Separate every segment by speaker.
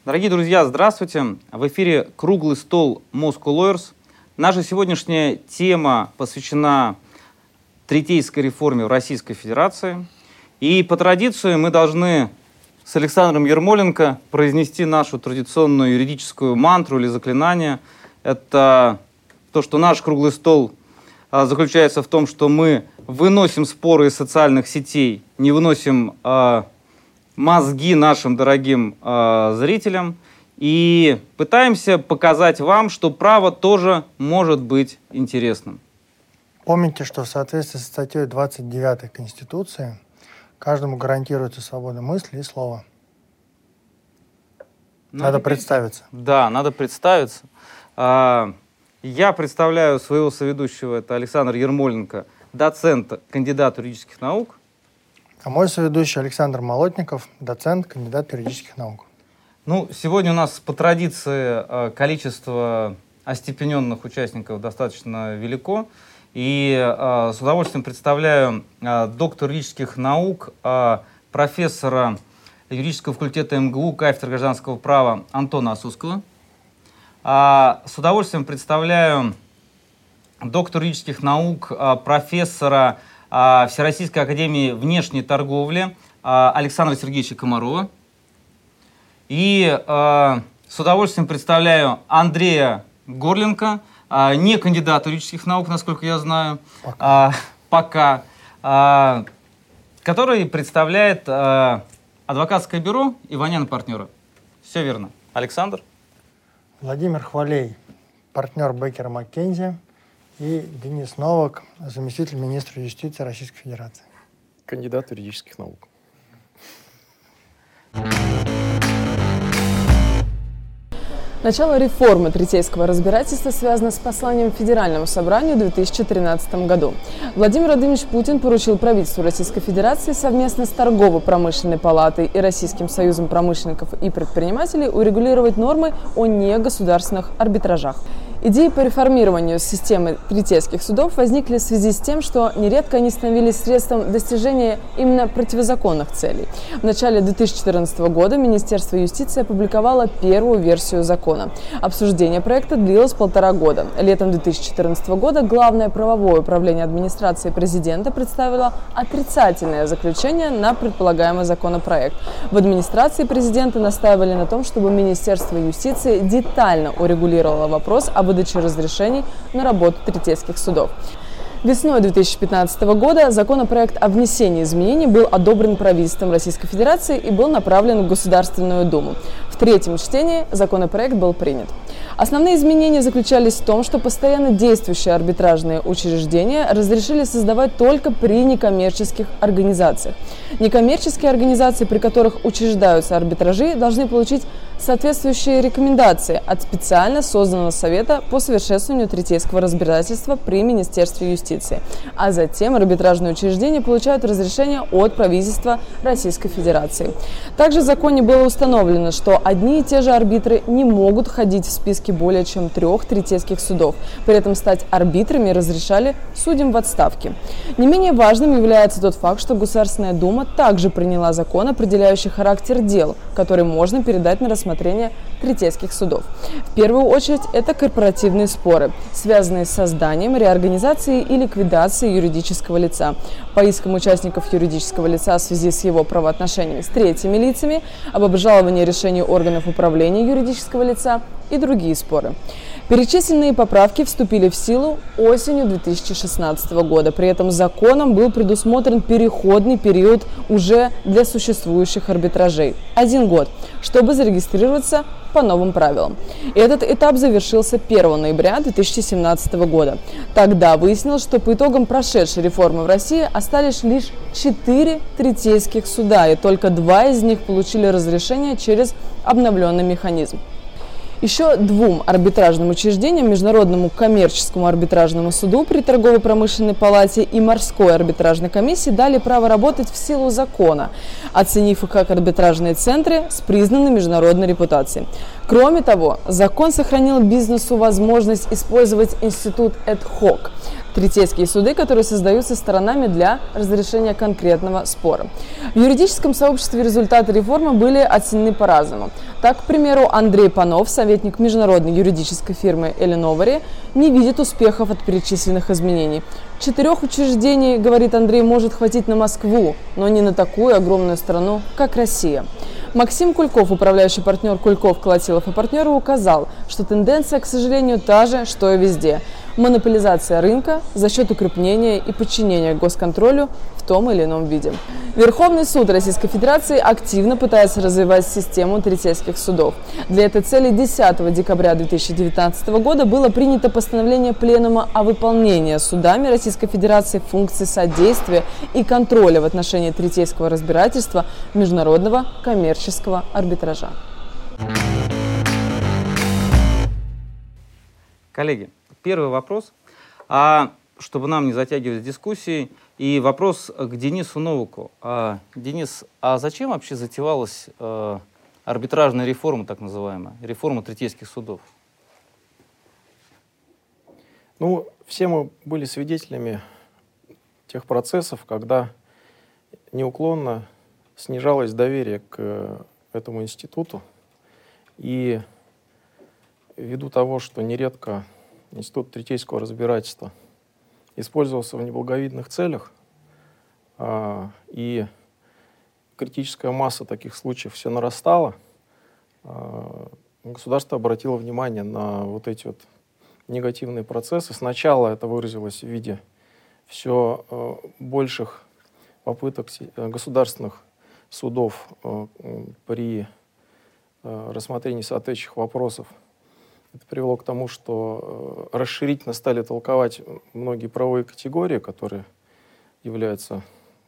Speaker 1: Дорогие друзья, здравствуйте! В эфире «Круглый стол Moscow Lawyers». Наша сегодняшняя тема посвящена третейской реформе в Российской Федерации. И по традиции мы должны с Александром Ермоленко произнести нашу традиционную юридическую мантру или заклинание. Это то, что наш круглый стол заключается в том, что мы выносим споры из социальных сетей, не выносим мозги нашим дорогим зрителям и пытаемся показать вам, что право тоже может быть интересным.
Speaker 2: Помните, что в соответствии со статьей 29 Конституции каждому гарантируется свобода мысли и слова. Надо представиться. Да, надо представиться.
Speaker 1: Я представляю своего соведущего, это Александр Ермоленко, доцент, кандидат юридических наук.
Speaker 2: А мой соведущий Александр Молотников, доцент, кандидат юридических наук.
Speaker 1: Сегодня у нас по традиции количество остепененных участников достаточно велико. И с удовольствием представляю доктора юридических наук, профессора юридического факультета МГУ, кафедры гражданского права Антона Осузского. С удовольствием представляю доктора юридических наук, профессора Всероссийской академии внешней торговли Александра Сергеевича Комарова. И с удовольствием представляю Андрея Горленко, не кандидат юридических наук, насколько я знаю, пока, который представляет адвокатское бюро Иванян партнера. Все верно. Александр?
Speaker 2: Владимир Хвалей, партнер Беккера Маккензи, и Денис Новак, заместитель министра юстиции Российской Федерации.
Speaker 3: Кандидат юридических наук.
Speaker 4: Начало реформы третейского разбирательства связано с посланием Федеральному собранию в 2013 году. Владимир Владимирович Путин поручил правительству Российской Федерации совместно с Торгово-промышленной палатой и Российским союзом промышленников и предпринимателей урегулировать нормы о негосударственных арбитражах. Идеи по реформированию системы третейских судов возникли в связи с тем, что нередко они становились средством достижения именно противозаконных целей. В начале 2014 года Министерство юстиции опубликовало первую версию закона. Обсуждение проекта длилось 1,5 года. Летом 2014 года Главное правовое управление администрации президента представило отрицательное заключение на предполагаемый законопроект. В администрации президента настаивали на том, чтобы Министерство юстиции детально урегулировало вопрос о выдаче разрешений на работу третейских судов. Весной 2015 года законопроект о внесении изменений был одобрен правительством Российской Федерации и был направлен в Государственную Думу. В третьем чтении законопроект был принят. Основные изменения заключались в том, что постоянно действующие арбитражные учреждения разрешили создавать только при некоммерческих организациях. Некоммерческие организации, при которых учреждаются арбитражи, должны получить соответствующие рекомендации от специально созданного совета по совершенствованию третейского разбирательства при Министерстве юстиции. А затем арбитражные учреждения получают разрешение от правительства Российской Федерации. Также в законе было установлено, что одни и те же арбитры не могут ходить в списке более чем 3 третейских судов. При этом стать арбитрами разрешали судьям в отставке. Не менее важным является тот факт, что Государственная Дума также приняла закон, определяющий характер дел, который можно передать на рассмотрение третейских судов. В первую очередь это корпоративные споры, связанные с созданием, реорганизацией и ликвидацией юридического лица, по искам участников юридического лица в связи с его правоотношениями с третьими лицами, об обжаловании решений органов управления юридического лица и другие споры. Перечисленные поправки вступили в силу осенью 2016 года. При этом законом был предусмотрен переходный период уже для существующих арбитражей – 1 год, чтобы зарегистрироваться по новым правилам. Этот этап завершился 1 ноября 2017 года. Тогда выяснилось, что по итогам прошедшей реформы в России остались лишь 4 третейских суда, и только 2 из них получили разрешение через обновленный механизм. Еще 2 арбитражным учреждениям, Международному коммерческому арбитражному суду при Торгово-промышленной палате и Морской арбитражной комиссии дали право работать в силу закона, оценив их как арбитражные центры с признанной международной репутацией. Кроме того, закон сохранил бизнесу возможность использовать институт ad hoc – третейские суды, которые создаются сторонами для разрешения конкретного спора. В юридическом сообществе результаты реформы были оценены по-разному. Так, к примеру, Андрей Панов, советник международной юридической фирмы Элиновари, не видит успехов от перечисленных изменений. 4 учреждений, говорит Андрей, может хватить на Москву, но не на такую огромную страну, как Россия. Максим Кульков, управляющий партнер Кульков, Колотилов и партнеры, указал, что тенденция, к сожалению, та же, что и везде. Монополизация рынка за счет укрепления и подчинения госконтролю в том или ином виде. Верховный суд Российской Федерации активно пытается развивать систему третейских судов. Для этой цели 10 декабря 2019 года было принято постановление Пленума о выполнении судами Российской Федерации функций содействия и контроля в отношении третейского разбирательства международного коммерческого арбитража.
Speaker 1: Коллеги, первый вопрос, чтобы нам не затягивать дискуссии, и вопрос к Денису Новаку. Денис, а зачем вообще затевалась арбитражная реформа, так называемая, реформа третейских судов?
Speaker 3: Ну, все мы были свидетелями тех процессов, когда неуклонно снижалось доверие к этому институту. И ввиду того, что нередко институт третейского разбирательства использовался в неблаговидных целях, и критическая масса таких случаев все нарастала, государство обратило внимание на вот эти вот негативные процессы. Сначала это выразилось в виде все больших попыток государственных судов при рассмотрении соответствующих вопросов. Это привело к тому, что расширительно стали толковать многие правовые категории, которые являются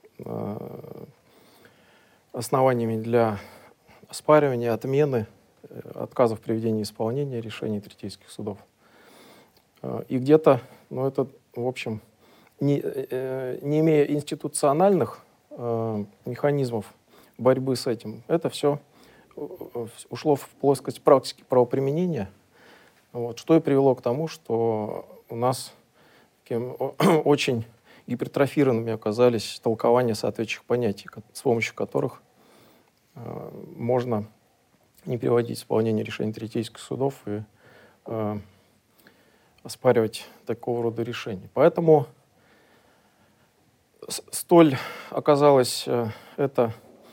Speaker 3: основаниями для оспаривания, отмены, отказа в приведении исполнения решений третейских судов. И где-то, это, в общем, не имея институциональных механизмов борьбы с этим, это все ушло в плоскость практики правоприменения, что и привело к тому, что у нас очень гипертрофированными оказались толкования соответствующих понятий, с помощью которых можно не приводить в исполнение решений третейских судов и оспаривать такого рода решения. Поэтому столь оказалась эта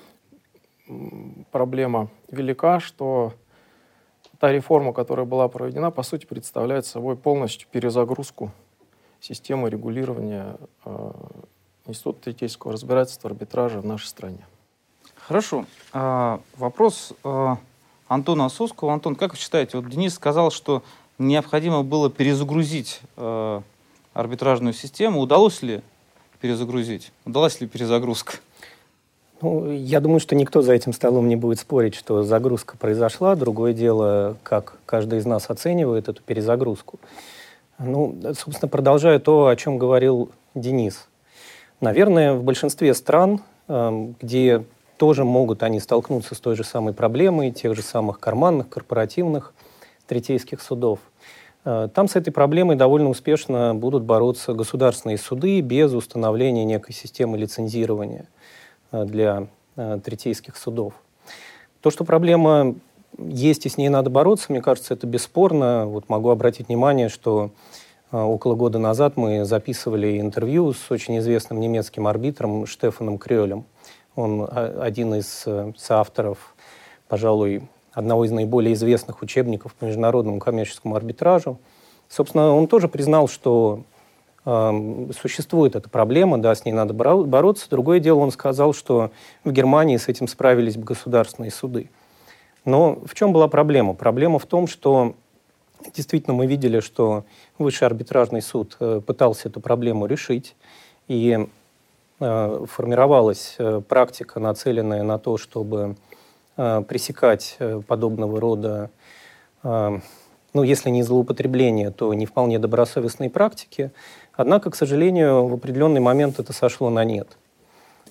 Speaker 3: проблема велика, что та реформа, которая была проведена, по сути, представляет собой полностью перезагрузку системы регулирования института третейского разбирательства, арбитража в нашей стране.
Speaker 1: Хорошо. Вопрос Антона Осовского. Антон, как вы считаете, Денис сказал, что необходимо было перезагрузить арбитражную систему. Удалось ли перезагрузить? Удалась ли перезагрузка?
Speaker 5: Я думаю, что никто за этим столом не будет спорить, что загрузка произошла. Другое дело, как каждый из нас оценивает эту перезагрузку. Собственно, продолжая то, о чем говорил Денис. Наверное, в большинстве стран, где тоже могут они столкнуться с той же самой проблемой, тех же самых карманных, корпоративных третейских судов, там с этой проблемой довольно успешно будут бороться государственные суды без установления некой системы лицензирования для третейских судов. То, что проблема есть и с ней надо бороться, мне кажется, это бесспорно. Могу обратить внимание, что около года назад мы записывали интервью с очень известным немецким арбитром Штефаном Крёлем. Он один из соавторов, пожалуй, одного из наиболее известных учебников по международному коммерческому арбитражу. Собственно, он тоже признал, что существует эта проблема, да, с ней надо бороться. Другое дело, он сказал, что в Германии с этим справились бы государственные суды. Но в чем была проблема? Проблема в том, что действительно мы видели, что Высший арбитражный суд пытался эту проблему решить, и формировалась практика, нацеленная на то, чтобы пресекать подобного рода, если не злоупотребления, то не вполне добросовестные практики. Однако, к сожалению, в определенный момент это сошло на нет.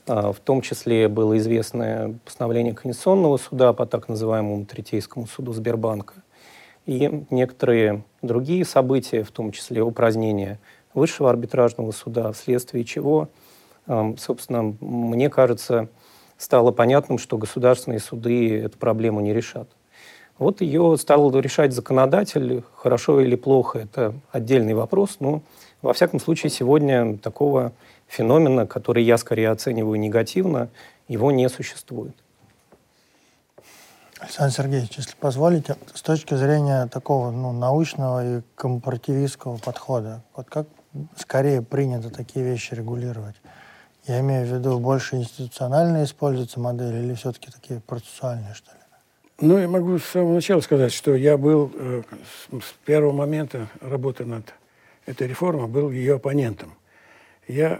Speaker 5: В том числе было известное постановление Конституционного суда по так называемому Третейскому суду Сбербанка и некоторые другие события, в том числе упразднение Высшего арбитражного суда, вследствие чего, собственно, мне кажется, стало понятным, что государственные суды эту проблему не решат. Вот ее стал решать законодатель. Хорошо или плохо — это отдельный вопрос, но, во всяком случае, сегодня такого феномена, который я скорее оцениваю негативно, его не существует.
Speaker 2: Александр Сергеевич, если позволите, с точки зрения такого научного и компаративистского подхода, вот как скорее принято такие вещи регулировать? Я имею в виду, больше институционально используется модель или все-таки такие процессуальные, что ли?
Speaker 6: Ну, я могу с самого начала сказать, что я был с первого момента работы над этой реформой, был ее оппонентом. Я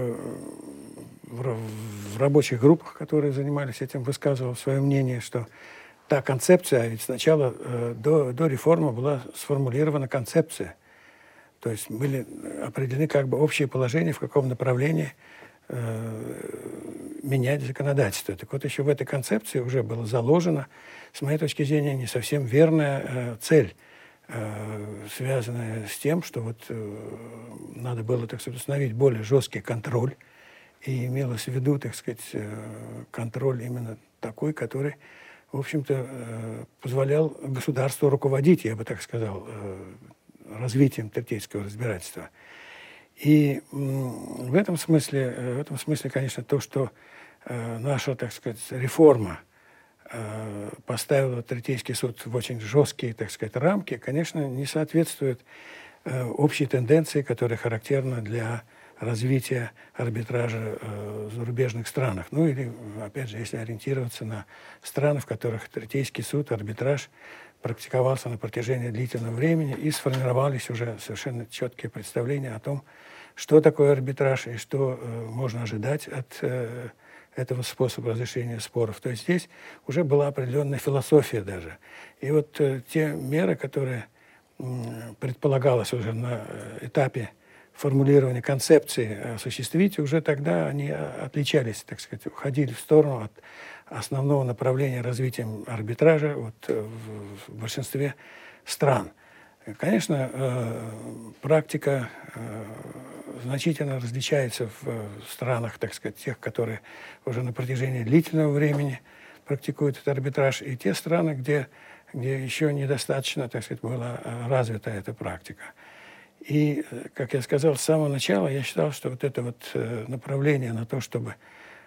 Speaker 6: в рабочих группах, которые занимались этим, высказывал свое мнение, что та концепция, а ведь сначала до реформы была сформулирована концепция. То есть были определены как бы общие положения, в каком направлении менять законодательство. Так вот, еще в этой концепции уже было заложено, с моей точки зрения, не совсем верная цель, связанная с тем, что вот надо было, так сказать, установить более жесткий контроль, и имелось в виду, так сказать, контроль именно такой, который, в общем-то, позволял государству руководить, я бы так сказал, развитием третейского разбирательства. И в этом смысле, конечно, то, что наша, так сказать, реформа поставила Третейский суд в очень жесткие, так сказать, рамки, конечно, не соответствует общей тенденции, которая характерна для развития арбитража в зарубежных странах. Ну или, опять же, если ориентироваться на страны, в которых Третейский суд, арбитраж практиковался на протяжении длительного времени, и сформировались уже совершенно четкие представления о том, что такое арбитраж и что можно ожидать от этого способа разрешения споров. То есть здесь уже была определенная философия даже. И вот те меры, которые предполагалось уже на этапе формулирования концепции осуществить, уже тогда они отличались, так сказать, уходили в сторону от основного направления развития арбитража вот, в большинстве стран. Конечно, практика значительно различается в странах, так сказать, тех, которые уже на протяжении длительного времени практикуют этот арбитраж, и те страны, где еще недостаточно, так сказать, была развита эта практика. И, как я сказал с самого начала, я считал, что вот это вот направление на то, чтобы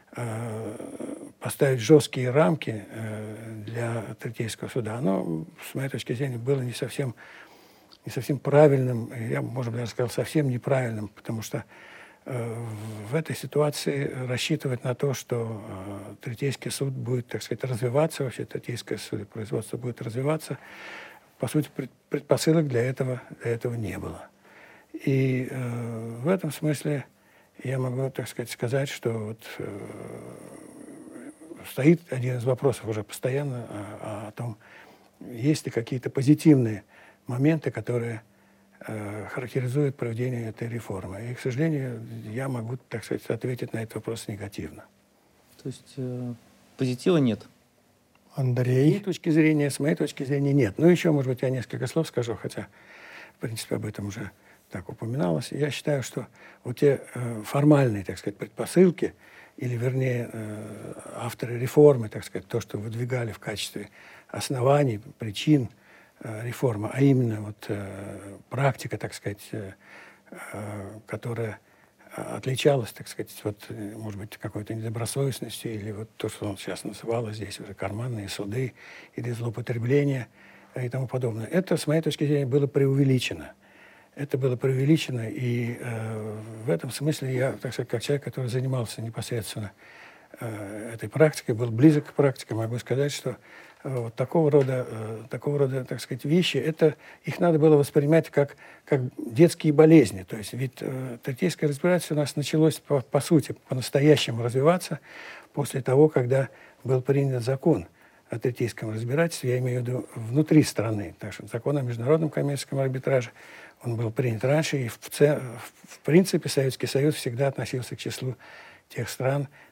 Speaker 6: поставить жесткие рамки для Третейского суда, оно, с моей точки зрения, было не совсем правильным, я, может быть, даже сказал, совсем неправильным, потому что в этой ситуации рассчитывать на то, что Третейский суд будет, так сказать, развиваться, вообще Третейское судопроизводство будет развиваться, по сути, предпосылок для этого не было. И в этом смысле я могу, так сказать, что вот, стоит один из вопросов уже постоянно о том, есть ли какие-то позитивные моменты, которые характеризуют проведение этой реформы. И, к сожалению, я могу, так сказать, ответить на этот вопрос негативно.
Speaker 1: То есть позитива нет?
Speaker 2: Андрей?
Speaker 6: С моей точки зрения, нет. Ну, еще, может быть, я несколько слов скажу, хотя, в принципе, об этом уже так упоминалось. Я считаю, что вот те формальные, так сказать, предпосылки, или, вернее, авторы реформы, так сказать, то, что выдвигали в качестве оснований, причин реформы, а именно вот практика, так сказать, которая отличалась, так сказать, вот, может быть, какой-то недобросовестностью, или вот то, что он сейчас называл здесь уже карманные суды, или злоупотребление и тому подобное. Это, с моей точки зрения, было преувеличено. Это было преувеличено, и в этом смысле я, так сказать, как человек, который занимался непосредственно этой практикой, был близок к практике, могу сказать, что вот такого рода, так сказать, вещи, их надо было воспринимать как детские болезни. То есть ведь третейское разбирательство у нас началось, по сути, по-настоящему развиваться после того, когда был принят закон о третейском разбирательстве, я имею в виду внутри страны. Так что закон о международном коммерческом арбитраже, он был принят раньше, и в принципе Советский Союз всегда относился к числу тех стран,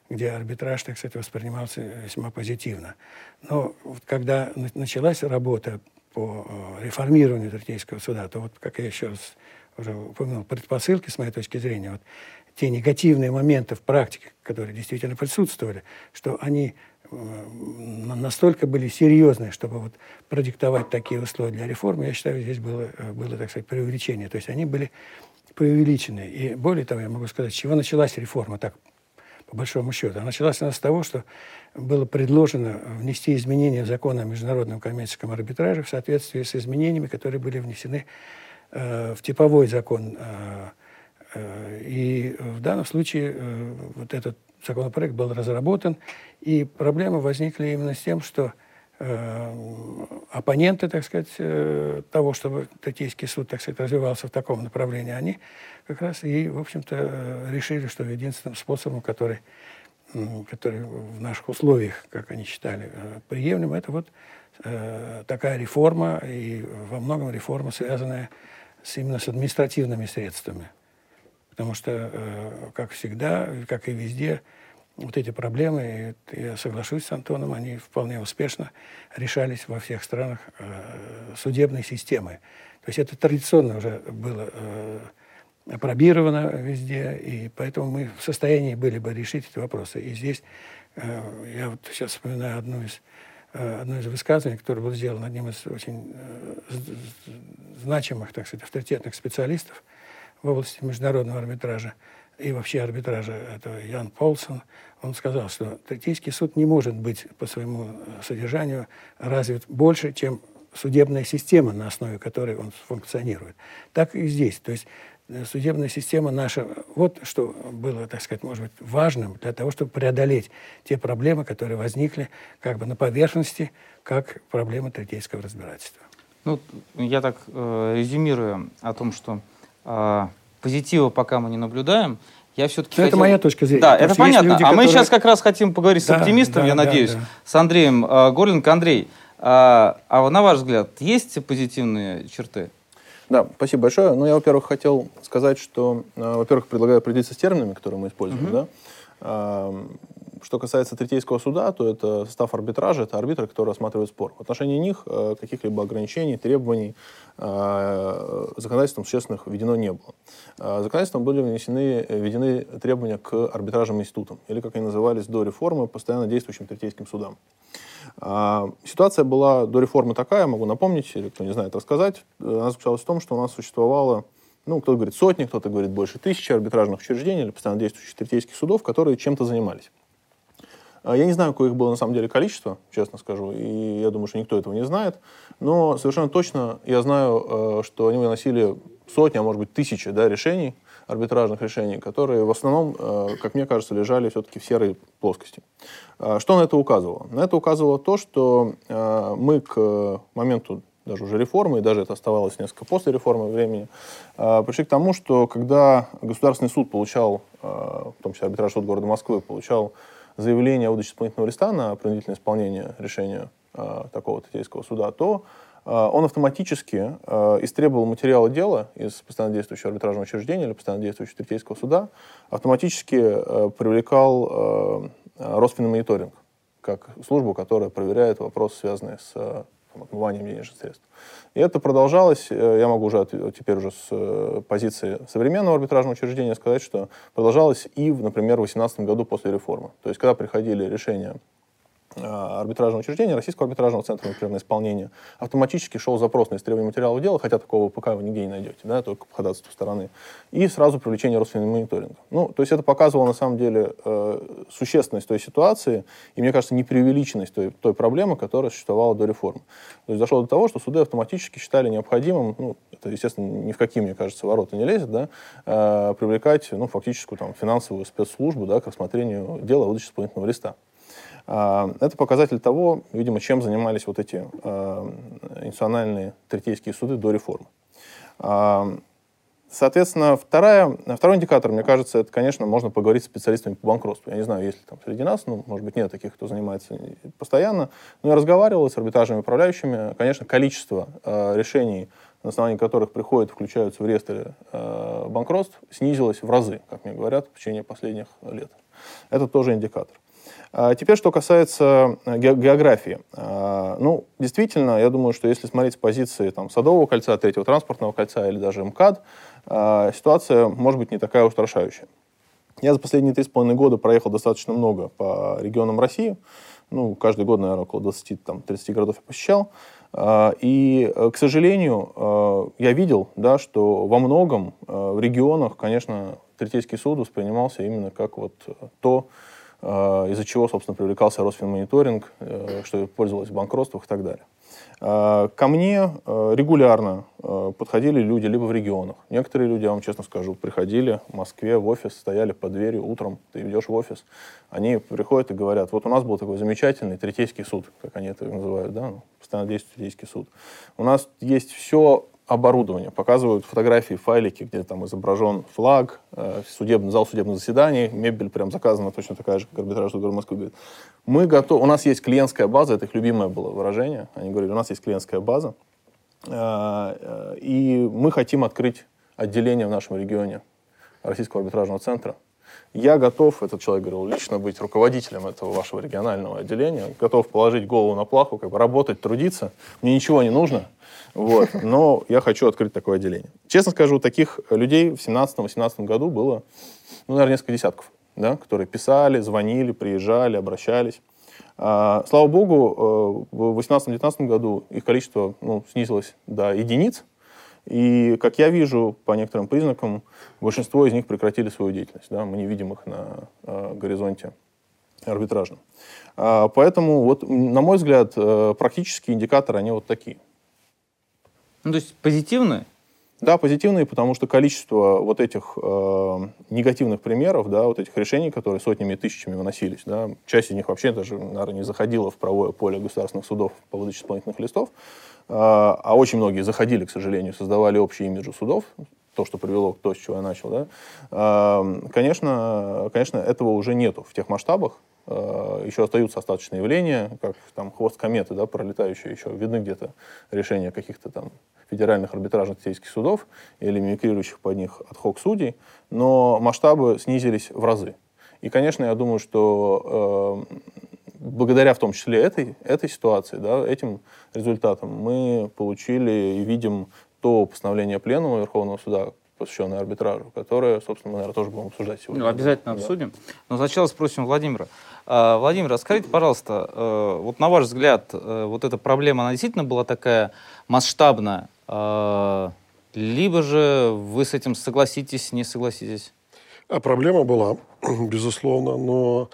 Speaker 6: где арбитраж, так сказать, воспринимался весьма позитивно. Но вот когда началась работа по реформированию Третейского суда, то вот, как я еще раз уже упомянул, предпосылки, с моей точки зрения, вот те негативные моменты в практике, которые действительно присутствовали, что они настолько были серьезные, чтобы вот продиктовать такие условия для реформы, я считаю, здесь было, так сказать, преувеличение. То есть они были преувеличены. И более того, я могу сказать, с чего началась реформа, так, по большому счету. Она началась у нас с того, что было предложено внести изменения в закон о международном коммерческом арбитраже в соответствии с изменениями, которые были внесены в типовой закон. И в данном случае вот этот законопроект был разработан, и проблемы возникли именно с тем, что оппоненты, так сказать, того, чтобы Третейский суд, так сказать, развивался в таком направлении, они как раз и, в общем-то, решили, что единственным способом, который в наших условиях, как они считали, приемлем, это вот такая реформа, и во многом реформа, связанная именно с административными средствами. Потому что, как всегда, как и везде, вот эти проблемы, и я соглашусь с Антоном, они вполне успешно решались во всех странах судебной системы. То есть это традиционно уже было опробировано везде, и поэтому мы в состоянии были бы решить эти вопросы. И здесь я вот сейчас вспоминаю одно из высказываний, которое было сделано одним из очень значимых, так сказать, авторитетных специалистов в области международного арбитража и вообще арбитража, это Ян Полсон. Он сказал, что Третейский суд не может быть по своему содержанию развит больше, чем судебная система, на основе которой он функционирует. Так и здесь. То есть судебная система наша, вот что было, так сказать, может быть, важным для того, чтобы преодолеть те проблемы, которые возникли как бы на поверхности, как проблемы третейского разбирательства.
Speaker 1: Ну, я так резюмирую о том, что позитива пока мы не наблюдаем. Я все-таки
Speaker 6: это моя точка зрения.
Speaker 1: Да, это понятно.
Speaker 6: Люди,
Speaker 1: мы сейчас как раз хотим поговорить с оптимистом, я надеюсь, с Андреем Горленко. Андрей, а на ваш взгляд, есть позитивные черты?
Speaker 7: Да, спасибо большое. Ну, я, во-первых, хотел сказать, что, во-первых, предлагаю определиться с терминами, которые мы используем. Да? Что касается Третейского суда, то это состав арбитража, это арбитры, которые рассматривают спор. В отношении них каких-либо ограничений, требований законодательством существенных введено не было. Законодательством были введены требования к арбитражным институтам, или, как они назывались до реформы, постоянно действующим Третейским судам. Ситуация была до реформы такая, могу напомнить, или кто не знает, рассказать. Она заключалась в том, что у нас существовало, кто-то говорит сотни, кто-то говорит больше 1000 арбитражных учреждений или постоянно действующих третейских судов, которые чем-то занимались. Я не знаю, какое их было на самом деле количество, честно скажу, и я думаю, что никто этого не знает, но совершенно точно я знаю, что они выносили сотни, а может быть тысячи решений, арбитражных решений, которые в основном, как мне кажется, лежали все-таки в серой плоскости. Что на это указывало? На это указывало то, что мы к моменту даже уже реформы, и даже это оставалось несколько после реформы времени, пришли к тому, что когда Государственный суд получал, в том числе арбитражный суд города Москвы, получал заявление о выдаче исполнительного листа на принудительное исполнение решения такого третейского суда, то он автоматически истребовал материалы дела из постоянно действующего арбитражного учреждения или постоянно действующего третейского суда, автоматически привлекал Росфинмониторинг как службу, которая проверяет вопросы, связанные с отмыванием денежных средств. И это продолжалось, я могу уже теперь уже с позиции современного арбитражного учреждения сказать, что продолжалось и, например, в 2018 году после реформы. То есть, когда приходили решения арбитражного учреждения, Российского арбитражного центра, например, на исполнение, автоматически шел запрос на истребование материалов дела, хотя такого пока вы нигде не найдете, только по ходатайству стороны, и сразу привлечение Росфинмониторинга. То есть это показывало, на самом деле, существенность той ситуации, и, мне кажется, непреувеличенность той проблемы, которая существовала до реформы. То есть дошло до того, что суды автоматически считали необходимым, это, естественно, ни в какие, мне кажется, ворота не лезет, привлекать, фактическую финансовую спецслужбу, к рассмотрению дела о выдаче исполнительного листа. Это показатель того, видимо, чем занимались вот эти институциональные третейские суды до реформы. Соответственно, второй индикатор, мне кажется, это, конечно, можно поговорить с специалистами по банкротству. Я не знаю, есть ли там среди нас, может быть, нет таких, кто занимается постоянно, но я разговаривал с арбитражными управляющими. Конечно, количество решений на основании которых приходят, включаются в реестр банкротств, снизилась в разы, как мне говорят, в течение последних лет. Это тоже индикатор. Теперь, что касается географии. Действительно, я думаю, что если смотреть с позиции Садового кольца, Третьего транспортного кольца или даже МКАД, ситуация может быть не такая устрашающая. Я за последние 3,5 года проехал достаточно много по регионам России. Каждый год, наверное, около 20-30 городов я посещал. И, к сожалению, я видел, что во многом в регионах, конечно, Третейский суд воспринимался именно как то, из-за чего, собственно, привлекался Росфинмониторинг, что пользовалось в банкротствах и так далее. Ко мне регулярно подходили люди либо в регионах. Некоторые люди, я вам честно скажу, приходили в Москве в офис, стояли под дверью утром, ты идешь в офис, они приходят и говорят, вот у нас был такой замечательный Третейский суд, как они это называют, постоянно действует Третейский суд. У нас есть все оборудование, показывают фотографии, файлики, где там изображен флаг, зал судебных заседаний, мебель прям заказана точно такая же, как арбитраж судов Москвы говорит. Мы готовы, у нас есть клиентская база, это их любимое было выражение, они говорили, у нас есть клиентская база, и мы хотим открыть отделение в нашем регионе Российского арбитражного центра. Я готов, этот человек говорил, лично быть руководителем этого вашего регионального отделения, готов положить голову на плаху, работать, трудиться, мне ничего не нужно, но я хочу открыть такое отделение. Честно скажу, таких людей в 2017-2018 году было, наверное, несколько десятков, которые писали, звонили, приезжали, обращались. Слава богу, в 2018-2019 году их количество снизилось до единиц, и, как я вижу, по некоторым признакам, большинство из них прекратили свою деятельность. Мы не видим их на горизонте арбитражном. Поэтому, на мой взгляд, практические индикаторы, они такие.
Speaker 1: То есть позитивные?
Speaker 7: Да, позитивные, потому что количество этих негативных примеров, этих решений, которые сотнями и тысячами выносились, часть из них вообще даже, наверное, не заходила в правовое поле государственных судов по выдаче исполнительных листов, а очень многие заходили, к сожалению, создавали общий имидж у судов, то, что привело к тому, с чего я начал. Конечно, этого уже нету в тех масштабах. Еще остаются остаточные явления, как хвост кометы, пролетающие еще. Видны где-то решения каких-то федеральных арбитражных третейских судов или мимикрирующих под них ад-хок судей, но масштабы снизились в разы. И, конечно, я думаю, что благодаря в том числе этой ситуации, этим результатам, мы получили и видим то постановление Пленума Верховного суда, посвященное арбитражу, которое, собственно, мы, наверное, тоже будем обсуждать сегодня.
Speaker 1: Обязательно обсудим. Но сначала спросим Владимира. Владимир, расскажите, пожалуйста, на ваш взгляд, эта проблема, она действительно была такая масштабная, либо же вы с этим согласитесь, не согласитесь?
Speaker 8: Проблема была, безусловно, но,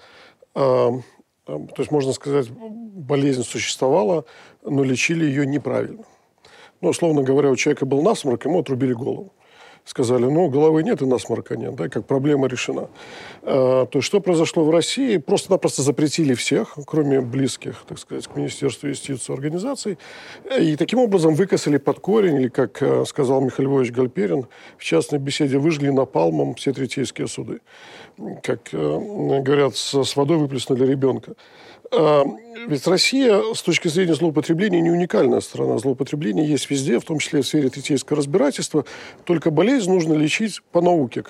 Speaker 8: то есть, можно сказать, болезнь существовала, но лечили ее неправильно. Условно говоря, у человека был насморк, ему отрубили голову. Сказали, головы нет и насморка нет, как проблема решена. То есть, что произошло в России? Просто-напросто запретили всех, кроме близких, так сказать, к Министерству юстиции организаций, и таким образом выкосили под корень, или, как сказал Михаил Львович Гальперин, в частной беседе, выжгли напалмом все третейские суды. Как говорят, с водой выплеснули ребенка. Ведь Россия с точки зрения злоупотребления не уникальная страна. Злоупотребление есть везде, в том числе в сфере третейского разбирательства. Только болезнь нужно лечить по науке.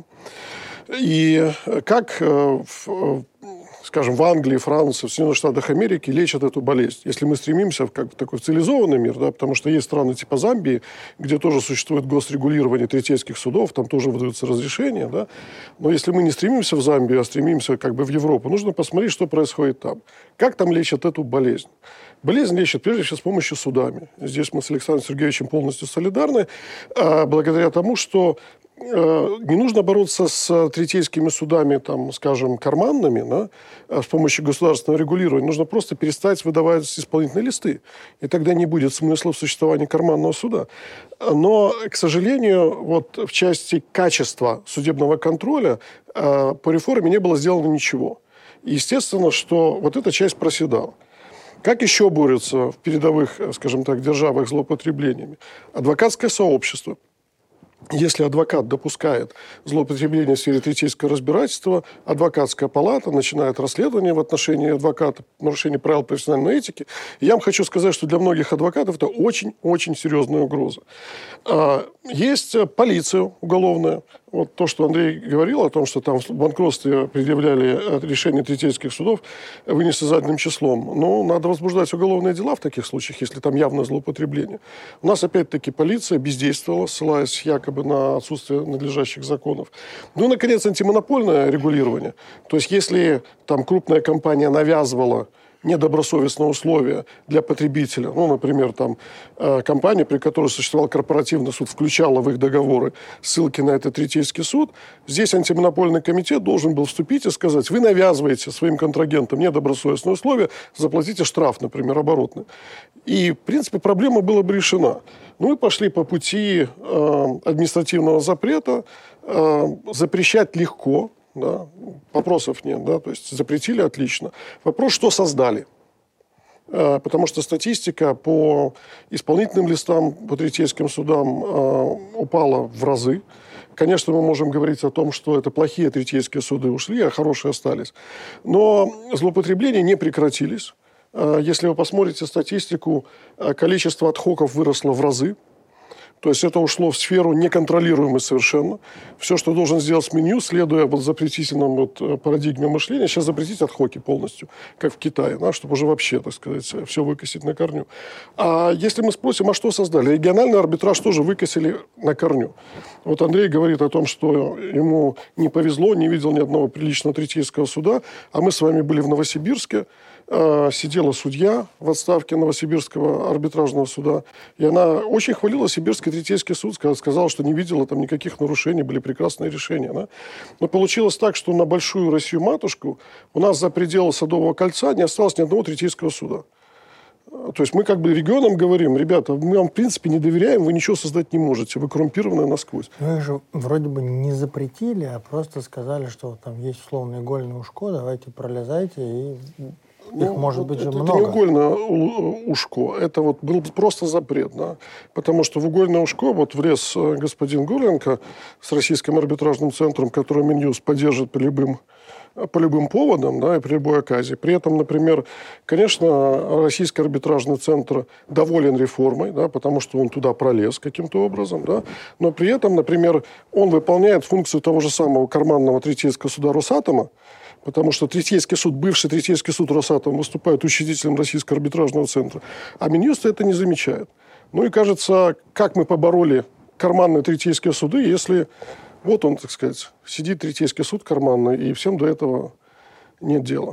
Speaker 8: И как, скажем, в Англии, Франции, в Соединенных Штатах Америки лечат эту болезнь. Если мы стремимся в такой цивилизованный мир, потому что есть страны типа Замбии, где тоже существует госрегулирование третейских судов, там тоже выдаются разрешения, но если мы не стремимся в Замбию, а стремимся в Европу, нужно посмотреть, что происходит там. Как там лечат эту болезнь? Болезнь лечат прежде всего с помощью судами. Здесь мы с Александром Сергеевичем полностью солидарны, благодаря тому, что не нужно бороться с третейскими судами, скажем, карманными, с помощью государственного регулирования. Нужно просто перестать выдавать исполнительные листы. И тогда не будет смысла в существовании карманного суда. Но, к сожалению, в части качества судебного контроля по реформе не было сделано ничего. И естественно, что эта часть проседала. Как еще борются в передовых, скажем так, державах с злоупотреблениями? Адвокатское сообщество. Если адвокат допускает злоупотребление в сфере третейского разбирательства, адвокатская палата начинает расследование в отношении адвоката, нарушение правил профессиональной этики. И я вам хочу сказать, что для многих адвокатов это очень-очень серьезная угроза. Есть полиция уголовная. Вот то, что Андрей говорил о том, что там в банкротстве предъявляли решения третейских судов, вынесли задним числом. Но надо возбуждать уголовные дела в таких случаях, если там явное злоупотребление. У нас, опять-таки, полиция бездействовала, ссылаясь якобы на отсутствие надлежащих законов. Ну и, наконец, антимонопольное регулирование. То есть, если там крупная компания навязывала недобросовестные условия для потребителя. Ну, например, там компания, при которой существовал корпоративный суд, включала в их договоры ссылки на этот третейский суд. Здесь антимонопольный комитет должен был вступить и сказать: вы навязываете своим контрагентам недобросовестные условия, заплатите штраф, например, оборотный. И, в принципе, проблема была бы решена. Ну и пошли по пути административного запрета. Запрещать легко. Да, вопросов нет, да, то есть запретили — отлично. Вопрос, что создали. Потому что статистика по исполнительным листам, по третейским судам упала в разы. Конечно, мы можем говорить о том, что это плохие третейские суды ушли, а хорошие остались. Но злоупотребления не прекратились. Если вы посмотрите статистику, количество адхоков выросло в разы. То есть это ушло в сферу неконтролируемой совершенно. Все, что должен сделать Минюст, следуя запретительному парадигме мышления, сейчас запретить адхоки полностью, как в Китае, да, чтобы уже вообще, так сказать, все выкосить на корню. А если мы спросим, а что создали? Региональный арбитраж тоже выкосили на корню. Вот Андрей говорит о том, что ему не повезло, не видел ни одного приличного третейского суда, а мы с вами были в Новосибирске. Сидела судья в отставке Новосибирского арбитражного суда, и она очень хвалила Сибирский третейский суд, сказала, что не видела там никаких нарушений, были прекрасные решения. Да? Но получилось так, что на большую Россию-матушку у нас за пределы Садового кольца не осталось ни одного третейского суда. То есть мы как бы регионам говорим: ребята, мы вам в принципе не доверяем, вы ничего создать не можете, вы коррумпированные насквозь.
Speaker 2: Ну их же вроде бы не запретили, а просто сказали, что там есть условно игольное ушко, давайте пролезайте и... Их может быть же много.
Speaker 8: Это не угольное ушко, это вот был просто запрет. Да? Потому что в угольное ушко вот влез господин Гурленко с Российским арбитражным центром, который Минюст поддержит по любым поводам, да, и при любой оказии. При этом, например, конечно, Российский арбитражный центр доволен реформой, да, потому что он туда пролез каким-то образом, да, но при этом, например, он выполняет функцию того же самого карманного третейского суда Росатома, потому что третейский суд, бывший третейский суд Росатом выступает учредителем Российского арбитражного центра, а Минюст это не замечает. Ну и кажется, как мы побороли карманные третейские суды, если вот он, так сказать, сидит третейский суд карманный, и всем до этого нет дела.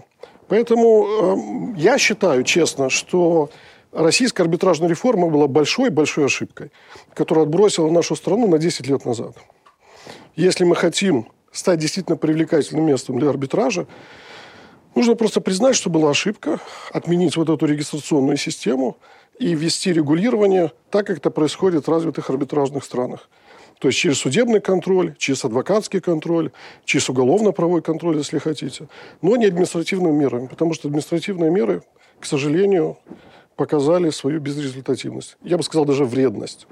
Speaker 8: Поэтому я считаю, честно, что российская арбитражная реформа была большой-большой ошибкой, которая отбросила нашу страну на 10 лет назад. Если мы хотим стать действительно привлекательным местом для арбитража, нужно просто признать, что была ошибка, отменить вот эту регистрационную систему и ввести регулирование так, как это происходит в развитых арбитражных странах. То есть через судебный контроль, через адвокатский контроль, через уголовно-правовой контроль, если хотите, но не административными мерами, потому что административные меры, к сожалению, показали свою безрезультативность. Я бы сказал, даже вредность.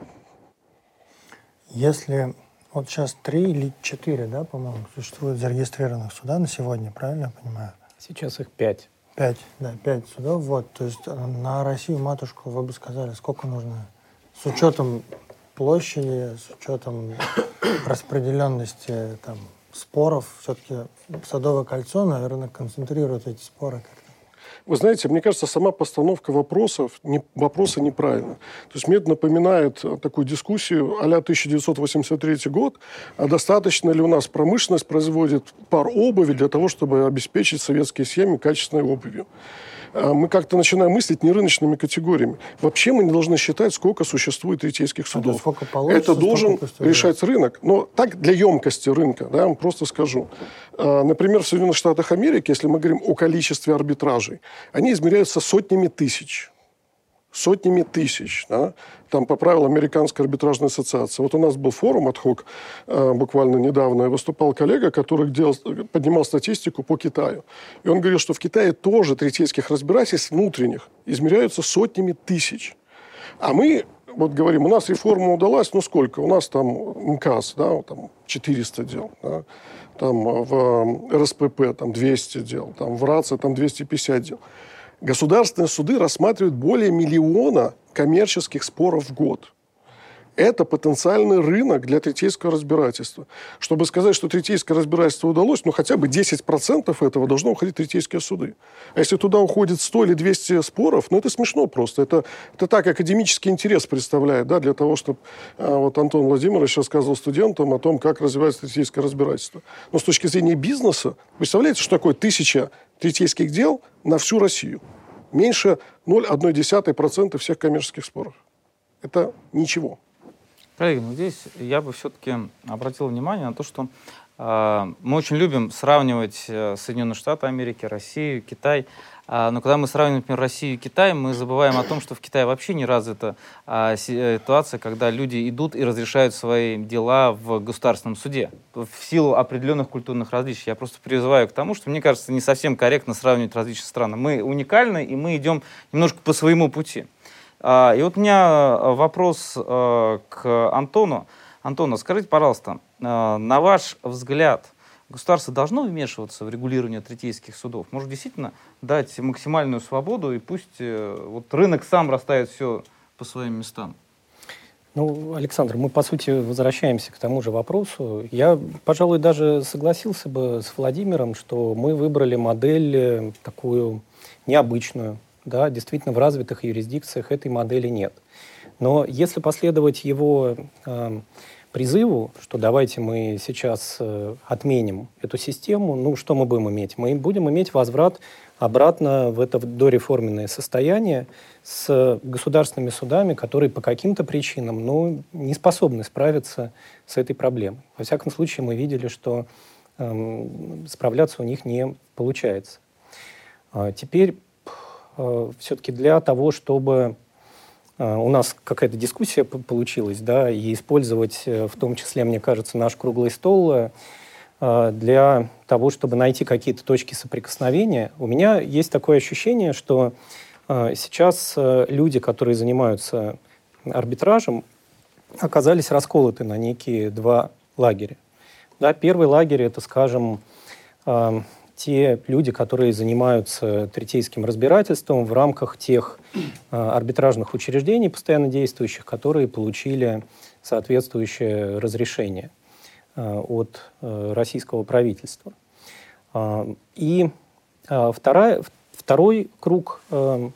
Speaker 2: Если... Вот сейчас 3 или 4, да, по-моему, существует зарегистрированных суда на сегодня, правильно я понимаю?
Speaker 5: Сейчас их 5.
Speaker 2: 5, да, 5 судов. Вот, то есть на Россию-матушку вы бы сказали, сколько нужно с учетом площади, с учетом распределенности там, споров, все-таки Садовое кольцо, наверное, концентрирует эти споры как-то.
Speaker 8: Вы знаете, мне кажется, сама постановка вопроса неправильна. То есть мне это напоминает такую дискуссию а-ля 1983 год, а достаточно ли у нас промышленность производит пар обуви для того, чтобы обеспечить советские семьи качественной обувью. Мы как-то начинаем мыслить не рыночными категориями. Вообще мы не должны считать, сколько существует третейских судов. Это должен решать рынок. Но так для емкости рынка, да, я вам просто скажу. Например, в Соединенных Штатах Америки, если мы говорим о количестве арбитражей, они измеряются сотнями тысяч. Сотнями тысяч. Да? Там по правилам Американской арбитражной ассоциации. Вот у нас был форум ad-hoc буквально недавно, и выступал коллега, который поднимал статистику по Китаю. И он говорил, что в Китае тоже третейских разбирательств внутренних измеряются сотнями тысяч. А мы вот говорим, у нас реформа удалась, ну сколько? У нас там МКАС, да, там 400 дел, да, там в РСПП там 200 дел, там в РАЦе там 250 дел. Государственные суды рассматривают более 1 миллиона коммерческих споров в год. Это потенциальный рынок для третейского разбирательства. Чтобы сказать, что третейское разбирательство удалось, ну хотя бы 10% этого должно уходить в третейские суды. А если туда уходит 100 или 200 споров, ну это смешно просто. Это так академический интерес представляет, да, для того, чтобы... Вот Антон Владимирович рассказывал студентам о том, как развивается третейское разбирательство. Но с точки зрения бизнеса, представляете, что такое 1000 третейских дел на всю Россию? Меньше 0,1% всех коммерческих споров. Это ничего.
Speaker 1: Коллеги, ну здесь я бы все-таки обратил внимание на то, что мы очень любим сравнивать Соединенные Штаты Америки, Россию, Китай. Но когда мы сравниваем, например, Россию и Китай, мы забываем о том, что в Китае вообще не развита ситуация, когда люди идут и разрешают свои дела в государственном суде в силу определенных культурных различий. Я просто призываю к тому, что, мне кажется, не совсем корректно сравнивать различные страны. Мы уникальны, и мы идем немножко по своему пути. И вот у меня вопрос к Антону. Антон, скажите, пожалуйста, на ваш взгляд, государство должно вмешиваться в регулирование третейских судов? Может, действительно дать максимальную свободу, и пусть вот рынок сам расставит все по своим местам?
Speaker 5: Ну, Александр, мы, по сути, возвращаемся к тому же вопросу. Я, пожалуй, даже согласился бы с Владимиром, что мы выбрали модель такую необычную. Да, действительно, в развитых юрисдикциях этой модели нет. Но если последовать его призыву, что давайте мы сейчас отменим эту систему, ну, что мы будем иметь? Мы будем иметь возврат обратно в это дореформенное состояние с государственными судами, которые по каким-то причинам, ну, не способны справиться с этой проблемой. Во всяком случае, мы видели, что справляться у них не получается. Теперь все-таки для того, чтобы у нас какая-то дискуссия получилась, да, и использовать в том числе, мне кажется, наш круглый стол для того, чтобы найти какие-то точки соприкосновения, у меня есть такое ощущение, что сейчас люди, которые занимаются арбитражем, оказались расколоты на некие два лагеря. Да, первый лагерь — это, скажем, те люди, которые занимаются третейским разбирательством в рамках тех арбитражных учреждений, постоянно действующих, которые получили соответствующее разрешение от российского правительства. И второй круг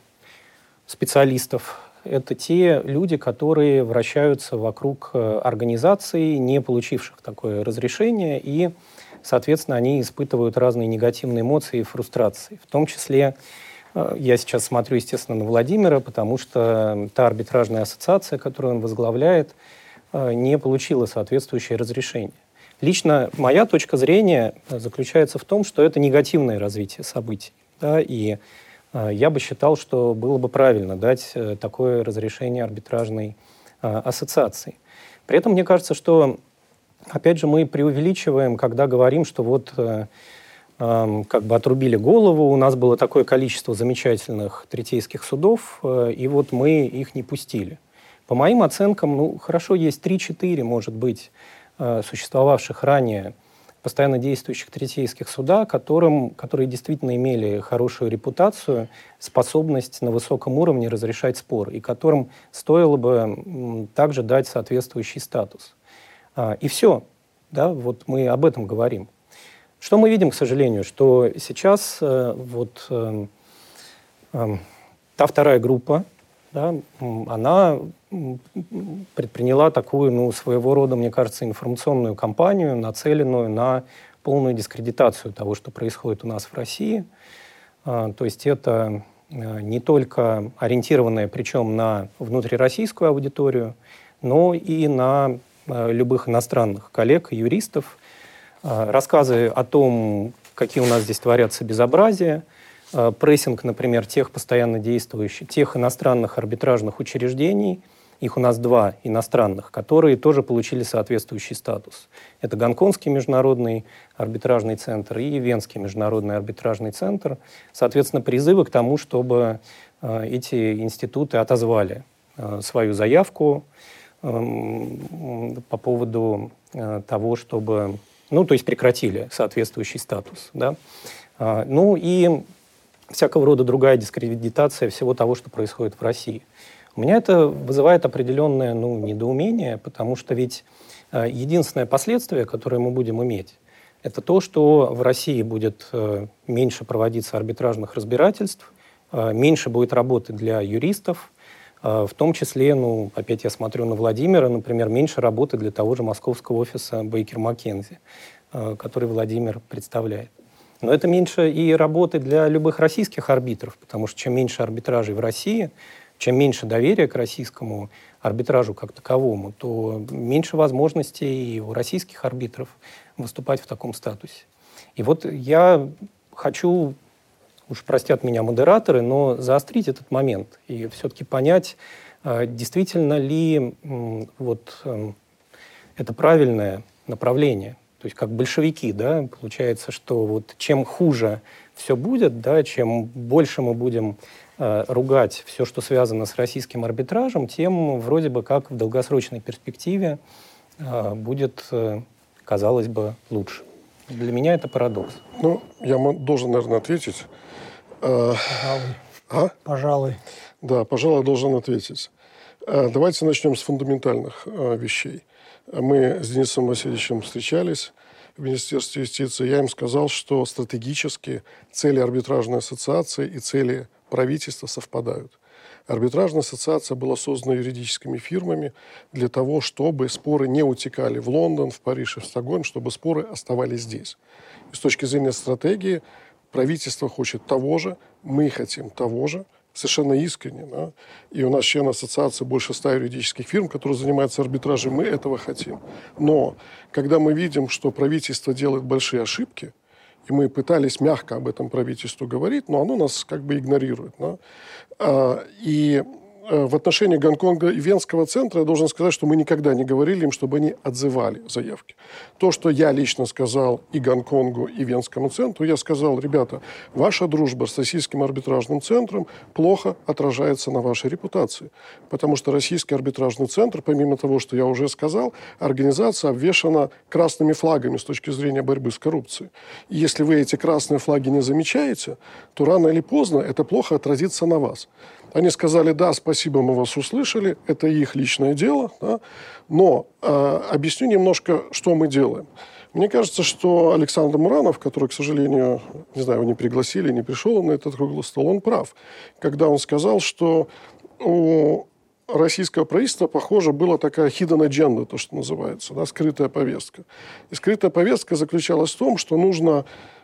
Speaker 5: специалистов — это те люди, которые вращаются вокруг организаций, не получивших такое разрешение, и соответственно, они испытывают разные негативные эмоции и фрустрации. В том числе, я сейчас смотрю, естественно, на Владимира, потому что та арбитражная ассоциация, которую он возглавляет, не получила соответствующее разрешение. Лично моя точка зрения заключается в том, что это негативное развитие событий. Да, и я бы считал, что было бы правильно дать такое разрешение арбитражной ассоциации. При этом мне кажется, что опять же, мы преувеличиваем, когда говорим, что вот как бы отрубили голову, у нас было такое количество замечательных третейских судов, и вот мы их не пустили. По моим оценкам, ну, хорошо, есть 3-4, может быть, существовавших ранее постоянно действующих третейских суда, которые действительно имели хорошую репутацию, способность на высоком уровне разрешать спор, и которым стоило бы также дать соответствующий статус. И все. Да, вот мы об этом говорим. Что мы видим, к сожалению, что сейчас та вторая группа, да, она предприняла такую, ну, своего рода, мне кажется, информационную кампанию, нацеленную на полную дискредитацию того, что происходит у нас в России. То есть это не только ориентированное, причем на внутрироссийскую аудиторию, но и на любых иностранных коллег и юристов, рассказы о том, какие у нас здесь творятся безобразия, прессинг, например, тех постоянно действующих, тех иностранных арбитражных учреждений, их у нас 2 иностранных, которые тоже получили соответствующий статус. Это Гонконгский международный арбитражный центр и Венский международный арбитражный центр. Соответственно, призывы к тому, чтобы эти институты отозвали свою заявку по поводу того, чтобы, то есть прекратили соответствующий статус, да. И всякого рода другая дискредитация всего того, что происходит в России. У меня это вызывает определенное, недоумение, потому что ведь единственное последствие, которое мы будем иметь, это то, что в России будет меньше проводиться арбитражных разбирательств, меньше будет работы для юристов, в том числе, опять я смотрю на Владимира, например, меньше работы для того же московского офиса Бейкер Маккензи, который Владимир представляет. Но это меньше и работы для любых российских арбитров, потому что чем меньше арбитражей в России, чем меньше доверия к российскому арбитражу как таковому, то меньше возможностей и у российских арбитров выступать в таком статусе. И вот я хочу, уж простят меня модераторы, но заострить этот момент и все-таки понять, действительно ли это правильное направление. То есть как большевики, да, получается, что чем хуже все будет, да, чем больше мы будем ругать все, что связано с российским арбитражем, тем вроде бы как в долгосрочной перспективе будет, казалось бы, лучше. Для меня это парадокс.
Speaker 8: Я должен, наверное, ответить.
Speaker 2: Пожалуй. Пожалуй.
Speaker 8: Да, пожалуй, должен ответить. Давайте начнем с фундаментальных вещей. Мы с Денисом Васильевичем встречались в Министерстве юстиции. Я им сказал, что стратегически цели арбитражной ассоциации и цели правительства совпадают. Арбитражная ассоциация была создана юридическими фирмами для того, чтобы споры не утекали в Лондон, в Париж и в Стокгольм, чтобы споры оставались здесь. И с точки зрения стратегии правительство хочет того же, мы хотим того же, совершенно искренне. Да? И у нас члены ассоциации больше 100 юридических фирм, которые занимаются арбитражем, мы этого хотим. Но когда мы видим, что правительство делает большие ошибки, и мы пытались мягко об этом правительству говорить, но оно нас как бы игнорирует. Да? И в отношении Гонконга и Венского центра я должен сказать, что мы никогда не говорили им, чтобы они отзывали заявки. То, что я лично сказал и Гонконгу, и Венскому центру, я сказал: ребята, ваша дружба с российским арбитражным центром плохо отражается на вашей репутации. Потому что российский арбитражный центр, помимо того, что я уже сказал, организация обвешана красными флагами с точки зрения борьбы с коррупцией. И если вы эти красные флаги не замечаете, то рано или поздно это плохо отразится на вас. Они сказали: да, спасибо, мы вас услышали, это их личное дело, да? Но объясню немножко, что мы делаем. Мне кажется, что Александр Муранов, который, к сожалению, не знаю, его не пригласили, не пришел на этот круглый стол, он прав, когда он сказал, что у российского правительства, похоже, была такая hidden agenda, то, что называется, да, скрытая повестка. И скрытая повестка заключалась в том, что нужно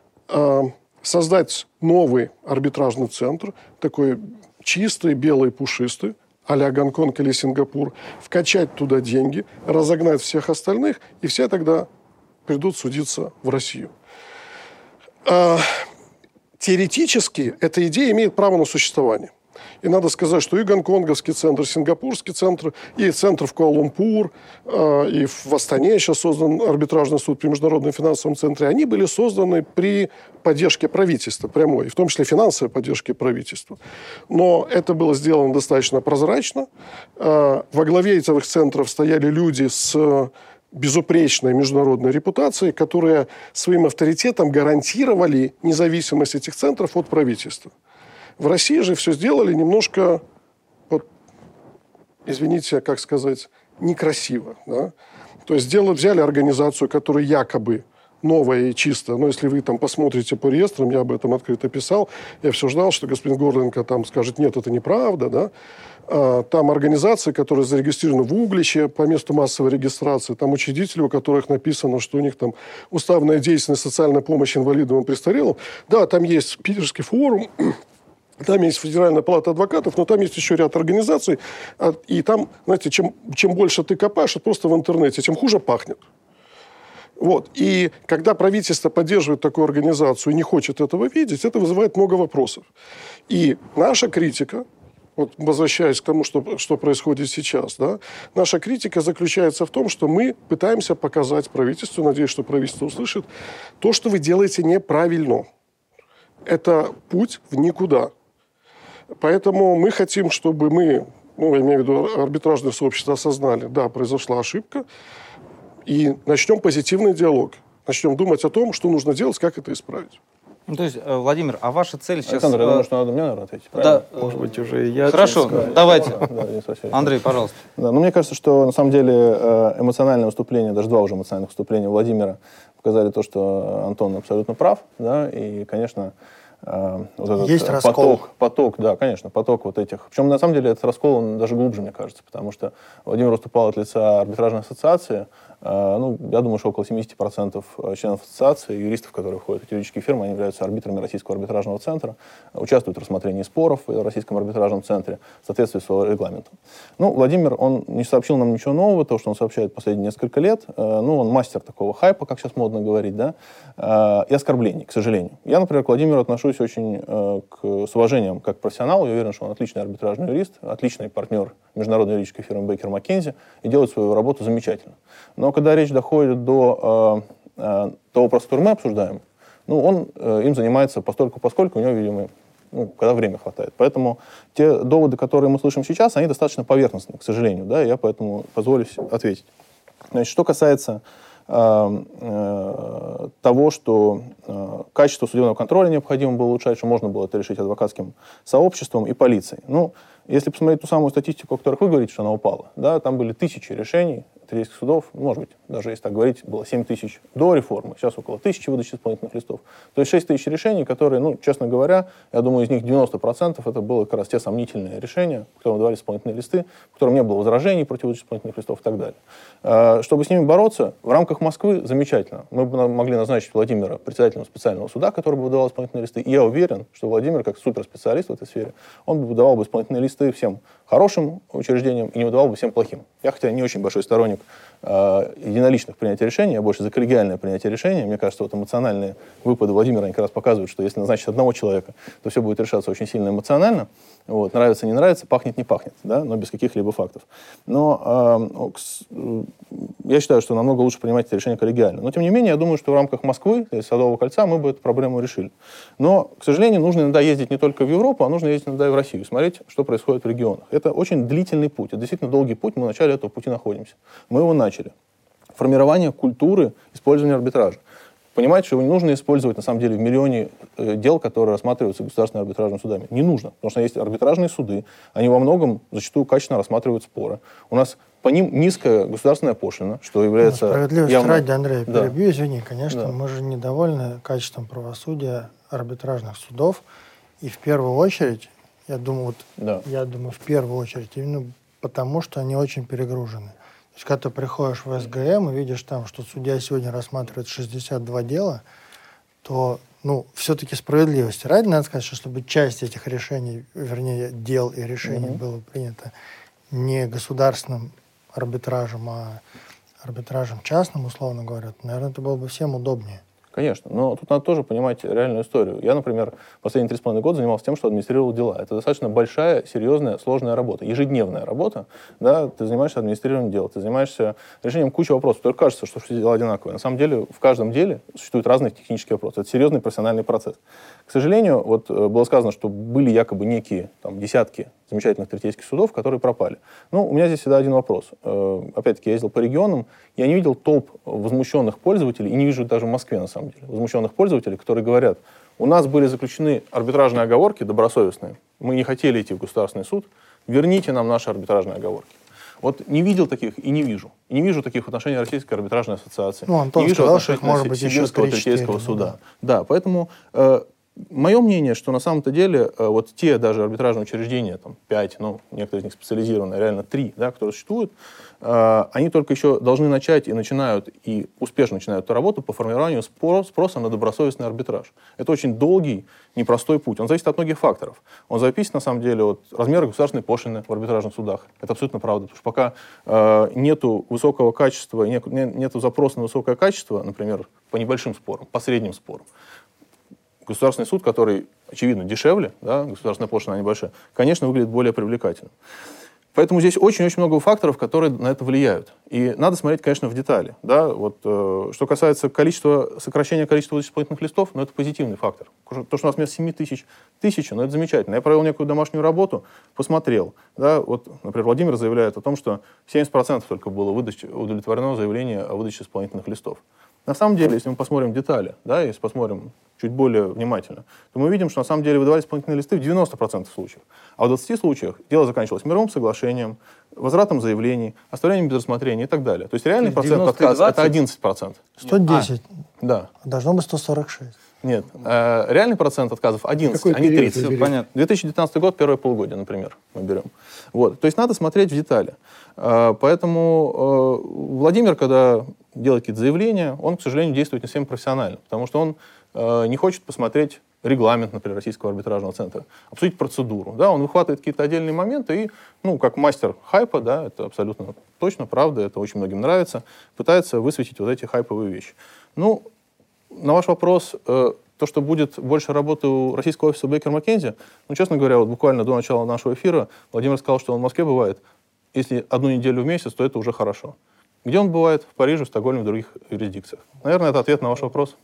Speaker 8: создать новый арбитражный центр, такой чистый, белый, пушистый, а-ля Гонконг или Сингапур, вкачать туда деньги, разогнать всех остальных, и все тогда придут судиться в Россию. Теоретически эта идея имеет право на существование. И надо сказать, что и гонконговский центр, сингапурский центр, и центр в Куала-Лумпур, и в Астане сейчас создан арбитражный суд при Международном финансовом центре, они были созданы при поддержке правительства прямой, в том числе финансовой поддержке правительства. Но это было сделано достаточно прозрачно. Во главе этих центров стояли люди с безупречной международной репутацией, которые своим авторитетом гарантировали независимость этих центров от правительства. В России же все сделали немножко, извините, как сказать, некрасиво. Да? То есть взяли организацию, которая якобы новая и чистая. Но если вы там посмотрите по реестрам, я об этом открыто писал, я все ждал, что господин Горленко там скажет: нет, это неправда. Да? Там организации, которые зарегистрированы в Угличе по месту массовой регистрации, там учредители, у которых написано, что у них там уставная деятельность, социальная помощь инвалидам и престарелым. Да, там есть Питерский форум, там есть Федеральная палата адвокатов, но там есть еще ряд организаций. И там, знаете, чем больше ты копаешь, просто в интернете, тем хуже пахнет. Вот. И когда правительство поддерживает такую организацию и не хочет этого видеть, это вызывает много вопросов. И наша критика, возвращаясь к тому, что происходит сейчас, да, наша критика заключается в том, что мы пытаемся показать правительству, надеюсь, что правительство услышит, то, что вы делаете, неправильно. Это путь в никуда. Поэтому мы хотим, чтобы мы ну, я имею в виду арбитражное сообщество, осознали, да, произошла ошибка, и начнем позитивный диалог. Начнем думать о том, что нужно делать, как это исправить.
Speaker 1: Ну, то есть, Владимир, а ваша цель сейчас...
Speaker 7: Александр, я думаю, что надо мне, наверное, ответить. Правильно?
Speaker 3: Да, может быть, уже я...
Speaker 1: Хорошо, давайте.
Speaker 7: Да,
Speaker 1: Андрей, пожалуйста.
Speaker 7: Да, ну, мне кажется, что на самом деле эмоциональное выступление, даже два уже эмоциональных выступления Владимира показали то, что Антон абсолютно прав, да, и, конечно, вот этот
Speaker 2: есть раскол.
Speaker 7: поток, да, конечно, поток вот этих. Причем, на самом деле, этот раскол, он даже глубже, мне кажется, потому что Владимир выступал от лица арбитражной ассоциации. Ну, я думаю, что около 70% членов ассоциации, юристов, которые входят в эти юридические фирмы, они являются арбитрами Российского арбитражного центра, участвуют в рассмотрении споров в Российском арбитражном центре в соответствии с его регламентом. Ну, Владимир, он не сообщил нам ничего нового, то, что он сообщает последние несколько лет. Ну, он мастер такого хайпа, как сейчас модно говорить, да, и оскорблений, к сожалению. Я, например, к Владимиру отношусь очень с уважением как к профессионалу. Я уверен, что он отличный арбитражный юрист, отличный партнер международной юридической фирмы Бейкер Маккензи и делает свою работу замечательно. Но когда речь доходит до того процесса, который мы обсуждаем, ну, он им занимается поскольку у него, видимо, ну, когда время хватает. Поэтому те доводы, которые мы слышим сейчас, они достаточно поверхностны, к сожалению, да, и я поэтому позволю ответить. Значит, что касается того, что качество судебного контроля необходимо было улучшать, что можно было это решить адвокатским сообществом и полицией. Ну, если посмотреть ту самую статистику, о которой вы говорите, что она упала, да, там были тысячи решений третейских судов, может быть, даже если так говорить, было 7 тысяч до реформы, сейчас около 1000 выдачи исполнительных листов. То есть 6 тысяч решений, которые, ну, честно говоря, я думаю, из них 90% это было как раз те сомнительные решения, которым давали исполнительные листы, в котором не было возражений против выдачи исполнительных листов и так далее. Чтобы с ними бороться, в рамках Москвы замечательно. Мы бы могли назначить Владимира председателем специального суда, который бы выдавал исполнительные листы. И я уверен, что Владимир, как суперспециалист в этой сфере, он бы выдавал бы исполнительные листы всем хорошим учреждениям и не выдавал бы всем плохим. Я, хотя не очень большой сторонник единоличных принятий решений, я больше за коллегиальное принятие решения. Мне кажется, вот эмоциональные выпады Владимира, они как раз показывают, что если назначить одного человека, то все будет решаться очень сильно эмоционально. Вот, нравится, не нравится, пахнет, не пахнет, да, но без каких-либо фактов. Но я считаю, что намного лучше принимать эти решения коллегиально. Но, тем не менее, я думаю, что в рамках Москвы, Садового кольца, мы бы эту проблему решили. Но, к сожалению, нужно иногда ездить не только в Европу, а нужно ездить иногда и в Россию, смотреть, что происходит в регионах. Это очень длительный путь, это действительно долгий путь, мы в начале этого пути находимся. Мы его начали. Формирование культуры использования арбитража. Понимаете, что его не нужно использовать, на самом деле, в миллионе дел, которые рассматриваются государственными арбитражными судами. Не нужно, потому что есть арбитражные суды, они во многом зачастую качественно рассматривают споры. У нас по ним низкая государственная пошлина, что является...
Speaker 2: Справедливости
Speaker 7: явно...
Speaker 2: ради, Андрей,
Speaker 7: да.
Speaker 2: перебью, извини, конечно,
Speaker 7: да.
Speaker 2: мы же недовольны качеством правосудия арбитражных судов, и в первую очередь, я думаю, в первую очередь, именно потому, что они очень перегружены. То есть, когда ты приходишь в СГМ и видишь там, что судья сегодня рассматривает 62 дела, то, ну, все-таки справедливости ради, надо сказать, что чтобы часть этих решений, вернее, дел и решений было принято не государственным арбитражем, а арбитражем частным, условно говоря, то, наверное, это было бы всем удобнее.
Speaker 7: Конечно, но тут надо тоже понимать реальную историю. Я, например, последние 3,5 года занимался тем, что администрировал дела. Это достаточно большая, серьезная, сложная работа, ежедневная работа. Да? Ты занимаешься администрированием дел, ты занимаешься решением кучи вопросов. Только кажется, что все дела одинаковые. На самом деле, в каждом деле существуют разные технические вопросы. Это серьезный профессиональный процесс. К сожалению, вот было сказано, что были якобы некие там, десятки замечательных третейских судов, которые пропали. Ну, у меня здесь всегда один вопрос. Опять-таки, я ездил по регионам, я не видел толп возмущенных пользователей, и не вижу даже в Москве, на самом деле, возмущенных пользователей, которые говорят, у нас были заключены арбитражные оговорки добросовестные, мы не хотели идти в государственный суд, верните нам наши арбитражные оговорки. Вот не видел таких и не вижу. И не вижу таких в отношении Российской арбитражной ассоциации.
Speaker 2: Ну, Антон
Speaker 7: не вижу
Speaker 2: сказал,
Speaker 7: в
Speaker 2: что их может быть еще 3-4.
Speaker 7: Третейского суда. Да, поэтому... Мое мнение, что на самом-то деле вот те даже арбитражные учреждения, там 5, ну, некоторые из них специализированные, реально 3, да, которые существуют, они только еще должны начать и начинают, и успешно начинают эту работу по формированию спроса на добросовестный арбитраж. Это очень долгий, непростой путь. Он зависит от многих факторов. Он зависит, на самом деле, от размера государственной пошлины в арбитражных судах. Это абсолютно правда. Потому что пока нету высокого качества, нету запроса на высокое качество, например, по небольшим спорам, по средним спорам, государственный суд, который, очевидно, дешевле, да, государственная пошлина небольшая, конечно, выглядит более привлекательным. Поэтому здесь очень-очень много факторов, которые на это влияют. И надо смотреть, конечно, в детали. Да? Вот, что касается сокращения количества выдачи исполнительных листов, ну, это позитивный фактор. То, что у нас вместо 7 тысяч, ну, это замечательно. Я провел некую домашнюю работу, посмотрел. Да? Вот, например, Владимир заявляет о том, что 70% только было удовлетворено заявление о выдаче исполнительных листов. На самом деле, если мы посмотрим детали, да, если посмотрим чуть более внимательно, то мы видим, что на самом деле выдавали исполнительные листы в 90% случаев. А в 20 случаях дело заканчивалось мировым соглашением, возвратом заявлений, оставлением без рассмотрения и так далее. То есть реальный процент отказа — это 11%.
Speaker 2: 110.
Speaker 7: Да.
Speaker 2: Должно быть 146.
Speaker 7: Нет. Реальный процент отказов 11, а не 30.
Speaker 1: Все понятно.
Speaker 7: 2019 год, первое полугодие, например, мы берем. Вот. То есть надо смотреть в детали. Поэтому Владимир, когда делает какие-то заявления, он, к сожалению, действует не совсем профессионально, потому что он не хочет посмотреть регламент, например, Российского арбитражного центра, обсудить процедуру. Да? Он выхватывает какие-то отдельные моменты и, ну, как мастер хайпа, да, это абсолютно точно, правда, это очень многим нравится, пытается высветить вот эти хайповые вещи. Ну, на ваш вопрос, то, что будет больше работы у российского офиса Бейкер Маккензи, ну, честно говоря, вот буквально до начала нашего эфира Владимир сказал, что он в Москве бывает. Если 1 неделю в месяц, то это уже хорошо. Где он бывает? В Париже, в Стокгольме, в других юрисдикциях. Наверное, это ответ на ваш вопрос.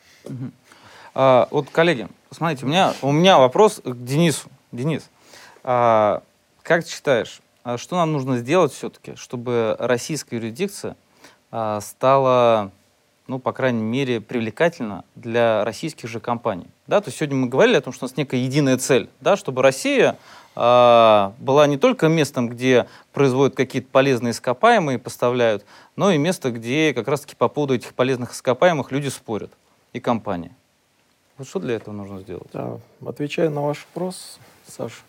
Speaker 1: Вот, коллеги, посмотрите, у меня вопрос к Денису. Денис, как ты считаешь, что нам нужно сделать все-таки, чтобы российская юрисдикция стала, ну, по крайней мере, привлекательна для российских же компаний? Да? То есть сегодня мы говорили о том, что у нас некая единая цель, да, чтобы Россия была не только местом, где производят какие-то полезные ископаемые и поставляют, но и место, где как раз-таки по поводу этих полезных ископаемых люди спорят, и компании. Вот что для этого нужно сделать?
Speaker 3: Да, отвечая на ваш вопрос, Саш,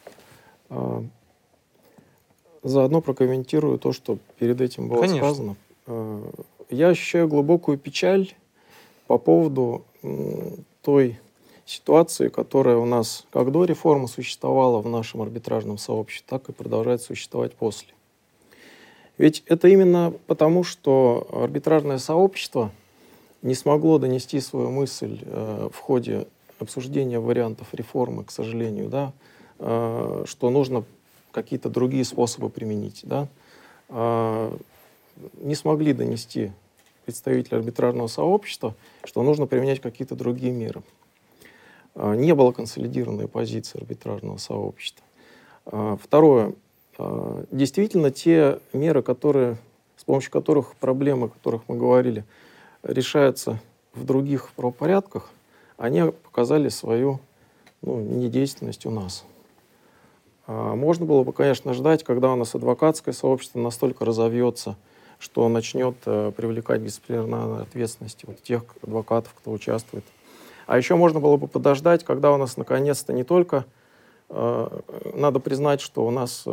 Speaker 3: заодно прокомментирую то, что перед этим было сказано. Я ощущаю глубокую печаль по поводу той ситуации, которая у нас как до реформы существовала в нашем арбитражном сообществе, так и продолжает существовать после. Ведь это именно потому, что арбитражное сообщество не смогло донести свою мысль в ходе обсуждения вариантов реформы, к сожалению, да, что нужно какие-то другие способы применить. Да. Не смогли донести представители арбитражного сообщества, что нужно применять какие-то другие меры. Не было консолидированной позиции арбитражного сообщества. Второе. Действительно, те меры, с помощью которых проблемы, о которых мы говорили, решаются в других правопорядках, они показали свою недейственность у нас. Можно было бы, конечно, ждать, когда у нас адвокатское сообщество настолько разовьется, что начнет привлекать к дисциплинарной ответственности вот тех адвокатов, кто участвует. А еще можно было бы подождать, когда у нас наконец-то не только надо признать, что у нас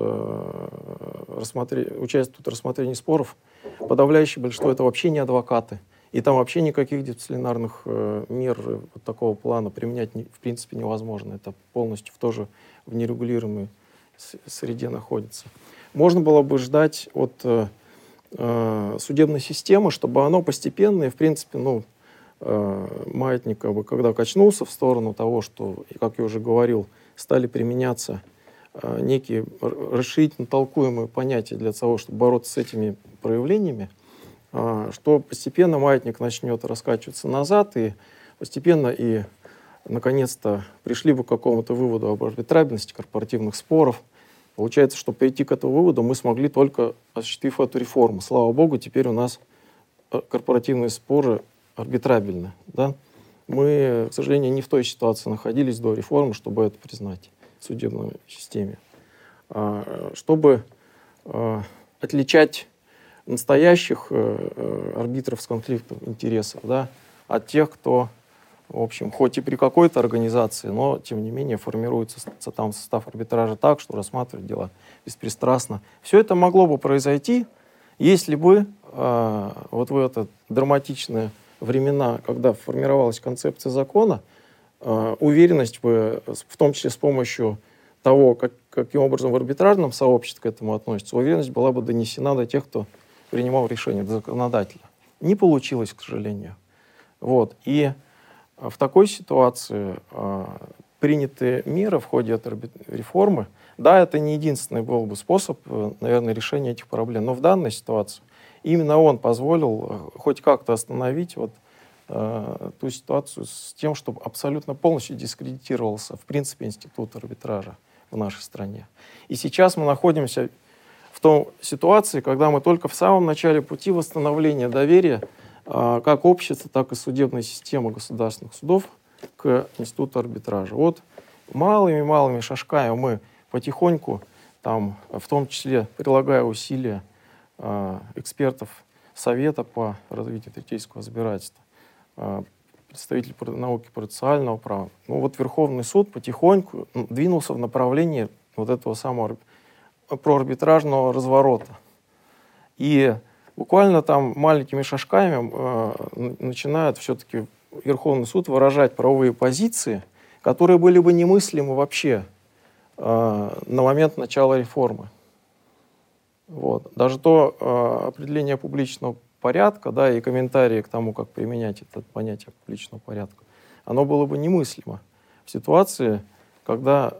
Speaker 3: участвуют в рассмотрении споров, подавляющее большинство это вообще не адвокаты. И там вообще никаких дисциплинарных мер вот такого плана применять в принципе невозможно. Это полностью тоже в нерегулируемой среде находится. Можно было бы ждать от судебной системы, чтобы оно постепенно и в принципе, маятник, когда качнулся в сторону того, что, как я уже говорил, стали применяться некие расширительно толкуемые понятия для того, чтобы бороться с этими проявлениями, что постепенно маятник начнет раскачиваться назад, и постепенно и, наконец-то, пришли бы к какому-то выводу об арбитрабельности корпоративных споров. Получается, что прийти к этому выводу мы смогли только осуществив эту реформу. Слава богу, теперь у нас корпоративные споры арбитрабельны. Да? Мы, к сожалению, не в той ситуации находились до реформы, чтобы это признать в судебной системе. Чтобы отличать настоящих арбитров с конфликтом интересов, да, от тех, кто, в общем, хоть и при какой-то организации, но, тем не менее, формируется там состав арбитража так, что рассматривает дела беспристрастно. Все это могло бы произойти, если бы вот в это драматичное времена, когда формировалась концепция закона, уверенность бы, в том числе с помощью того, каким образом в арбитражном сообществе к этому относится, уверенность была бы донесена до тех, кто принимал решение, до законодателя. Не получилось, к сожалению. Вот. И в такой ситуации принятые меры в ходе этой реформы Да, это не единственный был бы способ, наверное, решения этих проблем, но в данной ситуации именно он позволил хоть как-то остановить вот ту ситуацию с тем, чтобы абсолютно полностью дискредитировался, в принципе, институт арбитража в нашей стране. И сейчас мы находимся в той ситуации, когда мы только в самом начале пути восстановления доверия как общества, так и судебной системы государственных судов к институту арбитража. Вот малыми-малыми шажками мы потихоньку, там, в том числе прилагая усилия экспертов Совета по развитию третейского разбирательства, представителей науки процессуального права. Ну вот Верховный суд потихоньку двинулся в направлении вот этого самого проарбитражного разворота. И буквально там маленькими шажками начинает все-таки Верховный суд выражать правовые позиции, которые были бы немыслимы вообще на момент начала реформы. Вот. Даже то определение публичного порядка, да, и комментарии к тому, как применять это понятие публичного порядка, оно было бы немыслимо в ситуации, когда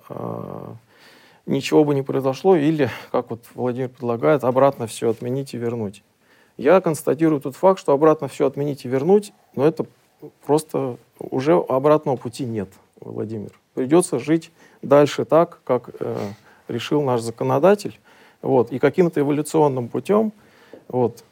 Speaker 3: ничего бы не произошло, или, как вот Владимир предлагает, обратно все отменить и вернуть. Я констатирую тот факт, что обратно все отменить и вернуть, но это просто уже обратного пути нет, Владимир. Придется жить дальше так, как решил наш законодатель, вот, и каким-то эволюционным путем вот,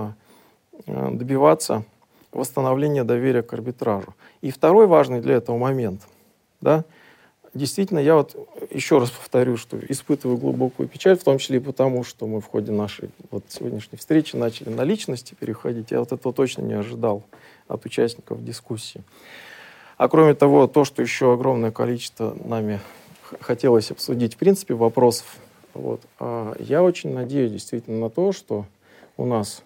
Speaker 3: добиваться восстановления доверия к арбитражу. И второй важный для этого момент, да, действительно, я вот еще раз повторю, что испытываю глубокую печаль, в том числе и потому, что мы в ходе нашей вот сегодняшней встречи начали на личности переходить. Я вот этого точно не ожидал от участников дискуссии. А кроме того, то, что еще огромное количество нами хотелось обсудить, в принципе, вопросов, вот, я очень надеюсь действительно на то, что у нас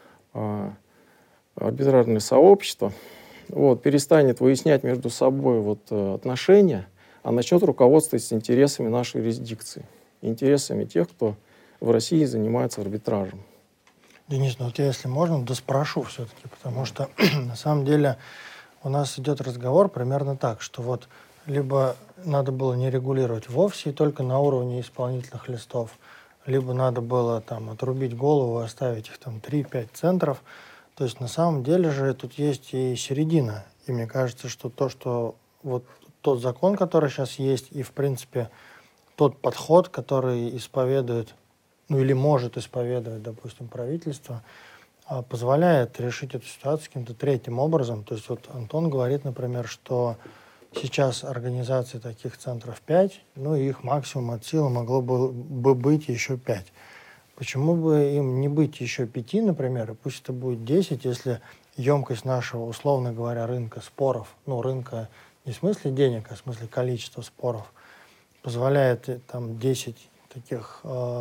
Speaker 3: арбитражное сообщество вот, перестанет выяснять между собой вот, отношения, а начнет руководствоваться интересами нашей юрисдикции, интересами тех, кто в России занимается арбитражем.
Speaker 2: Денис, ну вот я, если можно, доспрошу все-таки, потому что на самом деле у нас идет разговор примерно так, что вот либо надо было не регулировать вовсе и только на уровне исполнительных листов, либо надо было там отрубить голову, оставить их там 3-5 центров. То есть на самом деле же тут есть и середина. И мне кажется, что то, что вот тот закон, который сейчас есть, и в принципе тот подход, который исповедует, ну или может исповедовать, допустим, правительство, позволяет решить эту ситуацию каким-то третьим образом. То есть вот Антон говорит, например, что сейчас организаций таких центров 5, ну и их максимум от силы могло бы быть еще 5. Почему бы им не быть еще 5, например, и пусть это будет 10, если емкость нашего, условно говоря, рынка споров, ну рынка не в смысле денег, а в смысле количества споров, позволяет там 10 таких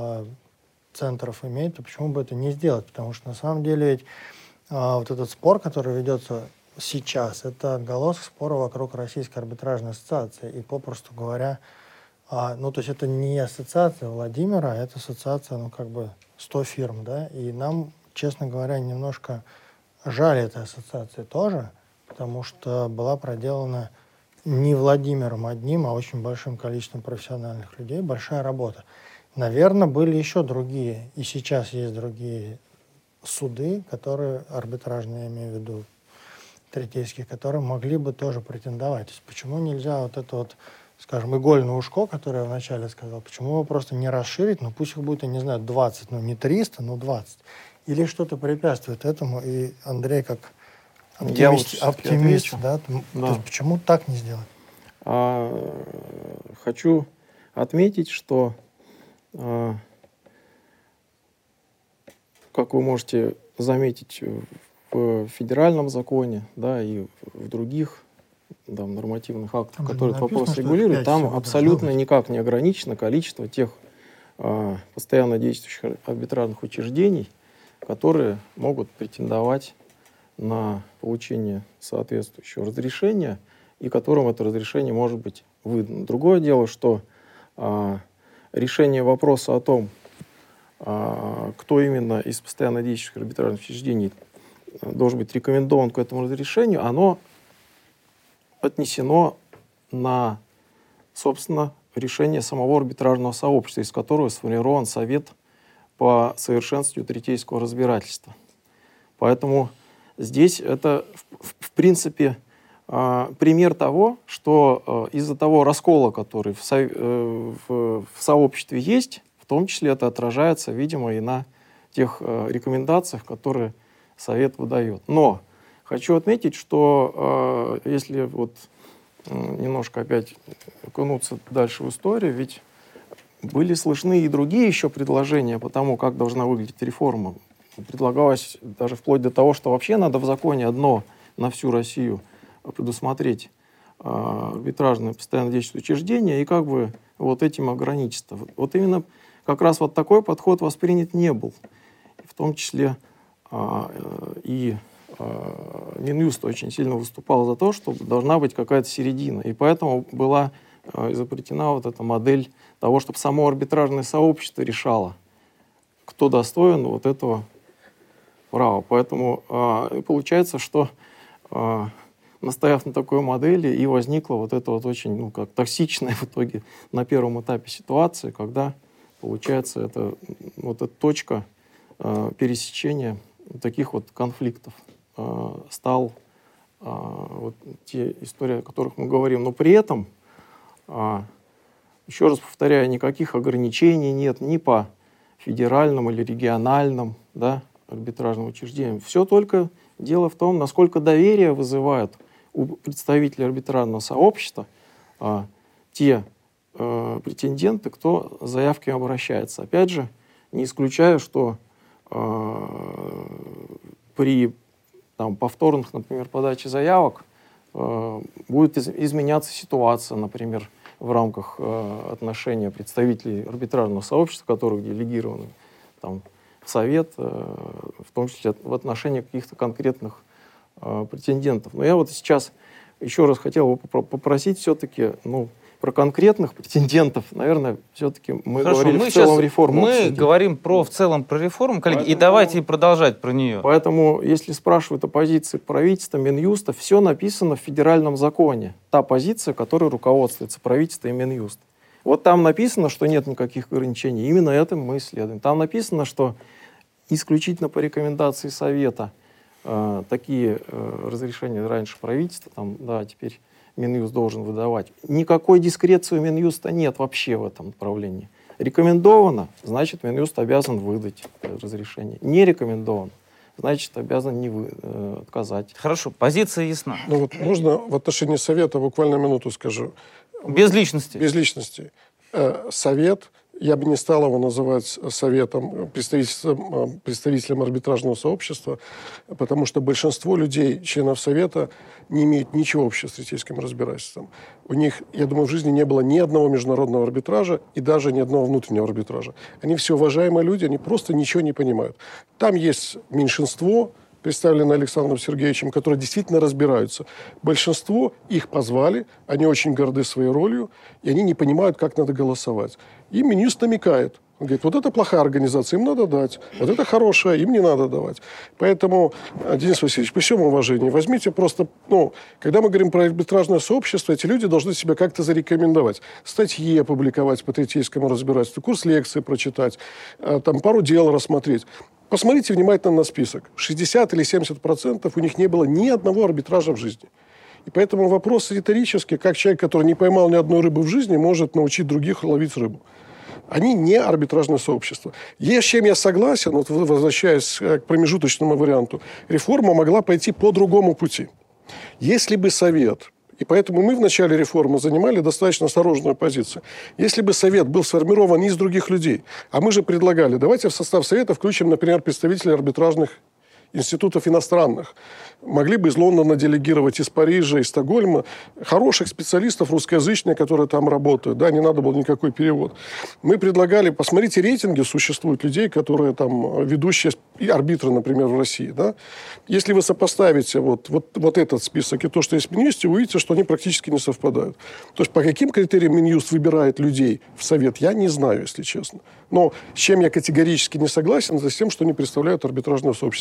Speaker 2: центров иметь, то почему бы это не сделать? Потому что на самом деле ведь вот этот спор, который ведется сейчас, это отголосок спора вокруг Российской арбитражной ассоциации. И попросту говоря, ну то есть это не ассоциация Владимира, а это ассоциация, ну как бы 100 фирм, да, и нам, честно говоря, немножко жаль этой ассоциации тоже, потому что была проделана не Владимиром одним, а очень большим количеством профессиональных людей, большая работа. Наверное, были еще другие, и сейчас есть другие суды, которые, арбитражные, я имею в виду, третейские, которые могли бы тоже претендовать. То есть почему нельзя вот это вот, скажем, игольное ушко, которое я вначале сказал, почему его просто не расширить, ну пусть их будет, я не знаю, 20, ну не 300, но 20. Или что-то препятствует этому, и Андрей как оптимист, да? То есть почему так не сделать?
Speaker 3: Хочу отметить, что, как вы можете заметить, в федеральном законе, да, и в других там, нормативных актах, там которые этот вопрос регулируют, там абсолютно никак не ограничено количество тех постоянно действующих арбитражных учреждений, которые могут претендовать на получение соответствующего разрешения и которым это разрешение может быть выдано. Другое дело, что решение вопроса о том, кто именно из постоянно действующих арбитражных учреждений должен быть рекомендован к этому разрешению, оно отнесено на, собственно, решение самого арбитражного сообщества, из которого сформирован совет по совершенствованию третейского разбирательства. Поэтому здесь это, в принципе, пример того, что из-за того раскола, который в сообществе есть, в том числе это отражается, видимо, и на тех рекомендациях, которые совет выдает. Но хочу отметить, что если вот немножко опять окунуться дальше в историю, ведь были слышны и другие еще предложения по тому, как должна выглядеть реформа. Предлагалось даже вплоть до того, что вообще надо в законе одно на всю Россию предусмотреть арбитражное постоянно действующее учреждение и как бы вот этим ограничиться. Вот именно как раз вот такой подход воспринят не был. В том числе и Минюст очень сильно выступал за то, что должна быть какая-то середина. И поэтому была изобретена вот эта модель того, чтобы само арбитражное сообщество решало, кто достоин вот этого права. Поэтому получается, что настояв на такой модели, и возникла вот эта вот очень, как токсичная в итоге на первом этапе ситуация, когда, получается, это вот эта точка пересечения таких вот конфликтов стал вот те истории, о которых мы говорим. Но при этом, еще раз повторяю, никаких ограничений нет ни по федеральным или региональным, да, арбитражным учреждениям. Все только дело в том, насколько доверие вызывают у представителей арбитражного сообщества те претенденты, кто с заявкой обращается. Опять же, не исключаю, что при повторных, например, подаче заявок будет изменяться ситуация, например, в рамках отношения представителей арбитражного сообщества, которых делегированы в совет, в том числе в отношении каких-то конкретных претендентов. Но я вот сейчас еще раз хотел бы попросить все-таки, про конкретных претендентов, наверное, все-таки мы говорили в целом реформу.
Speaker 1: Мы говорим в целом про реформу, коллеги, поэтому, и давайте продолжать про нее.
Speaker 3: Поэтому, если спрашивают о позиции правительства, Минюста, все написано в федеральном законе. Та позиция, которой руководствуется правительство и Минюст. Вот там написано, что нет никаких ограничений. Именно этим мы исследуем. Там написано, что исключительно по рекомендации Совета такие разрешения раньше правительства, теперь Минюст должен выдавать. Никакой дискреции у Минюста нет вообще в этом направлении. Рекомендовано, значит, Минюст обязан выдать разрешение. Не рекомендовано, значит, обязан отказать.
Speaker 1: Хорошо, позиция ясна.
Speaker 8: Можно в отношении Совета буквально минуту скажу?
Speaker 1: Без личности.
Speaker 8: Без личности. Совет, я бы не стал его называть советом, представителем арбитражного сообщества, потому что большинство людей, членов Совета, не имеют ничего общего с третейским разбирательством. У них, я думаю, в жизни не было ни одного международного арбитража и даже ни одного внутреннего арбитража. Они все уважаемые люди, они просто ничего не понимают. Там есть меньшинство, представленное Александром Сергеевичем, которые действительно разбираются. Большинство их позвали, они очень горды своей ролью, и они не понимают, как надо голосовать. И Минюст намекает. Он говорит, вот это плохая организация, им надо дать. Вот это хорошая, им не надо давать. Поэтому, Денис Васильевич, при всем уважении, возьмите просто, когда мы говорим про арбитражное сообщество, эти люди должны себя как-то зарекомендовать. Статьи опубликовать по третейскому разбирательству, курс лекции прочитать, пару дел рассмотреть. Посмотрите внимательно на список. 60 или 70% у них не было ни одного арбитража в жизни. И поэтому вопрос риторический, как человек, который не поймал ни одной рыбы в жизни, может научить других ловить рыбу. Они не арбитражное сообщество. С чем я согласен, возвращаясь к промежуточному варианту, реформа могла пойти по другому пути. Если бы Совет, и поэтому мы в начале реформы занимали достаточно осторожную позицию, если бы Совет был сформирован из других людей, а мы же предлагали, давайте в состав Совета включим, например, представителей арбитражных институтов иностранных. Могли бы из Лондона делегировать, из Парижа, из Стокгольма хороших специалистов русскоязычных, которые там работают. Да, не надо было никакой перевод. Мы предлагали, посмотрите, рейтинги существуют людей, которые там ведущие арбитры, например, в России. Да? Если вы сопоставите вот этот список и то, что есть в Минюсте, вы увидите, что они практически не совпадают. То есть по каким критериям Минюст выбирает людей в Совет, я не знаю, если честно. Но с чем я категорически не согласен, это с тем, что они представляют арбитражное сообщество. Часть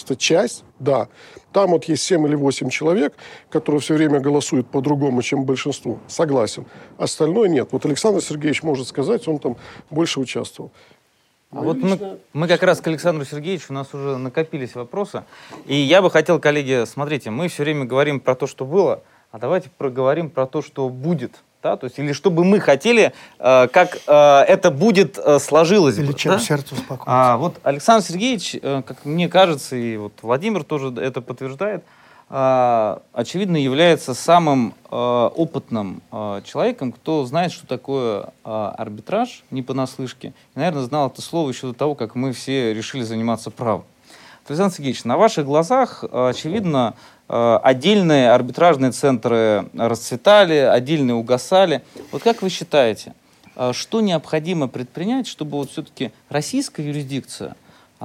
Speaker 8: часть, да. Там вот есть 7 или 8 человек, которые все время голосуют по-другому, чем большинство. Согласен. Остальное нет. Вот Александр Сергеевич может сказать, он там больше участвовал.
Speaker 1: А вот мы как раз к Александру Сергеевичу, у нас уже накопились вопросы. И я бы хотел, коллеги, смотрите, мы все время говорим про то, что было, а давайте проговорим про то, что будет. Да? То есть, или что бы мы хотели, как это будет сложилось.
Speaker 2: Или
Speaker 1: бы,
Speaker 2: чем
Speaker 1: да?
Speaker 2: сердце успокоится.
Speaker 1: Вот Александр Сергеевич, как мне кажется, и вот Владимир тоже это подтверждает, очевидно, является самым опытным человеком, кто знает, что такое арбитраж, не понаслышке. И, наверное, знал это слово еще до того, как мы все решили заниматься правом. Александр Сергеевич, на ваших глазах, очевидно, отдельные арбитражные центры расцветали, отдельные угасали. Вот как вы считаете, что необходимо предпринять, чтобы вот все-таки российская юрисдикция,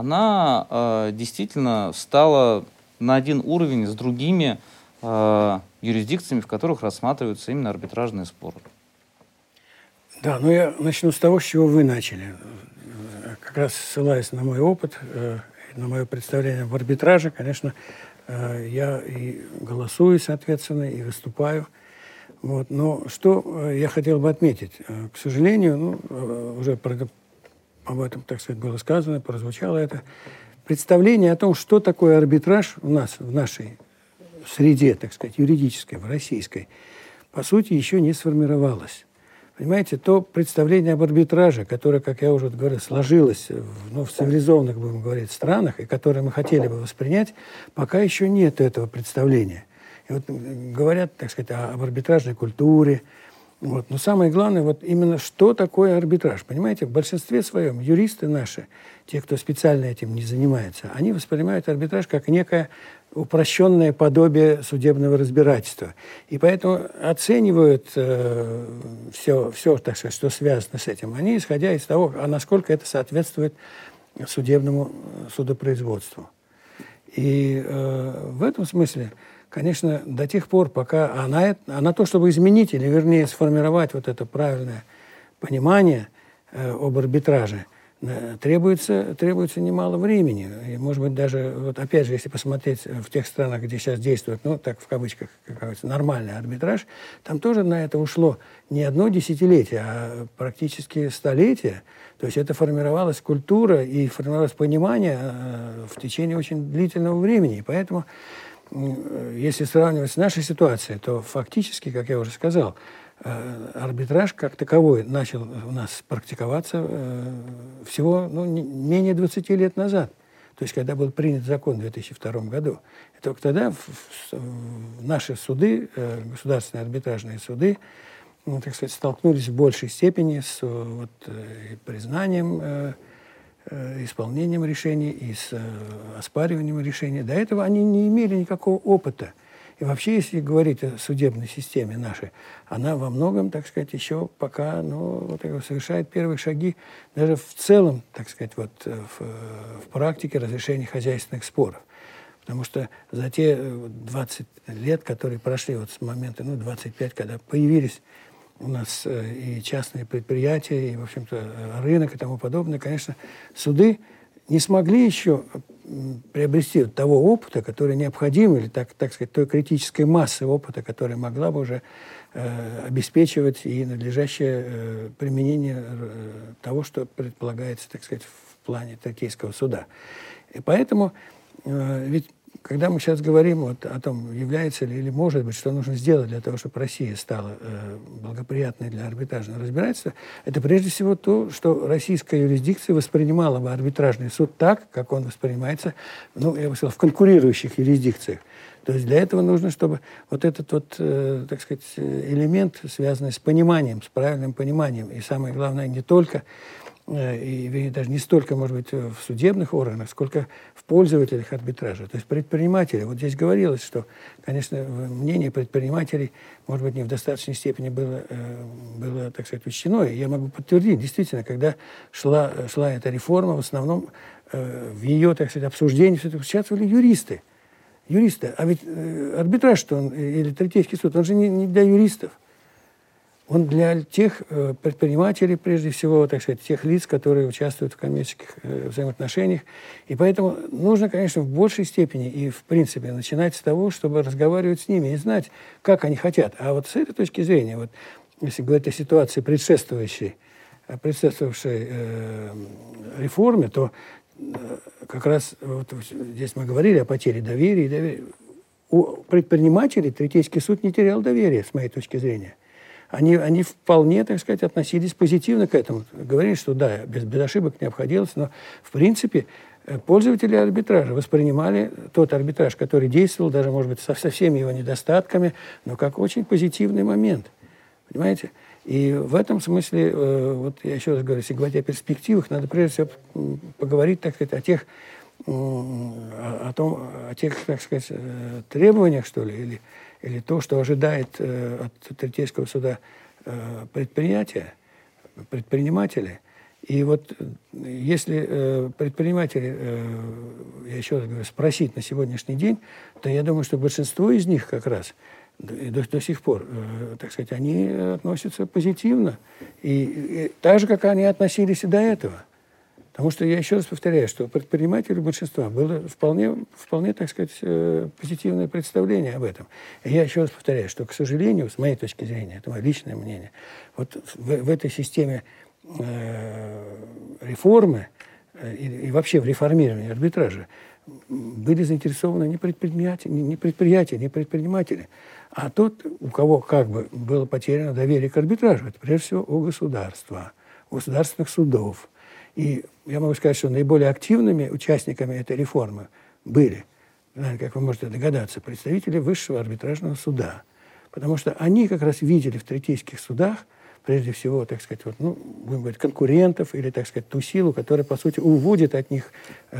Speaker 1: она действительно стала на один уровень с другими юрисдикциями, в которых рассматриваются именно арбитражные споры?
Speaker 6: Да, ну я начну с того, с чего вы начали. Как раз ссылаясь на мой опыт, на мое представление об арбитраже, конечно, я и голосую, соответственно, и выступаю. Вот. Но что я хотел бы отметить? К сожалению, уже об этом, так сказать, было сказано, прозвучало это. Представление о том, что такое арбитраж у нас, в нашей среде, так сказать, юридической, в российской, по сути, еще не сформировалось. Понимаете, то представление об арбитраже, которое, как я уже говорил, сложилось в цивилизованных, будем говорить, странах, и которое мы хотели бы воспринять, пока еще нет этого представления. И вот говорят, так сказать, об арбитражной культуре. Вот. Но самое главное, вот именно что такое арбитраж. Понимаете, в большинстве своем юристы наши, те, кто специально этим не занимается, они воспринимают арбитраж как некое упрощенное подобие судебного разбирательства. И поэтому оценивают все, так сказать, что связано с этим. Они, исходя из того, насколько это соответствует судебному судопроизводству. И в этом смысле, конечно, до тех пор, пока на то, чтобы изменить, или вернее сформировать вот это правильное понимание об арбитраже, требуется немало времени. И, может быть, даже, вот опять же, если посмотреть в тех странах, где сейчас действует, ну, так в кавычках, как говорится, нормальный арбитраж, там тоже на это ушло не одно десятилетие, а практически столетие. То есть это формировалась культура и формировалось понимание в течение очень длительного времени. И поэтому, если сравнивать с нашей ситуацией, то фактически, как я уже сказал, арбитраж как таковой начал у нас практиковаться всего менее 20 лет назад. То есть, когда был принят закон в 2002 году. И только тогда наши суды, государственные арбитражные суды, так сказать, столкнулись в большей степени с признанием, исполнением решений и с оспариванием решений. До этого они не имели никакого опыта. И вообще, если говорить о судебной системе нашей, она во многом, так сказать, еще пока совершает первые шаги даже в целом, так сказать, в практике разрешения хозяйственных споров. Потому что за те 20 лет, которые прошли с момента, 25, когда появились у нас и частные предприятия, и, в общем-то, рынок и тому подобное, конечно, суды не смогли еще приобрести того опыта, который необходим, или, так сказать, той критической массы опыта, которая могла бы уже обеспечивать и надлежащее применение того, что предполагается, так сказать, в плане Третейского суда. И поэтому, ведь когда мы сейчас говорим о том, является ли или может быть, что нужно сделать для того, чтобы Россия стала благоприятной для арбитражного разбирательства, это прежде всего то, что российская юрисдикция воспринимала бы арбитражный суд так, как он воспринимается, я бы сказал, в конкурирующих юрисдикциях. То есть для этого нужно, чтобы вот этот так сказать, элемент, связанный с пониманием, с правильным пониманием, и самое главное, не только и даже не столько, может быть, в судебных органах, сколько в пользователях арбитража. То есть предприниматели. Вот здесь говорилось, что, конечно, мнение предпринимателей, может быть, не в достаточной степени было так сказать, учтено. И я могу подтвердить, действительно, когда шла эта реформа, в основном в ее, так сказать, обсуждении участвовали юристы. А ведь арбитраж, или Третейский суд, он же не для юристов. он для тех предпринимателей, прежде всего, так сказать, тех лиц, которые участвуют в коммерческих взаимоотношениях. И поэтому нужно, конечно, в большей степени и, в принципе, начинать с того, чтобы разговаривать с ними и знать, как они хотят. А вот с этой точки зрения, вот, если говорить о ситуации, предшествовавшей реформе, то как раз вот здесь мы говорили о потере доверия. У предпринимателей Третейский суд не терял доверия, с моей точки зрения. Они вполне, так сказать, относились позитивно к этому. Говорили, что да, без ошибок не обходилось, но, в принципе, пользователи арбитража воспринимали тот арбитраж, который действовал, даже, может быть, со всеми его недостатками, но как очень позитивный момент. Понимаете? И в этом смысле, вот я еще раз говорю, если говорить о перспективах, надо прежде всего поговорить, так сказать, о тех, так сказать, требованиях, что ли, или то, что ожидает от Третейского суда предприниматели. И вот если предприниматели, я еще раз говорю, спросить на сегодняшний день, то я думаю, что большинство из них как раз до сих пор, так сказать, они относятся позитивно. И так же, как они относились и до этого. Потому что я еще раз повторяю, что у предпринимателей большинства было вполне, так сказать, позитивное представление об этом. И я еще раз повторяю, что, к сожалению, с моей точки зрения, это мое личное мнение, вот в этой системе реформы и вообще в реформировании арбитража были заинтересованы не предприятия, не предприниматели, а тот, у кого как бы было потеряно доверие к арбитражу. Это прежде всего у государства, у государственных судов. И я могу сказать, что наиболее активными участниками этой реформы были, как вы можете догадаться, представители Высшего арбитражного суда. Потому что они как раз видели в третейских судах, прежде всего, так сказать, вот, ну, будем говорить, конкурентов или, так сказать, ту силу, которая, по сути, уводит от них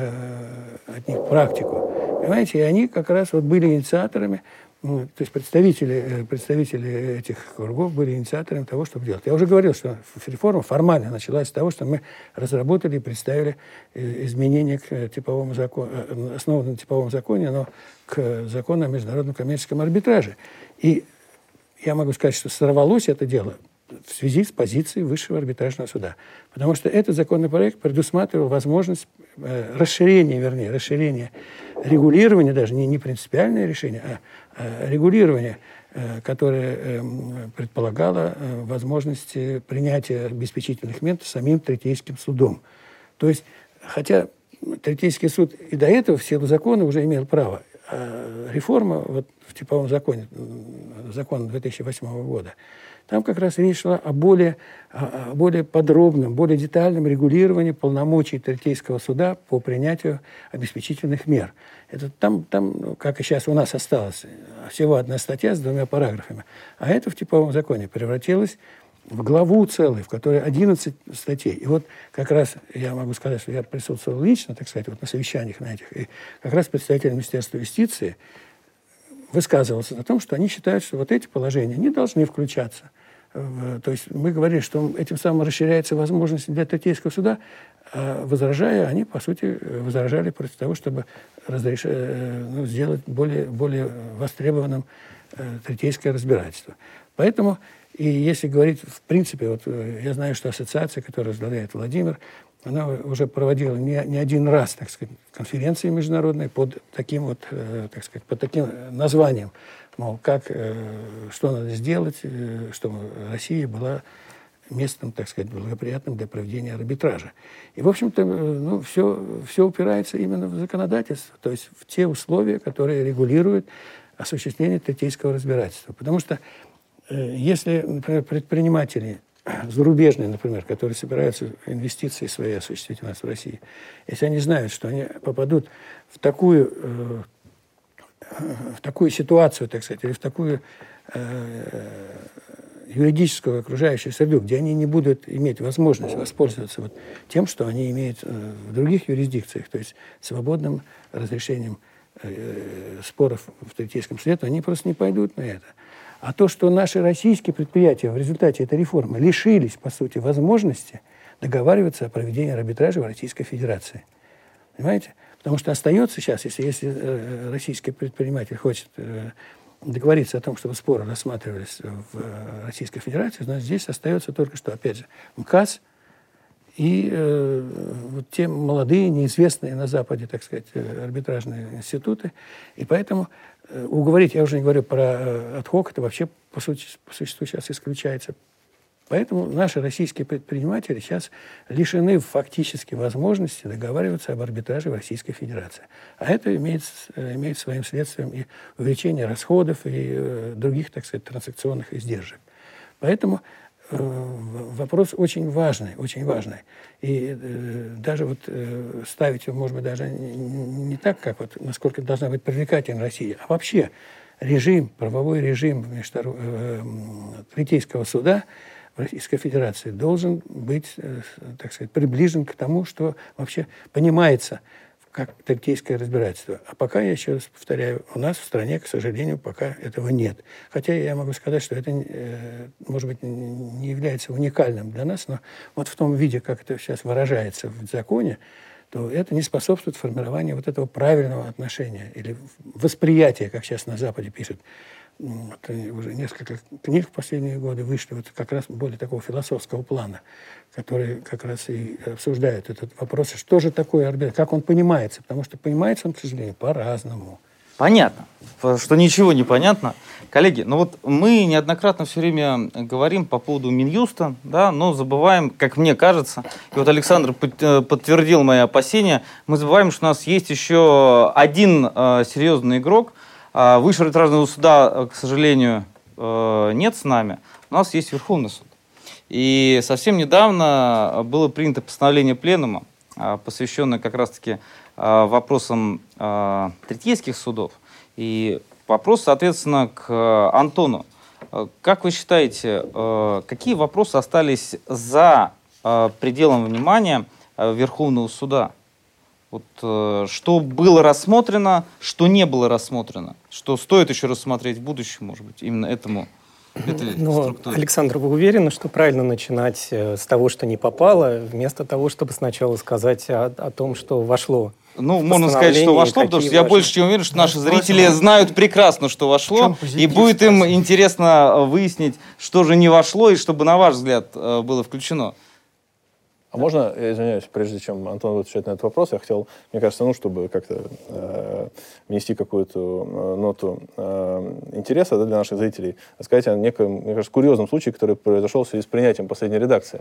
Speaker 6: практику. Понимаете, и они как раз вот были инициаторами, ну, то есть представители этих кругов были инициаторами того, чтобы делать. Я уже говорил, что реформа формально началась с того, что мы разработали и представили изменения к типовому закону, основанному на типовом законе, но к закону о международном коммерческом арбитраже. И я могу сказать, что сорвалось это дело в связи с позицией Высшего арбитражного суда. Потому что этот законопроект предусматривал возможность расширения регулирования, даже не принципиальное решение, а регулирование, которое предполагало возможность принятия обеспечительных мер самим Третейским судом. То есть, хотя Третейский суд и до этого в силу закона уже имел право, а реформа вот, в типовом законе, закон 2008 года, там как раз речь шла о более подробном, более детальном регулировании полномочий Третейского суда по принятию обеспечительных мер. Это там, как и сейчас у нас осталось, всего одна статья с 2 параграфами. А это в типовом законе превратилось в главу целую, в которой 11 статей. И вот как раз я могу сказать, что я присутствовал лично, так сказать, вот на совещаниях на этих, и как раз представитель Министерства юстиции высказывался о том, что они считают, что вот эти положения не должны включаться. То есть мы говорили, что этим самым расширяется возможность для Третейского суда, а возражая, они, по сути, возражали против того, чтобы сделать более востребованным третейское разбирательство. Поэтому, и если говорить, в принципе, вот я знаю, что ассоциация, которую возглавляет Владимир, она уже проводила не один раз, так сказать, конференции международные под таким вот, так сказать, под таким названием, мол, что надо сделать, чтобы Россия была местом, так сказать, благоприятным для проведения арбитража. И, в общем-то, ну, все упирается именно в законодательство, то есть в те условия, которые регулируют осуществление третейского разбирательства. Потому что если, например, предприниматели зарубежные, например, которые собираются инвестиции свои осуществить у нас в России, если они знают, что они попадут в такую ситуацию, так сказать, или в такую юридическую окружающую среду, где они не будут иметь возможность воспользоваться вот тем, что они имеют в других юрисдикциях, то есть свободным разрешением споров в Третейском суде, то они просто не пойдут на это. А то, что наши российские предприятия в результате этой реформы лишились, по сути, возможности договариваться о проведении арбитража в Российской Федерации. Понимаете? Потому что остается сейчас, если российский предприниматель хочет договориться о том, чтобы споры рассматривались в Российской Федерации, значит, здесь остается только что, опять же, МКАС и вот те молодые, неизвестные на Западе, так сказать, арбитражные институты. И поэтому уговорить, я уже не говорю про ad-hoc, это вообще по существу сейчас исключается. Поэтому наши российские предприниматели сейчас лишены фактически возможности договариваться об арбитраже в Российской Федерации. А это имеет своим следствием и увеличение расходов, и других, так сказать, транзакционных издержек. Поэтому вопрос очень важный, очень важный. И даже вот ставить его, может быть, даже не так, как вот, насколько должна быть привлекательна Россия, а вообще режим, правовой режим Третейского суда Российской Федерации должен быть, так сказать, приближен к тому, что вообще понимается как третейское разбирательство. А пока, я еще раз повторяю, у нас в стране, к сожалению, пока этого нет. Хотя я могу сказать, что это, может быть, не является уникальным для нас, но вот в том виде, как это сейчас выражается в законе, то это не способствует формированию вот этого правильного отношения или восприятия, как сейчас на Западе пишут. Вот, уже несколько книг в последние годы вышли вот как раз более такого философского плана, которые как раз и обсуждают этот вопрос, что же такое арбитраж, как он понимается, потому что понимается он, к сожалению, по-разному.
Speaker 1: Понятно, что ничего не понятно. Коллеги, ну вот мы неоднократно все время говорим по поводу Минюста, да, но забываем, как мне кажется, и вот Александр подтвердил мои опасения, мы забываем, что у нас есть еще один серьезный игрок. Высшего арбитражного суда, к сожалению, нет с нами. У нас есть Верховный суд. И совсем недавно было принято постановление Пленума, посвященное как раз-таки вопросам третейских судов. И вопрос, соответственно, к Антону. Как вы считаете, какие вопросы остались за пределом внимания Верховного суда? Вот, что было рассмотрено, что не было рассмотрено, что стоит еще рассмотреть в будущем, может быть, именно этой структуре.
Speaker 5: Александр, вы уверены, что правильно начинать с того, что не попало, вместо того, чтобы сначала сказать о том, что вошло?
Speaker 1: Ну, можно сказать, что вошло, потому что я больше чем уверен, что наши зрители знают прекрасно, что вошло, и будет им интересно выяснить, что же не вошло, и чтобы, на ваш взгляд, было включено.
Speaker 7: А можно, я извиняюсь, прежде чем Антон будет отвечать на этот вопрос, я хотел, мне кажется, чтобы как-то внести какую-то ноту интереса для наших зрителей, сказать о неком, мне кажется, курьезном случае, который произошел в связи с принятием последней редакции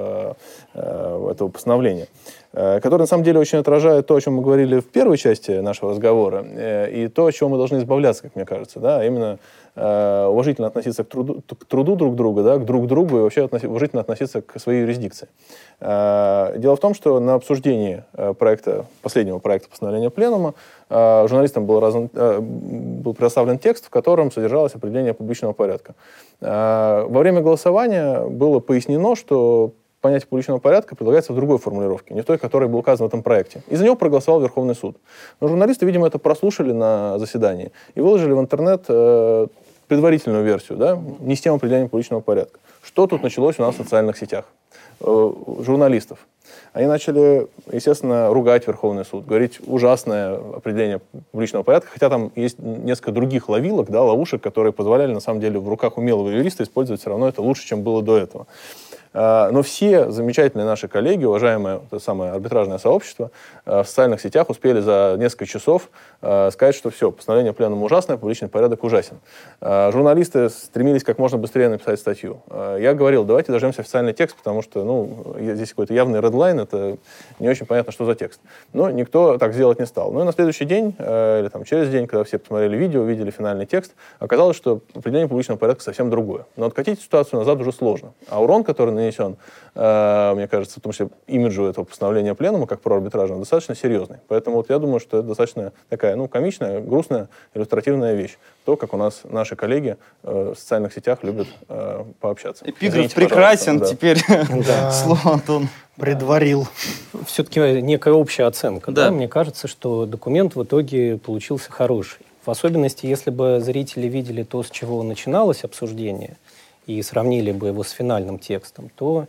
Speaker 7: этого постановления, который, на самом деле, очень отражает то, о чем мы говорили в первой части нашего разговора, и то, от чего мы должны избавляться, как мне кажется, да, именно уважительно относиться к труду друг друга, да, к друг другу и вообще уважительно относиться к своей юрисдикции. Дело в том, что на обсуждении последнего проекта постановления Пленума журналистам был предоставлен текст, в котором содержалось определение публичного порядка. Во время голосования было пояснено, что понятие публичного порядка предлагается в другой формулировке, не в той, которая была указана в этом проекте. И за него проголосовал Верховный суд. Но журналисты, видимо, это прослушали на заседании и выложили в интернет предварительную версию, да, не с тем определением публичного порядка. Что тут началось у нас в социальных сетях? Журналистов. Они начали, естественно, ругать Верховный суд, говорить ужасное определение публичного порядка, хотя там есть несколько других ловилок, да, ловушек, которые позволяли, на самом деле, в руках умелого юриста использовать все равно это лучше, чем было до этого. Но все замечательные наши коллеги, уважаемое это самое арбитражное сообщество, в социальных сетях успели за несколько часов сказать, что все, постановление Пленума ужасное, публичный порядок ужасен. Журналисты стремились как можно быстрее написать статью. Я говорил, давайте дождемся официальный текст, потому что здесь какой-то явный редлайн, это не очень понятно, что за текст. Но никто так сделать не стал. Ну и на следующий день, или там через день, когда все посмотрели видео, увидели финальный текст, оказалось, что определение публичного порядка совсем другое. Но откатить ситуацию назад уже сложно. А урон, который нанесен, мне кажется, в том числе имиджу этого постановления Пленума, как проарбитражного, достаточно серьезный. Поэтому вот я думаю, что это достаточно такая, комичная, грустная, иллюстративная вещь. То, как у нас наши коллеги в социальных сетях любят пообщаться.
Speaker 1: Эпиграф прекрасен, да. Теперь слово Антон
Speaker 2: предварил.
Speaker 5: Все-таки некая общая оценка. Да. Мне кажется, что документ в итоге получился хороший. В особенности, если бы зрители видели то, с чего начиналось обсуждение, и сравнили бы его с финальным текстом, то,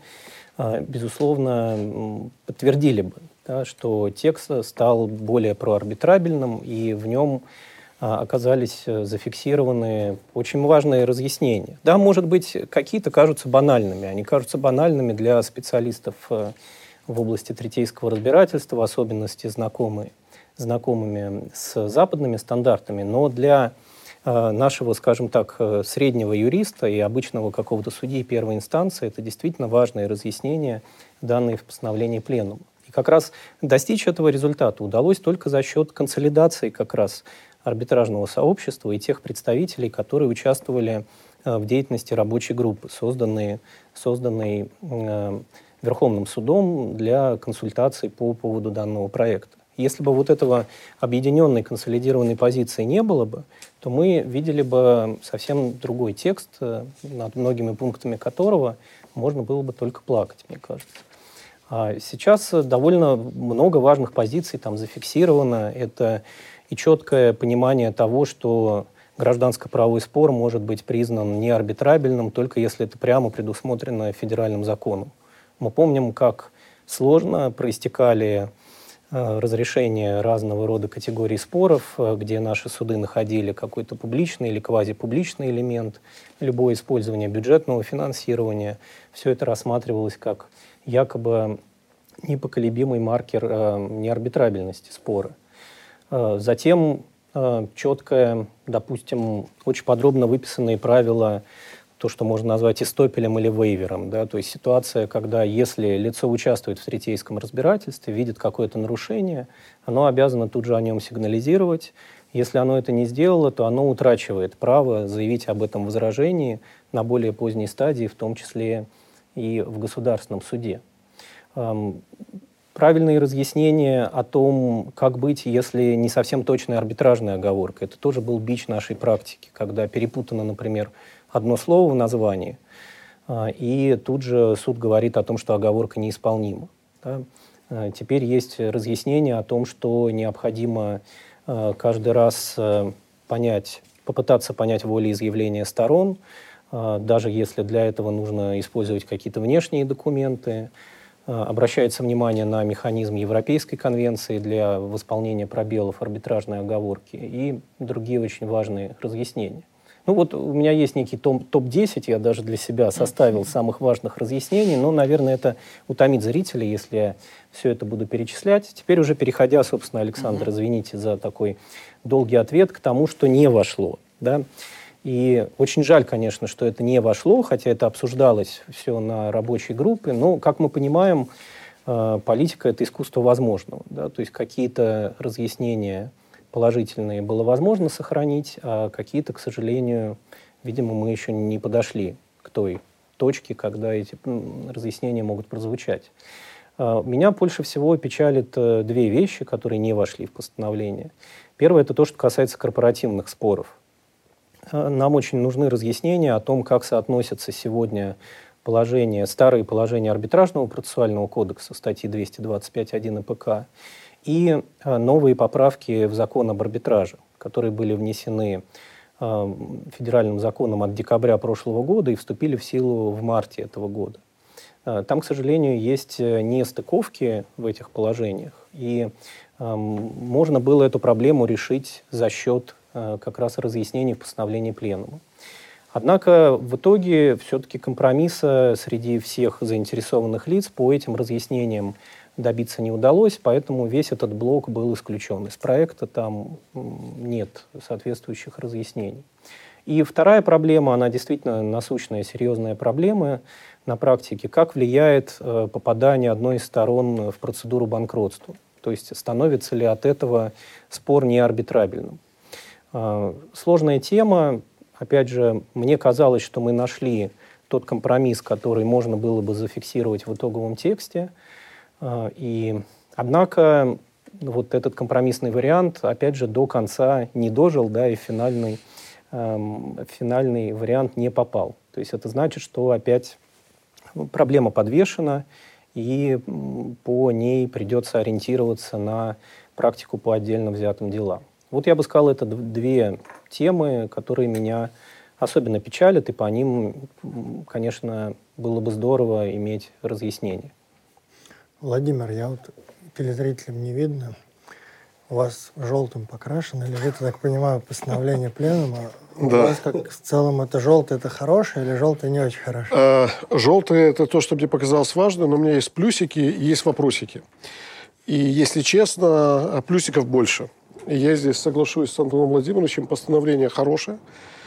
Speaker 5: безусловно, подтвердили бы, да, что текст стал более проарбитрабельным, и в нем оказались зафиксированы очень важные разъяснения. Да, может быть, какие-то кажутся банальными. Они кажутся банальными для специалистов в области третейского разбирательства, в особенности знакомыми с западными стандартами, но для нашего, скажем так, среднего юриста и обычного какого-то судьи первой инстанции это действительно важные разъяснения, данные в постановлении пленума. И как раз достичь этого результата удалось только за счет консолидации как раз арбитражного сообщества и тех представителей, которые участвовали в деятельности рабочей группы, созданной Верховным судом для консультаций по поводу данного проекта. Если бы вот этого объединенной, консолидированной позиции не было бы, то мы видели бы совсем другой текст, над многими пунктами которого можно было бы только плакать, мне кажется. А сейчас довольно много важных позиций там зафиксировано. Это и четкое понимание того, что гражданско-правовой спор может быть признан неарбитрабельным, только если это прямо предусмотрено федеральным законом. Мы помним, как сложно проистекали разрешения разного рода категорий споров, где наши суды находили какой-то публичный или квазипубличный элемент, любое использование бюджетного финансирования. Все это рассматривалось как якобы непоколебимый маркер неарбитрабельности спора. Затем четкое, допустим, очень подробно выписанные правила, то, что можно назвать эстопелем или вейвером. Да? То есть ситуация, когда если лицо участвует в третейском разбирательстве, видит какое-то нарушение, оно обязано тут же о нем сигнализировать. Если оно это не сделало, то оно утрачивает право заявить об этом возражении на более поздней стадии, в том числе и в государственном суде. Правильные разъяснения о том, как быть, если не совсем точная арбитражная оговорка. Это тоже был бич нашей практики, когда перепутано, например, одно слово в названии, и тут же суд говорит о том, что оговорка неисполнима. Да? Теперь есть разъяснение о том, что необходимо каждый раз попытаться понять волеизъявление сторон, даже если для этого нужно использовать какие-то внешние документы. Обращается внимание на механизм Европейской конвенции для восполнения пробелов арбитражной оговорки и другие очень важные разъяснения. Ну вот у меня есть некий топ-10, я даже для себя составил самых важных разъяснений, но, наверное, это утомит зрителей, если я все это буду перечислять. Теперь уже переходя, собственно, Александр, извините за такой долгий ответ, к тому, что не вошло. Да? И очень жаль, конечно, что это не вошло, хотя это обсуждалось все на рабочей группе, но, как мы понимаем, политика — это искусство возможного. Да? То есть какие-то разъяснения положительные было возможно сохранить, а какие-то, к сожалению, видимо, мы еще не подошли к той точке, когда эти разъяснения могут прозвучать. Меня больше всего печалит две вещи, которые не вошли в постановление. Первое — это то, что касается корпоративных споров. Нам очень нужны разъяснения о том, как соотносятся сегодня старые положения арбитражного процессуального кодекса, статьи 225.1 ИПК, и новые поправки в закон об арбитраже, которые были внесены федеральным законом от декабря прошлого года и вступили в силу в марте этого года. Там, к сожалению, есть нестыковки в этих положениях, и можно было эту проблему решить за счет как раз разъяснений в постановлении пленума. Однако в итоге все-таки компромисса среди всех заинтересованных лиц по этим разъяснениям добиться не удалось, поэтому весь этот блок был исключен. Из проекта там нет соответствующих разъяснений. И вторая проблема, она действительно насущная, серьезная проблема на практике, как влияет попадание одной из сторон в процедуру банкротства. То есть становится ли от этого спор неарбитрабельным. Сложная тема. Опять же, мне казалось, что мы нашли тот компромисс, который можно было бы зафиксировать в итоговом тексте. Однако вот этот компромиссный вариант, опять же, до конца не дожил, да, и финальный вариант не попал. То есть это значит, что опять проблема подвешена, и по ней придется ориентироваться на практику по отдельно взятым делам. Вот я бы сказал, это две темы, которые меня особенно печалят, и по ним, конечно, было бы здорово иметь разъяснение.
Speaker 2: Владимир, я вот телезрителям не видно. у вас желтым покрашено, лежит, я так понимаю, постановление пленума.
Speaker 8: Да.
Speaker 2: У вас как в целом это желтое, это хорошее или желтое не очень хорошее?
Speaker 8: Желтое – это то, что мне показалось важно, но у меня есть плюсики и есть вопросики. И, если честно, плюсиков больше. И я здесь соглашусь с Антоном Владимировичем, постановление хорошее.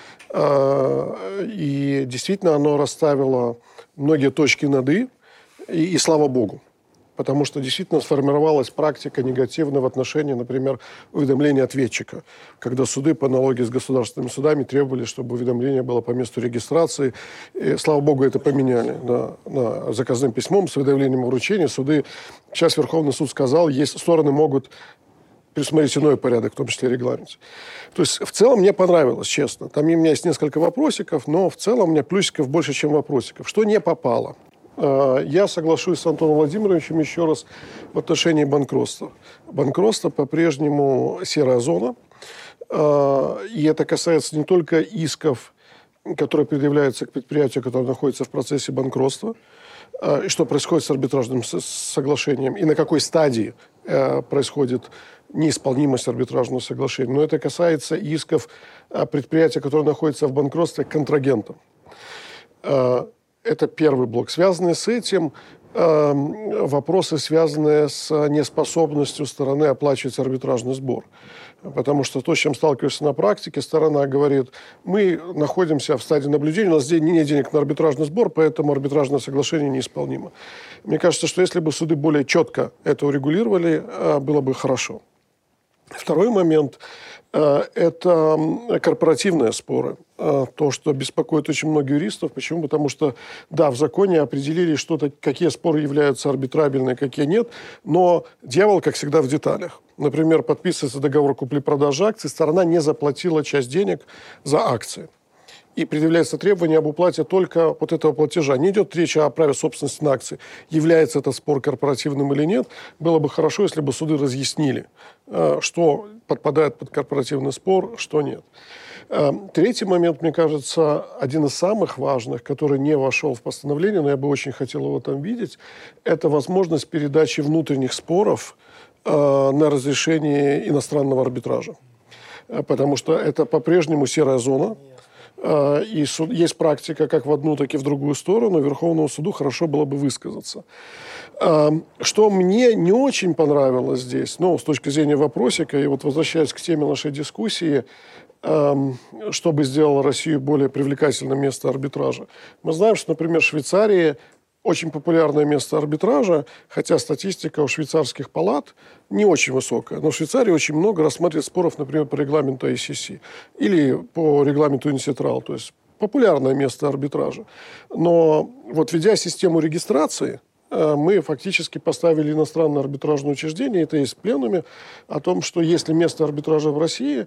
Speaker 8: И действительно оно расставило многие точки над «и», и слава богу. Потому что действительно сформировалась практика негативная в отношении, например, уведомления ответчика. Когда суды по аналогии с государственными судами требовали, чтобы уведомление было по месту регистрации. И, слава богу, это поменяли на заказным письмом с уведомлением о вручении. Суды, сейчас Верховный суд сказал, есть стороны могут пересмотреть иной порядок, в том числе регламент. То есть в целом мне понравилось, честно. Там у меня есть несколько вопросиков, но в целом у меня плюсиков больше, чем вопросиков. Что не попало? Я соглашусь с Антоном Владимировичем еще раз в отношении банкротства. Банкротство по-прежнему серая зона. И это касается не только исков, которые предъявляются к предприятию, которое находится в процессе банкротства, и что происходит с арбитражным соглашением, и на какой стадии происходит неисполнимость арбитражного соглашения. Но это касается исков предприятия, которое находится в банкротстве, к контрагентам. Это первый блок. Связанные с этим вопросы, связанные с неспособностью стороны оплачивать арбитражный сбор. Потому что то, с чем сталкиваешься на практике, сторона говорит, мы находимся в стадии наблюдения, у нас нет денег на арбитражный сбор, поэтому арбитражное соглашение неисполнимо. Мне кажется, что если бы суды более четко это урегулировали, было бы хорошо. Второй момент – это корпоративные споры. То, что беспокоит очень многих юристов. Почему? Потому что, да, в законе определили, какие споры являются арбитрабельными, какие нет, но дьявол, как всегда, в деталях. Например, подписывается договор купли-продажи акций, сторона не заплатила часть денег за акции. И предъявляется требование об уплате только вот этого платежа. Не идет речь о праве собственности на акции. Является этот спор корпоративным или нет. Было бы хорошо, если бы суды разъяснили, что подпадает под корпоративный спор, что нет. Третий момент, мне кажется, один из самых важных, который не вошел в постановление, но я бы очень хотел его там видеть, это возможность передачи внутренних споров на разрешение иностранного арбитража. Потому что это по-прежнему серая зона. И есть практика как в одну, так и в другую сторону. Верховному суду хорошо было бы высказаться. Что мне не очень понравилось здесь, с точки зрения вопросика, и вот возвращаясь к теме нашей дискуссии, что бы сделало Россию более привлекательным местом арбитража. Мы знаем, что, например, в Швейцарии очень популярное место арбитража, хотя статистика у швейцарских палат не очень высокая. Но в Швейцарии очень много рассматривают споров, например, по регламенту ICC или по регламенту UNCITRAL, то есть популярное место арбитража. Но вот введя систему регистрации, мы фактически поставили иностранное арбитражное учреждение, это есть в пленуме, о том, что если место арбитража в России,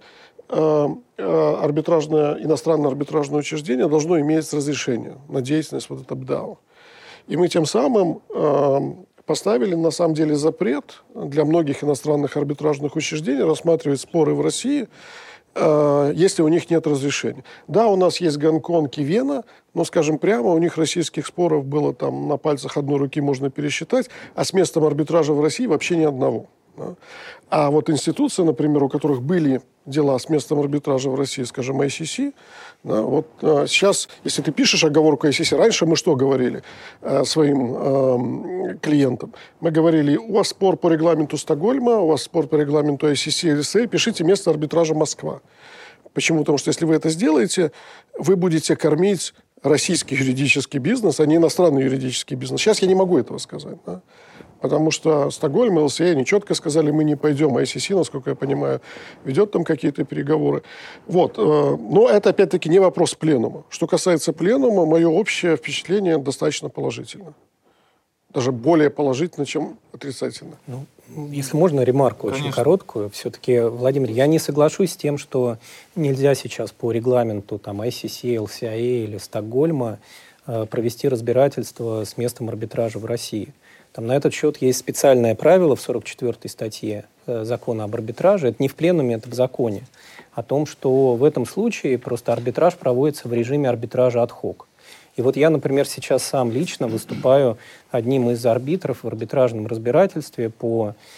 Speaker 8: иностранное арбитражное учреждение должно иметь разрешение на деятельность вот этого БДАО. И мы тем самым поставили, на самом деле, запрет для многих иностранных арбитражных учреждений рассматривать споры в России, если у них нет разрешения. Да, у нас есть Гонконг и Вена, но, скажем прямо, у них российских споров было там на пальцах одной руки можно пересчитать, а с местом арбитража в России вообще ни одного. Да. А вот институции, например, у которых были дела с местом арбитража в России, скажем, ICC, да, вот сейчас, если ты пишешь оговорку ICC, раньше мы что говорили своим клиентам? Мы говорили, у вас спор по регламенту Стокгольма, у вас спор по регламенту ICC и RSA, пишите место арбитража Москва. Почему? Потому что если вы это сделаете, вы будете кормить российский юридический бизнес, а не иностранный юридический бизнес. Сейчас я не могу этого сказать, да? Потому что Стокгольм и ЛСА они четко сказали, мы не пойдем. А ICC, насколько я понимаю, ведет там какие-то переговоры. Вот. Но это, опять-таки, не вопрос пленума. Что касается пленума, мое общее впечатление достаточно положительно. Даже более положительно, чем отрицательно.
Speaker 5: Если можно, ремарку очень короткую. Все-таки, Владимир, я не соглашусь с тем, что нельзя сейчас по регламенту ICC, ЛСА или Стокгольма провести разбирательство с местом арбитража в России. Там на этот счет есть специальное правило в 44-й статье закона об арбитраже. Это не в пленуме, это в законе. О том, что в этом случае просто арбитраж проводится в режиме арбитража ad-hoc. И вот я, например, сейчас сам лично выступаю одним из арбитров в арбитражном разбирательстве по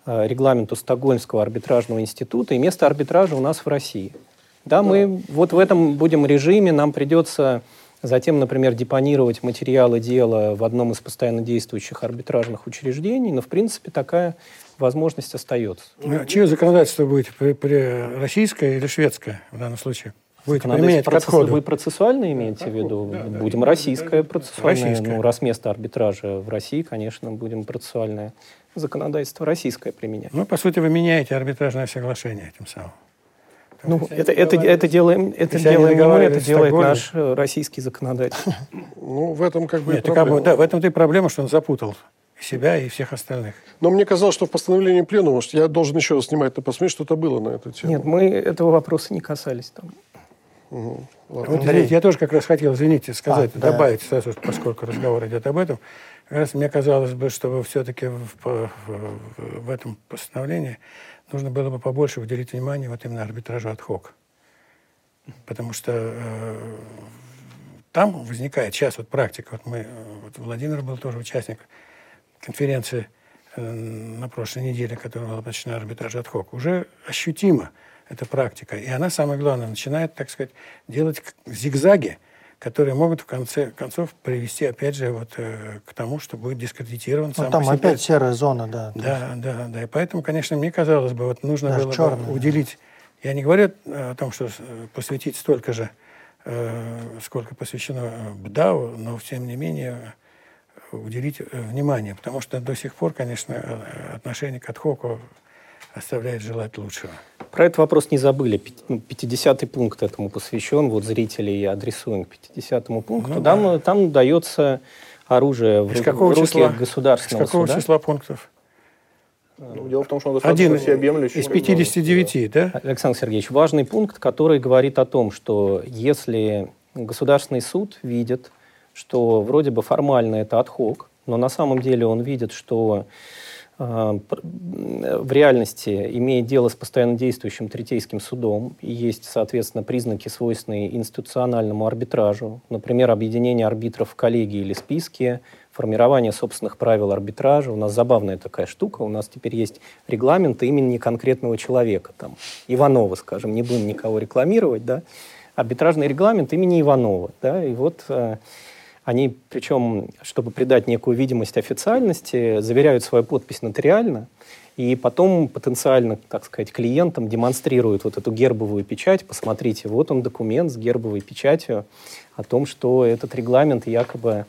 Speaker 5: регламенту Стокгольмского арбитражного института, и место арбитража у нас в России. Да, мы вот в этом будем режиме, нам придется затем, например, депонировать материалы дела в одном из постоянно действующих арбитражных учреждений, но, в принципе, такая возможность остается.
Speaker 6: Чье законодательство будет? Российское или шведское в данном случае? Будете применять к отходу?
Speaker 5: Вы процессуально имеете в виду? Да, будем российское процессуальное.
Speaker 6: Российское.
Speaker 5: Ну, раз место арбитража в России, конечно, будем процессуальное законодательство российское применять.
Speaker 6: Ну, по сути, вы меняете арбитражное соглашение этим самым.
Speaker 5: Ну, это делаем не мы, это делает наш российский законодатель.
Speaker 8: Ну, в этом как бы
Speaker 6: Нет, проблема. Да, в этом-то и проблема, что он запутал и себя, и всех остальных.
Speaker 8: Но мне казалось, что в постановлении пленума, что я должен еще раз снимать на посмотреть, что-то было на эту тему.
Speaker 5: Нет, мы этого вопроса не касались там.
Speaker 8: Угу.
Speaker 6: Вот, извините, я тоже как раз хотел, сказать, добавить сразу, поскольку разговор идет об этом. Как раз мне казалось бы, что все-таки в этом постановлении нужно было бы побольше уделить внимание вот именно арбитражу ад-хок. Потому что там возникает сейчас вот практика. Вот Владимир был тоже участник конференции на прошлой неделе, которая была посвящена арбитражу ад-хок. Уже ощутимо эта практика. И она, самое главное, начинает, так сказать, делать зигзаги, которые могут в конце концов привести, опять же, вот к тому, что будет дискредитирован сам
Speaker 2: там
Speaker 6: по себе.
Speaker 2: опять серая зона, да.
Speaker 6: Да. И поэтому, конечно, мне казалось бы, вот нужно было бы уделить... Я не говорю о том, что посвятить столько же, сколько посвящено БДАУ, но, тем не менее, уделить внимание. Потому что до сих пор, конечно, отношение к ад-хоку оставляет желать лучшего.
Speaker 5: Про этот вопрос не забыли. 50-й пункт этому посвящен. Вот зрителей адресуем к 50-му пункту. Ну, там дается оружие в руки государственного суда.
Speaker 6: Из какого числа пунктов?
Speaker 7: Дело в том, что он достаточно всеобъемлющий.
Speaker 6: Из 59, да?
Speaker 5: Александр Сергеевич, важный пункт, который говорит о том, что если государственный суд видит, что вроде бы формально это ад-хок, но на самом деле он видит, что в реальности имеет дело с постоянно действующим третейским судом, и есть, соответственно, признаки, свойственные институциональному арбитражу, например, объединение арбитров в коллегии или списке, формирование собственных правил арбитража. У нас забавная такая штука, у нас теперь есть регламент имени конкретного человека, там, Иванова, скажем, не будем никого рекламировать, да, арбитражный регламент имени Иванова, да, и вот... Они, причем, чтобы придать некую видимость официальности, заверяют свою подпись нотариально, и потом потенциально, так сказать, клиентам демонстрируют вот эту гербовую печать. Посмотрите, вот он документ с гербовой печатью о том, что этот регламент якобы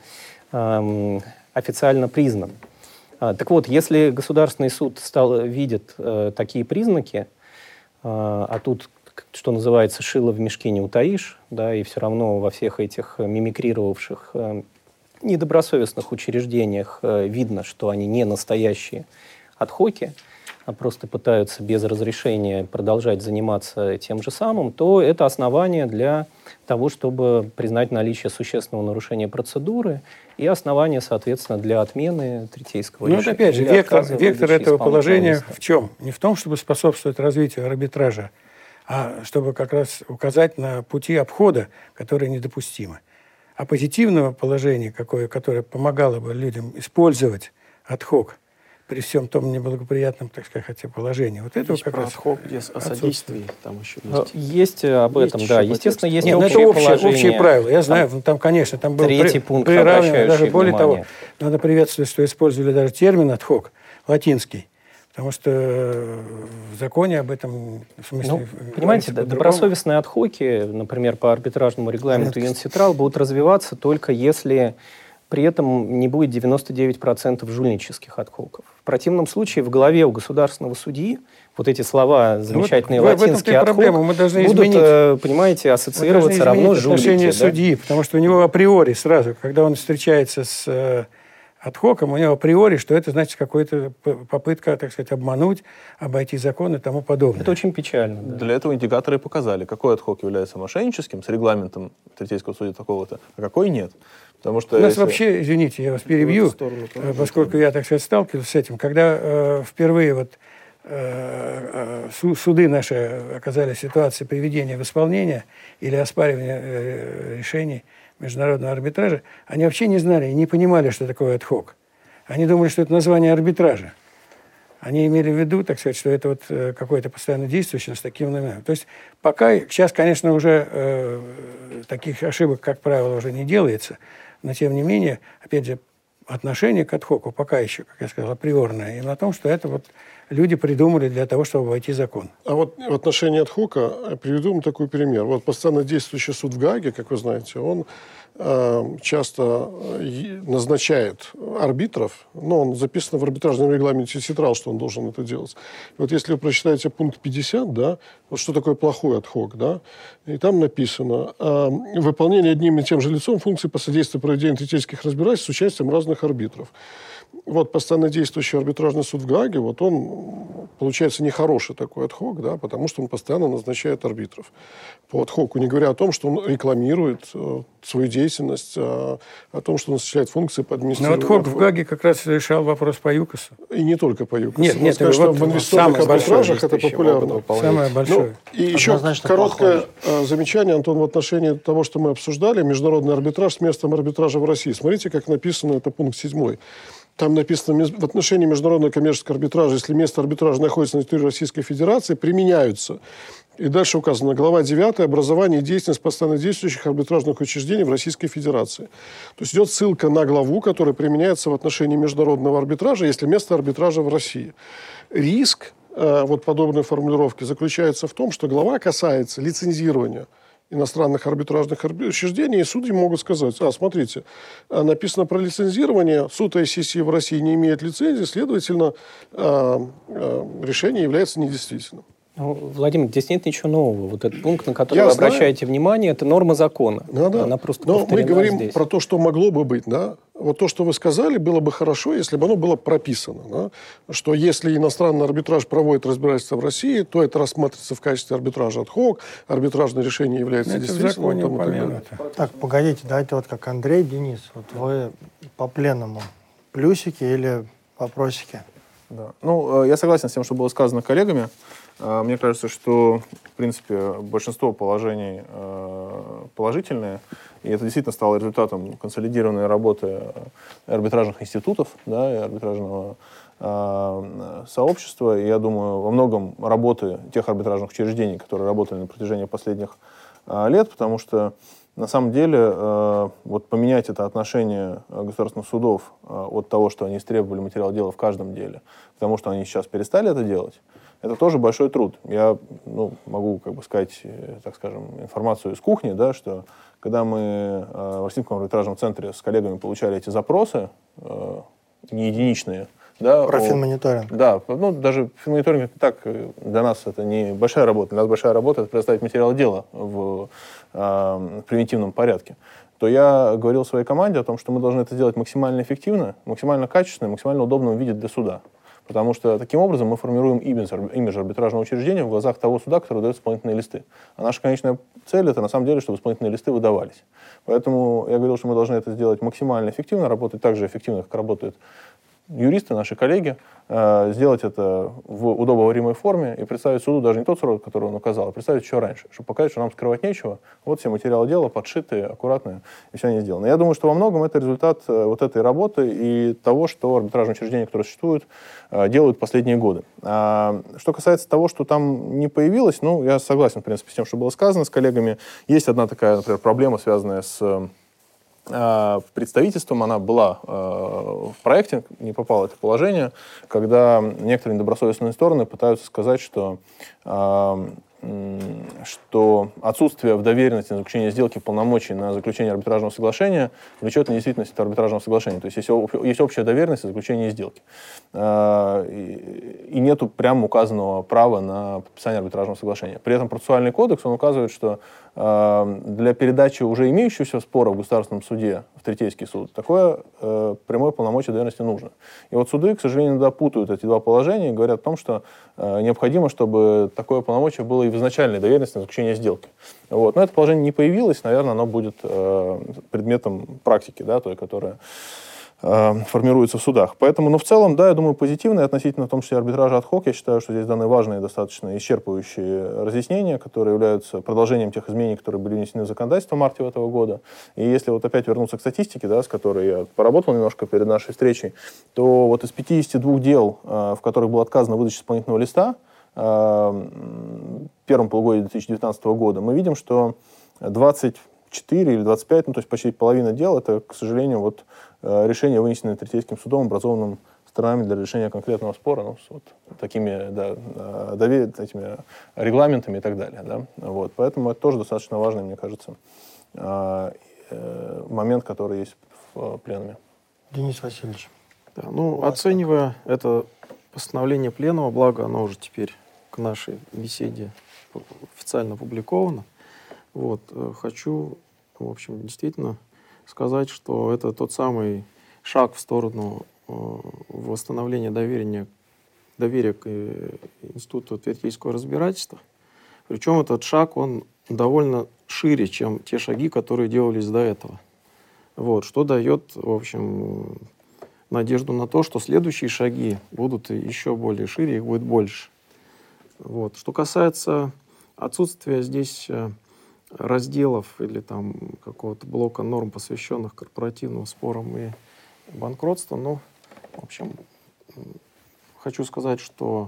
Speaker 5: официально признан. Так вот, если Государственный суд видит такие признаки, а тут, что называется, шило в мешке не утаишь, да, и все равно во всех этих мимикрировавших недобросовестных учреждениях видно, что они не настоящие ад-хоки, а просто пытаются без разрешения продолжать заниматься тем же самым, то это основание для того, чтобы признать наличие существенного нарушения процедуры и основание, соответственно, для отмены третейского решения.
Speaker 6: Ну, опять же, вектор этого положения в чем? Не в том, чтобы способствовать развитию арбитража, а чтобы как раз указать на пути обхода, которые недопустимы. А позитивного положения, которое помогало бы людям использовать ад-хок при всем том неблагоприятном, так сказать, положении. Вот этого как раз
Speaker 3: ад-хок без о содействии там еще есть.
Speaker 5: Есть об этом, да. Естественно, есть
Speaker 6: общие правила. Я знаю, там, конечно, там был
Speaker 5: третий пункт,
Speaker 6: даже более того, надо приветствовать, что использовали даже термин ад-хок латинский. Потому что в законе об этом... В смысле,
Speaker 5: понимаете, добросовестные ад-хоки, например, по арбитражному регламенту ЮНСИТРАЛ, будут развиваться только если при этом не будет 99% жульнических ад-хоков. В противном случае в голове у государственного судьи вот эти слова замечательные латинские ад-хок будут, понимаете, ассоциироваться равно с жулики.
Speaker 6: Судьи, потому что у него априори сразу, когда он встречается с ад-хоком, у него априори, что это значит какая-то попытка, так сказать, обмануть, обойти закон и тому подобное.
Speaker 5: Это очень печально. Да.
Speaker 7: Для этого индикаторы показали, какой ад-хок является мошенническим с регламентом третейского судья такого-то, а какой нет. Потому что
Speaker 6: у нас вообще, извините, я вас перебью, поскольку я, так сказать, сталкивался с этим, когда впервые вот суды наши оказались в ситуации приведения в исполнение или оспаривания решений международного арбитража, они вообще не знали и не понимали, что такое ад-хок. Они думали, что это название арбитража. они имели в виду, так сказать, что это вот какое-то постоянно действующее с таким номером. То есть пока, сейчас, конечно, уже таких ошибок, как правило, уже не делается, но тем не менее, опять же, отношение к адхоку пока еще, как я сказал, априорное, и на том, что это вот люди придумали для того, чтобы обойти закон.
Speaker 8: А вот в отношении адхока приведу вам такой пример. Вот постоянно действующий суд в Гааге, как вы знаете, он часто назначает арбитров, но он записан в арбитражном регламенте СИТРАЛ, что он должен это делать. И вот если вы прочитаете пункт 50, да, вот что такое плохой адхок, да, и там написано выполнение одним и тем же лицом функций по содействию проведению третейских разбирательств с участием разных арбитров. Вот постоянно действующий арбитражный суд в Гааге, вот он, получается, нехороший такой адхок, да, потому что он постоянно назначает арбитров по адхоку, не говоря о том, что он рекламирует свою деятельность, о том, что он осуществляет функции по администрированию.
Speaker 6: Но адхок в Гааге как раз решал вопрос по ЮКОСу.
Speaker 8: И не только по ЮКОСу.
Speaker 6: Нет,
Speaker 8: сказать, что в инвестиционных арбитражах это популярно.
Speaker 6: Самое большое.
Speaker 8: И еще короткое замечание, Антон, в отношении того, что мы обсуждали, международный арбитраж с местом арбитража в России. Смотрите, как написано, это пункт 7. Там написано, в отношении международного коммерческого арбитража, если место арбитража находится на территории Российской Федерации, применяются. И дальше указано, глава 9, образование и деятельность постоянно действующих арбитражных учреждений в Российской Федерации. То есть идет ссылка на главу, которая применяется в отношении международного арбитража, если место арбитража в России. Риск вот подобной формулировки заключается в том, что глава касается лицензирования иностранных арбитражных учреждений, и судьи могут сказать, смотрите, написано про лицензирование, суд ICC в России не имеет лицензии, следовательно, решение является недействительным.
Speaker 5: Ну, Владимир, здесь нет ничего нового. Вот этот пункт, на который вы обращаете внимание, это норма закона.
Speaker 8: Да.
Speaker 5: Она просто
Speaker 8: Но мы говорим
Speaker 5: здесь.
Speaker 8: про то, что могло бы быть. Да? Вот то, что вы сказали, было бы хорошо, если бы оно было прописано. Да? Что если иностранный арбитраж проводит разбирательство в России, то это рассматривается в качестве арбитража ad-hoc, арбитражное решение является действительным.
Speaker 2: Так, погодите, давайте вот как Андрей, Денис, вот вы по пленному плюсики или вопросики?
Speaker 7: Да. Ну, я согласен с тем, что было сказано коллегами. Мне кажется, что, в принципе, большинство положений положительные, и это действительно стало результатом консолидированной работы арбитражных институтов, да, и арбитражного сообщества. И я думаю, во многом работы тех арбитражных учреждений, которые работали на протяжении последних лет, потому что на самом деле вот поменять это отношение государственных судов от того, что они истребовали материал дела в каждом деле, потому что они сейчас перестали это делать, это тоже большой труд. Я могу сказать, так скажем, информацию из кухни, да, что когда мы в Российском арбитражном центре с коллегами получали эти запросы, не единичные, да,
Speaker 2: про финмониторинг.
Speaker 7: Да, даже финмониторинг так для нас это не большая работа. Для нас большая работа — это предоставить материал дела в превентивном порядке. То я говорил своей команде о том, что мы должны это сделать максимально эффективно, максимально качественно, максимально удобном виде для суда. Потому что таким образом мы формируем имидж арбитражного учреждения в глазах того суда, который дает исполнительные листы. А наша конечная цель — это на самом деле, чтобы исполнительные листы выдавались. Поэтому я говорил, что мы должны это сделать максимально эффективно, работать так же эффективно, как работают юристы, наши коллеги, сделать это в удобоваримой форме и представить суду даже не тот срок, который он указал, а представить еще раньше, чтобы показать, что нам скрывать нечего. Вот все материалы дела подшитые, аккуратные, и все они сделаны. Я думаю, что во многом это результат вот этой работы и того, что арбитражные учреждения, которые существуют, делают последние годы. Что касается того, что там не появилось, я согласен, в принципе, с тем, что было сказано с коллегами. Есть одна такая, например, проблема, связанная с представительством, она была в проекте, не попало это положение, когда некоторые недобросовестные стороны пытаются сказать, что отсутствие в доверенности на заключение сделки полномочий на заключение арбитражного соглашения влечет на недействительность этого арбитражного соглашения. То есть есть общая доверенность на заключение сделки. И нету прямо указанного права на подписание арбитражного соглашения. При этом процессуальный кодекс, он указывает, что для передачи уже имеющегося спора в государственном суде в третейский суд такое прямое полномочие доверенности нужно. И вот суды, к сожалению, иногда путают эти два положения и говорят о том, что необходимо, чтобы такое полномочие было и в изначальной доверенности на заключение сделки. Вот. Но это положение не появилось, наверное, оно будет предметом практики, да, той, которая формируется в судах. Поэтому, в целом, да, я думаю, позитивно относительно, в том числе арбитража ad-hoc. Я считаю, что здесь даны важные, достаточно исчерпывающие разъяснения, которые являются продолжением тех изменений, которые были внесены в законодательство в марте этого года. И если вот опять вернуться к статистике, да, с которой я поработал немножко перед нашей встречей, то вот из 52 дел, в которых было отказано выдача исполнительного листа в первом полугодии 2019 года, мы видим, что 24 или 25, то есть почти половина дел, это, к сожалению, вот решения, вынесенные Третейским судом, образованным сторонами для решения конкретного спора, с вот такими этими регламентами и так далее. Да? Вот. Поэтому это тоже достаточно важный, мне кажется, момент, который есть в пленуме.
Speaker 2: Денис Васильевич.
Speaker 3: Да, оценивая это постановление пленума, благо оно уже теперь к нашей беседе официально опубликовано, хочу, в общем, действительно сказать, что это тот самый шаг в сторону восстановления доверия к институту третейского разбирательства. Причем этот шаг, он довольно шире, чем те шаги, которые делались до этого. Что дает, в общем, надежду на то, что следующие шаги будут еще более шире, их будет больше. Что касается отсутствия здесь разделов или там какого-то блока норм, посвященных корпоративным спорам и банкротству, в общем, хочу сказать, что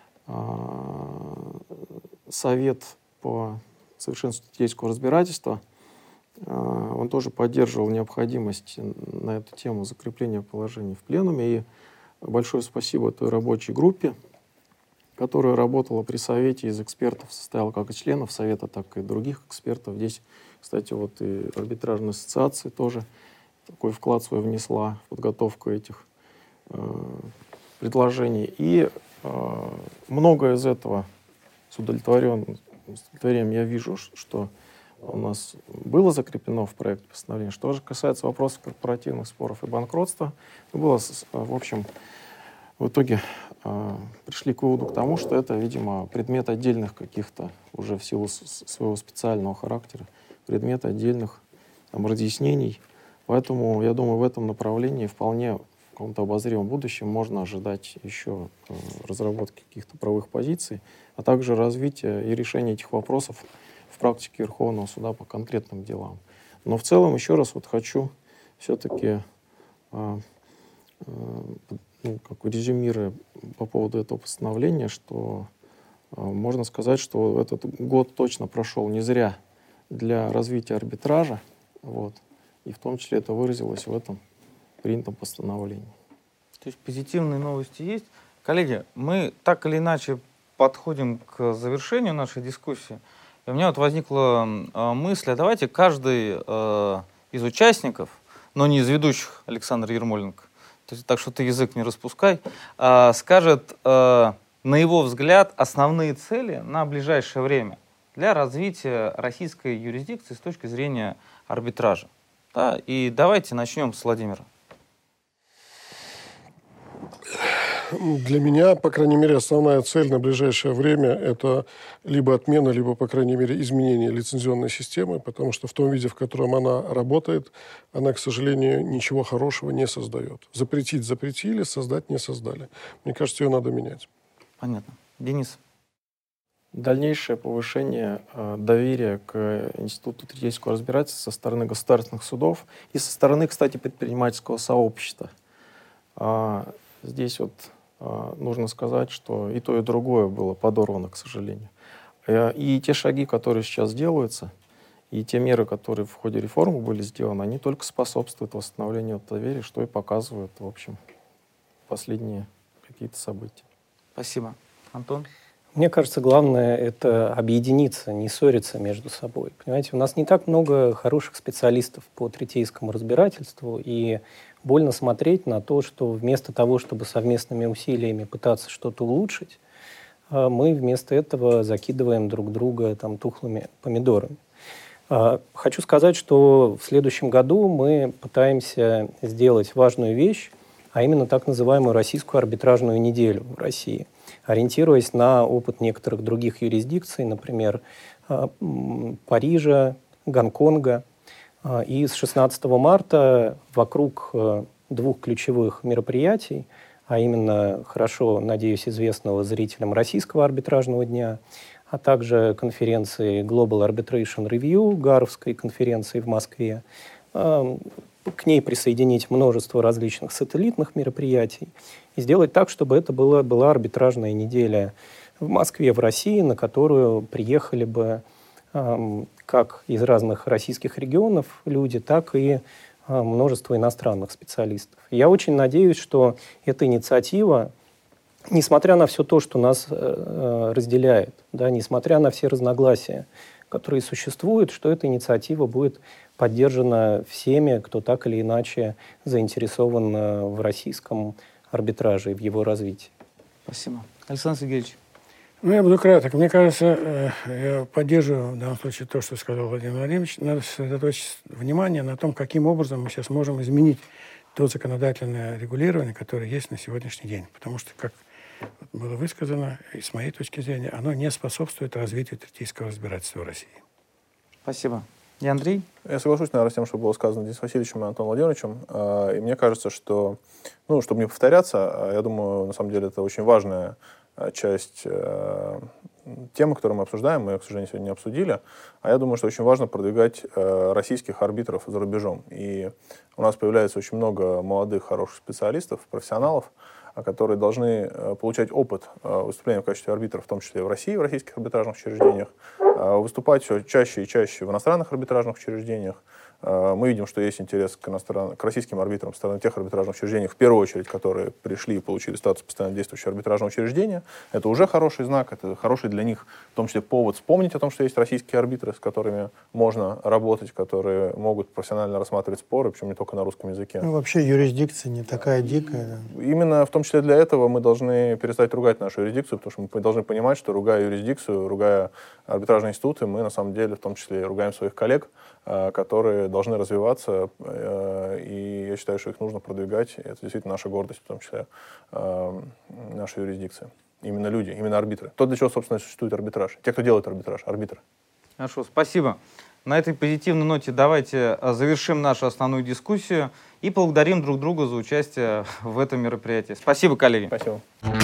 Speaker 3: Совет по совершенствованию третейского разбирательства, он тоже поддерживал необходимость на эту тему закрепления положений в пленуме. И большое спасибо той рабочей группе, которая работала при Совете, из экспертов состояла как и членов Совета, так и других экспертов. Здесь, кстати, и арбитражная ассоциация тоже такой вклад свой внесла в подготовку этих предложений. И многое из этого с удовлетворением я вижу, что у нас было закреплено в проекте постановления. Что же касается вопросов корпоративных споров и банкротства, было, в общем, в итоге пришли к выводу к тому, что это, видимо, предмет отдельных каких-то, уже в силу своего специального характера, предмет отдельных разъяснений. Поэтому, я думаю, в этом направлении вполне в каком-то обозримом будущем можно ожидать еще разработки каких-то правовых позиций, а также развития и решения этих вопросов в практике Верховного суда по конкретным делам. Но в целом, еще раз хочу все-таки, резюмируя по поводу этого постановления, что можно сказать, что этот год точно прошел не зря для развития арбитража, и в том числе это выразилось в этом принятом постановлении.
Speaker 1: То есть позитивные новости есть. Коллеги, мы так или иначе подходим к завершению нашей дискуссии. И у меня возникла мысль, давайте каждый из участников, но не из ведущих, Александр Ермоленко, так что ты язык не распускай, скажет, на его взгляд, основные цели на ближайшее время для развития российской юрисдикции с точки зрения арбитража. Да? И давайте начнем с Владимира.
Speaker 8: Для меня, по крайней мере, основная цель на ближайшее время – это либо отмена, либо, по крайней мере, изменение лицензионной системы, потому что в том виде, в котором она работает, она, к сожалению, ничего хорошего не создает. Запретить запретили, создать не создали. Мне кажется, ее надо менять.
Speaker 1: Понятно. Денис?
Speaker 3: Дальнейшее повышение доверия к институту третейского разбирательства со стороны государственных судов и со стороны, кстати, предпринимательского сообщества. Здесь нужно сказать, что и то, и другое было подорвано, к сожалению. И те шаги, которые сейчас делаются, и те меры, которые в ходе реформы были сделаны, они только способствуют восстановлению доверия, что и показывают, в общем, последние какие-то события.
Speaker 1: Спасибо. Антон?
Speaker 5: Мне кажется, главное — это объединиться, не ссориться между собой. Понимаете, у нас не так много хороших специалистов по третейскому разбирательству, и больно смотреть на то, что вместо того, чтобы совместными усилиями пытаться что-то улучшить, мы вместо этого закидываем друг друга тухлыми помидорами. Хочу сказать, что в следующем году мы пытаемся сделать важную вещь, а именно так называемую российскую арбитражную неделю в России, ориентируясь на опыт некоторых других юрисдикций, например, Парижа, Гонконга. И с 16 марта вокруг двух ключевых мероприятий, а именно хорошо, надеюсь, известного зрителям Российского арбитражного дня, а также конференции Global Arbitration Review, Гарвской конференции в Москве. К ней присоединить множество различных сателлитных мероприятий и сделать так, чтобы это была арбитражная неделя в Москве, в России, на которую приехали бы как из разных российских регионов люди, так и множество иностранных специалистов. Я очень надеюсь, что эта инициатива, несмотря на все то, что нас разделяет, да, несмотря на все разногласия, которые существуют, что эта инициатива будет поддержана всеми, кто так или иначе заинтересован в российском арбитраже и в его развитии.
Speaker 1: Спасибо. Александр Сергеевич.
Speaker 6: Я буду краток. Мне кажется, я поддерживаю в данном случае то, что сказал Владимир Владимирович. Надо сосредоточить внимание на том, каким образом мы сейчас можем изменить то законодательное регулирование, которое есть на сегодняшний день. Потому что, как было высказано, и с моей точки зрения, оно не способствует развитию третейского разбирательства в России.
Speaker 1: Спасибо. И Андрей?
Speaker 7: Я соглашусь, наверное, с тем, что было сказано Денисом Васильевичем и Антоном Владимировичем. И мне кажется, что, чтобы не повторяться, я думаю, на самом деле это очень важная часть темы, которую мы обсуждаем. Мы ее, к сожалению, сегодня не обсудили. А я думаю, что очень важно продвигать российских арбитров за рубежом. И у нас появляется очень много молодых, хороших специалистов, профессионалов, которые должны получать опыт выступления в качестве арбитров, в том числе и в России, в российских арбитражных учреждениях, выступать все чаще и чаще в иностранных арбитражных учреждениях. Мы видим, что есть интерес к российским арбитрам со стороны тех арбитражных учреждений, в первую очередь, которые пришли и получили статус постоянно действующего арбитражного учреждения. Это уже хороший знак, это хороший для них, в том числе, повод вспомнить о том, что есть российские арбитры, с которыми можно работать, которые могут профессионально рассматривать споры, причем не только на русском языке.
Speaker 2: Вообще юрисдикция не такая дикая. Да?
Speaker 7: Именно в том числе для этого мы должны перестать ругать нашу юрисдикцию, потому что мы должны понимать, что, ругая юрисдикцию, ругая арбитражные институты, мы на самом деле в том числе ругаем своих коллег, которые должны развиваться, и я считаю, что их нужно продвигать. Это действительно наша гордость, в том числе наша юрисдикция. Именно люди, именно арбитры. То, для чего, собственно, существует арбитраж. Те, кто делает арбитраж, арбитры.
Speaker 1: Хорошо, спасибо. На этой позитивной ноте давайте завершим нашу основную дискуссию и поблагодарим друг друга за участие в этом мероприятии. Спасибо, коллеги.
Speaker 7: Спасибо.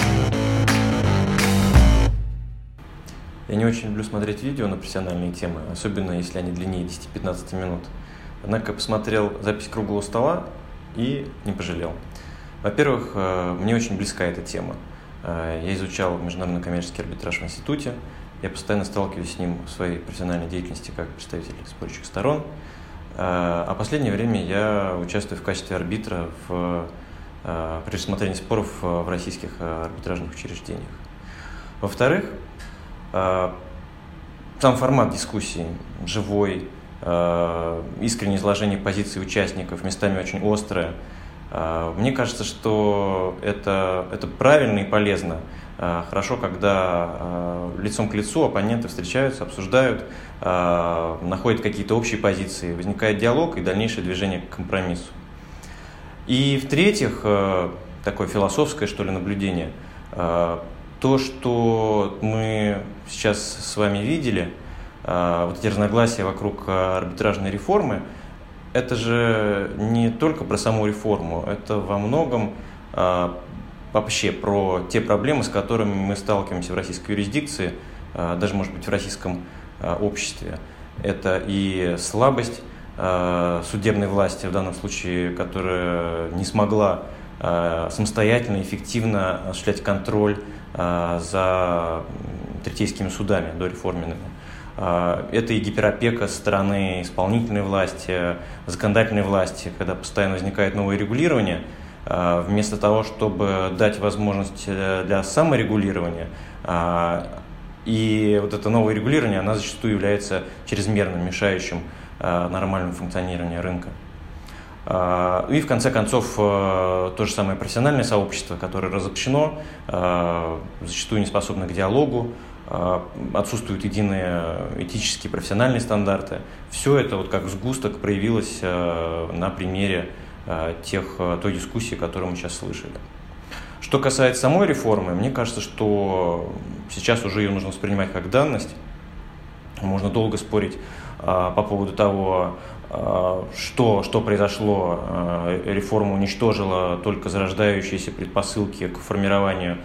Speaker 9: Я не очень люблю смотреть видео на профессиональные темы, особенно если они длиннее 10-15 минут. Однако посмотрел запись круглого стола и не пожалел. Во-первых, мне очень близка эта тема. Я изучал международный коммерческий арбитраж в институте. Я постоянно сталкиваюсь с ним в своей профессиональной деятельности как представитель спорящих сторон. А в последнее время я участвую в качестве арбитра при рассмотрении споров в российских арбитражных учреждениях. Во-вторых, сам формат дискуссии живой, искреннее изложение позиций участников, местами очень острое. Мне кажется, что это правильно и полезно. Хорошо, когда лицом к лицу оппоненты встречаются, обсуждают, находят какие-то общие позиции, возникает диалог и дальнейшее движение к компромиссу. И в-третьих, такое философское, что ли, наблюдение. То, что мы сейчас с вами видели, вот эти разногласия вокруг арбитражной реформы, это же не только про саму реформу, это во многом вообще про те проблемы, с которыми мы сталкиваемся в российской юрисдикции, даже, может быть, в российском обществе. Это и слабость судебной власти, в данном случае, которая не смогла самостоятельно, эффективно осуществлять контроль за третейскими судами дореформенными. Это и гиперопека со стороны исполнительной власти, законодательной власти, когда постоянно возникает новое регулирование, вместо того, чтобы дать возможность для саморегулирования. И вот это новое регулирование, оно зачастую является чрезмерно мешающим нормальному функционированию рынка. И в конце концов то же самое профессиональное сообщество, которое разобщено, зачастую не способно к диалогу, отсутствуют единые этические профессиональные стандарты. Все это вот как сгусток проявилось на примере той дискуссии, которую мы сейчас слышали. Что касается самой реформы, мне кажется, что сейчас уже ее нужно воспринимать как данность. Можно долго спорить по поводу того, что произошло. Реформа уничтожила только зарождающиеся предпосылки к формированию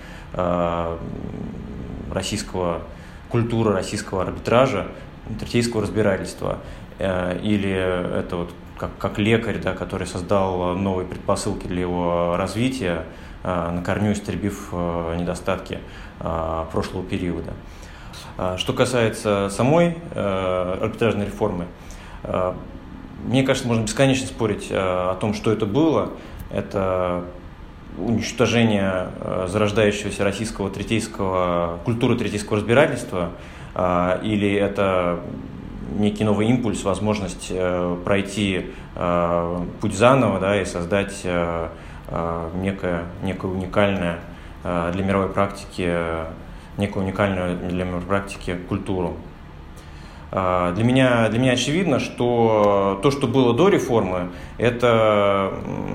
Speaker 9: российского культуры, российского арбитража, третейского разбирательства. Или это вот как лекарь, да, который создал новые предпосылки для его развития, на корню истребив недостатки прошлого периода. Что касается самой арбитражной реформы, мне кажется, можно бесконечно спорить о том, что это было. Это уничтожение зарождающегося российского культуры третейского разбирательства, или это некий новый импульс, возможность пройти путь заново, да, и создать некое уникальное для мировой практики, некую уникальную для мировой практики культуру. Для меня очевидно, что то, что было до реформы, это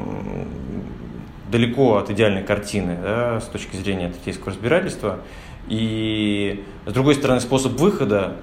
Speaker 9: далеко от идеальной картины, да, с точки зрения третейского разбирательства. И, с другой стороны, способ выхода,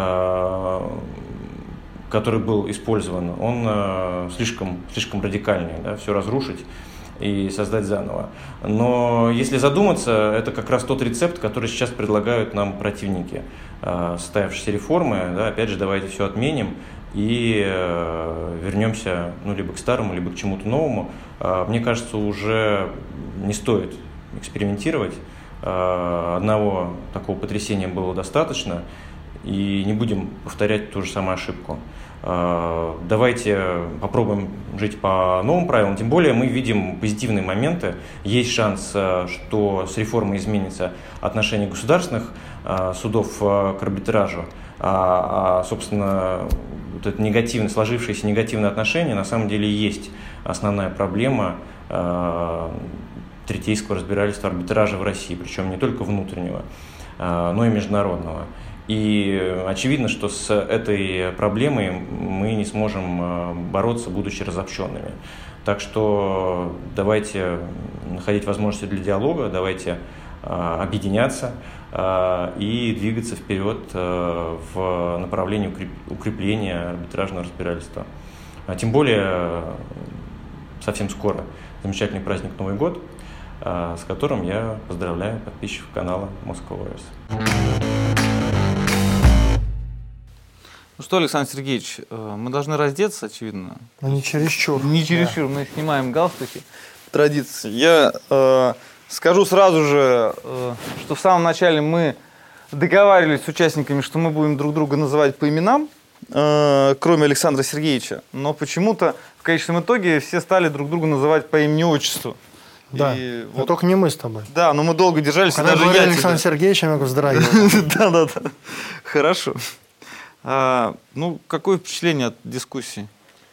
Speaker 9: который был использован, он слишком радикальный, да, все разрушить и создать заново. Но если задуматься, это как раз тот рецепт, который сейчас предлагают нам противники состоявшейся реформы. Да, опять же, давайте все отменим и вернемся либо к старому, либо к чему-то новому. Мне кажется, уже не стоит экспериментировать. Одного такого потрясения было достаточно, и не будем повторять ту же самую ошибку. Давайте попробуем жить по новым правилам, тем более мы видим позитивные моменты. Есть шанс, что с реформой изменится отношение государственных судов к арбитражу, собственно, вот это сложившееся негативное отношение на самом деле есть основная проблема третейского разбирательства арбитража в России, причем не только внутреннего, но и международного. И очевидно, что с этой проблемой мы не сможем бороться, будучи разобщенными. Так что давайте находить возможности для диалога, давайте объединяться и двигаться вперед в направлении укрепления арбитражного разбирательства. Тем более совсем скоро замечательный праздник Новый год, с которым я поздравляю подписчиков канала Moscow Lawyers.
Speaker 1: Ну что, Александр Сергеевич, мы должны раздеться, очевидно.
Speaker 2: Ну не чересчур.
Speaker 1: Не чересчур, мы снимаем галстуки. Традиции. Я скажу сразу же, что в самом начале мы договаривались с участниками, что мы будем друг друга называть по именам, кроме Александра Сергеевича. Но почему-то в конечном итоге все стали друг друга называть по имени-отчеству.
Speaker 2: Да,
Speaker 1: и
Speaker 2: но только не мы с тобой.
Speaker 1: Да, но мы долго держались.
Speaker 2: Когда говорили Александр Сергеевич, я вздрагивал.
Speaker 1: Да. Хорошо. Ну, какое впечатление от дискуссии?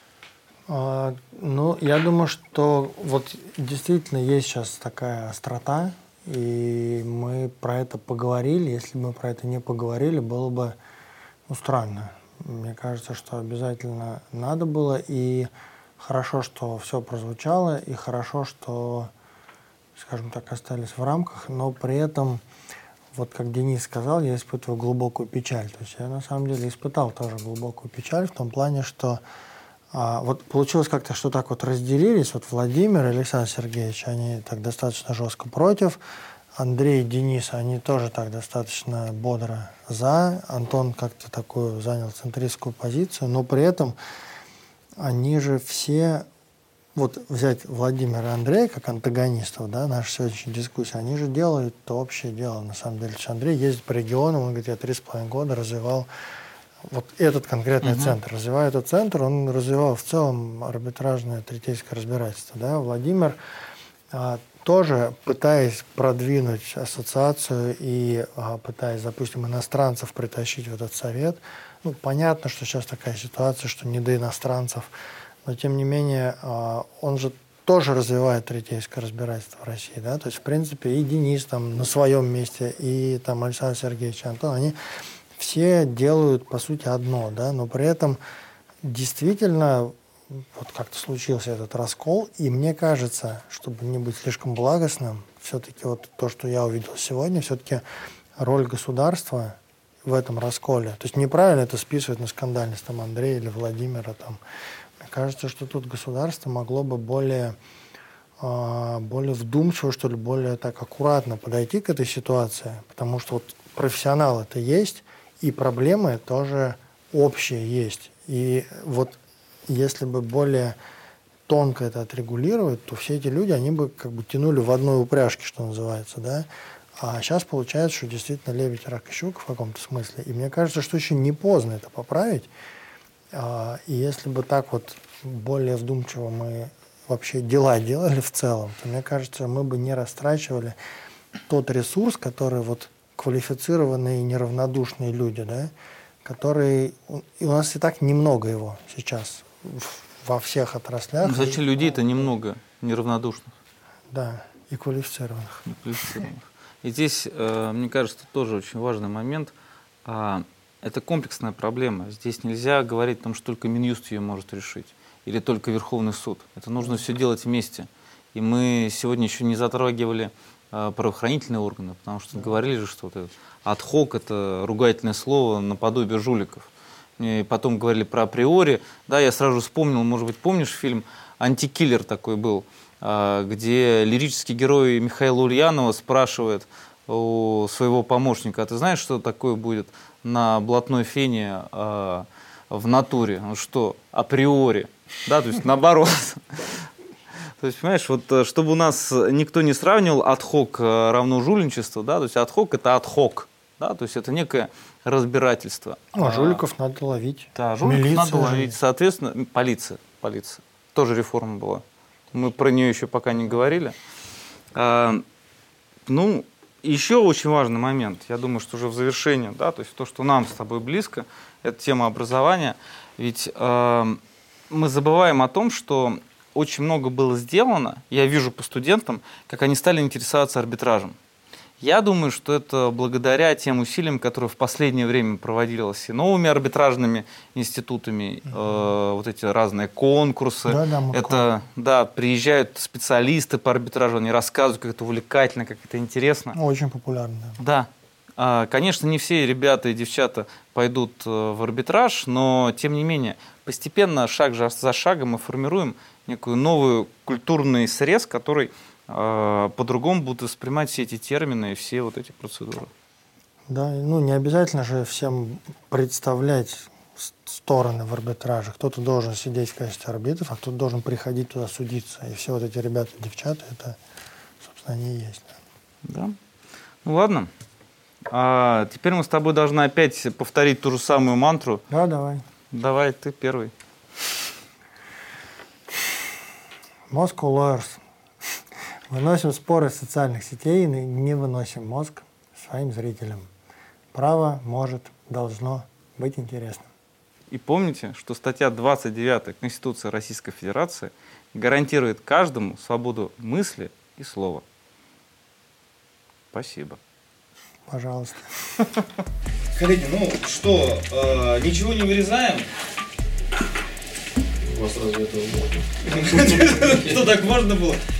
Speaker 2: Ну, я думаю, что вот действительно есть сейчас такая острота, и мы про это поговорили. Если бы мы про это не поговорили, было бы странно. Мне кажется, что обязательно надо было, и хорошо, что все прозвучало, и хорошо, что, скажем так, остались в рамках, но при этом, вот как Денис сказал, я испытываю глубокую печаль. То есть я на самом деле испытал тоже глубокую печаль в том плане, что вот получилось как-то, что так вот разделились. Вот Владимир и Александр Сергеевич, они так достаточно жестко против. Андрей и Денис, они тоже так достаточно бодро за. Антон как-то такую занял центристскую позицию, но при этом они же все, вот взять Владимира и Андрея как антагонистов, да, нашей сегодняшней дискуссии, они же делают то общее дело, на самом деле. Андрей ездит по регионам, он говорит, я 3,5 года развивал вот этот конкретный центр. Развивая этот центр, он развивал в целом арбитражное третейское разбирательство. Да? Владимир тоже, пытаясь продвинуть ассоциацию и пытаясь, допустим, иностранцев притащить в этот совет, ну, понятно, что сейчас такая ситуация, что не до иностранцев, но тем не менее он же тоже развивает третейское разбирательство в России. Да? То есть, в принципе, и Денис там на своем месте, и там Александр Сергеевич, и Антон, они все делают, по сути, одно, да, но при этом действительно вот как-то случился этот раскол, и мне кажется, чтобы не быть слишком благостным, все-таки вот то, что я увидел сегодня, все-таки роль государства в этом расколе. То есть неправильно это списывать на скандальность там, Андрея или Владимира. Там. Мне кажется, что тут государство могло бы более вдумчиво, что ли, более так аккуратно подойти к этой ситуации, потому что вот профессионалы-то есть, и проблемы тоже общие есть. И вот если бы более тонко это отрегулировать, то все эти люди, они бы как бы тянули в одной упряжке, что называется, да. А сейчас получается, что действительно лебедь, рак и щука в каком-то смысле. И мне кажется, что еще не поздно это поправить. И если бы так вот более вдумчиво мы вообще дела делали в целом, то, мне кажется, мы бы не растрачивали тот ресурс, который вот квалифицированные и неравнодушные люди, да, которые... И у нас и так немного его сейчас во всех отраслях.
Speaker 1: Зачем людей-то немного неравнодушных?
Speaker 2: Да, и квалифицированных.
Speaker 1: И здесь, мне кажется, тоже очень важный момент. Это комплексная проблема. Здесь нельзя говорить о том, что только Минюст ее может решить. Или только Верховный суд. Это нужно все делать вместе. И мы сегодня еще не затрагивали правоохранительные органы, потому что говорили же, что вот ад-хок — это ругательное слово наподобие жуликов. И потом говорили про априори. Да, я сразу вспомнил, может быть, помнишь фильм «Антикиллер» такой был, где лирический герой Михаила Ульянова спрашивает у своего помощника: а ты знаешь, что такое будет на блатной фене в натуре? Ну что, априори? Да, то есть наоборот. То есть, понимаешь, вот чтобы у нас никто не сравнивал ад-хок равно жульничеству, да, то есть ад-хок — это ад-хок, да, то есть это некое разбирательство.
Speaker 2: Жуликов надо ловить.
Speaker 1: Да, жуликов надо ловить. Соответственно, полиция. Тоже реформа была. Мы про нее еще пока не говорили. Ну, еще очень важный момент, я думаю, что уже в завершении, да, то есть то, что нам с тобой близко, это тема образования. Ведь мы забываем о том, что очень много было сделано, я вижу по студентам, как они стали интересоваться арбитражем. Я думаю, что это благодаря тем усилиям, которые в последнее время проводились и новыми арбитражными институтами, вот эти разные конкурсы. Приезжают специалисты по арбитражу, они рассказывают, как это увлекательно, как это интересно.
Speaker 2: Очень популярно.
Speaker 1: Да. Конечно, не все ребята и девчата пойдут в арбитраж, но, тем не менее, постепенно, шаг за шагом мы формируем некую новую культурный срез, который по-другому будут воспринимать все эти термины и все вот эти процедуры.
Speaker 2: Да, ну не обязательно же всем представлять стороны в арбитраже. Кто-то должен сидеть в качестве арбитров, а кто-то должен приходить туда судиться. И все вот эти ребята и девчата, это, собственно, они и есть.
Speaker 1: Да. Ну ладно. Теперь мы с тобой должны опять повторить ту же самую мантру.
Speaker 2: Да, давай.
Speaker 1: Давай, ты первый.
Speaker 2: Moscow Lawyers. Выносим споры из социальных сетей и не выносим мозг своим зрителям. Право может, должно быть интересным.
Speaker 1: И помните, что статья 29 Конституции Российской Федерации гарантирует каждому свободу мысли и слова. Спасибо.
Speaker 2: Пожалуйста.
Speaker 1: Скажите, ну что, ничего не вырезаем?
Speaker 3: У вас разве этого можно?
Speaker 1: Что, так можно было?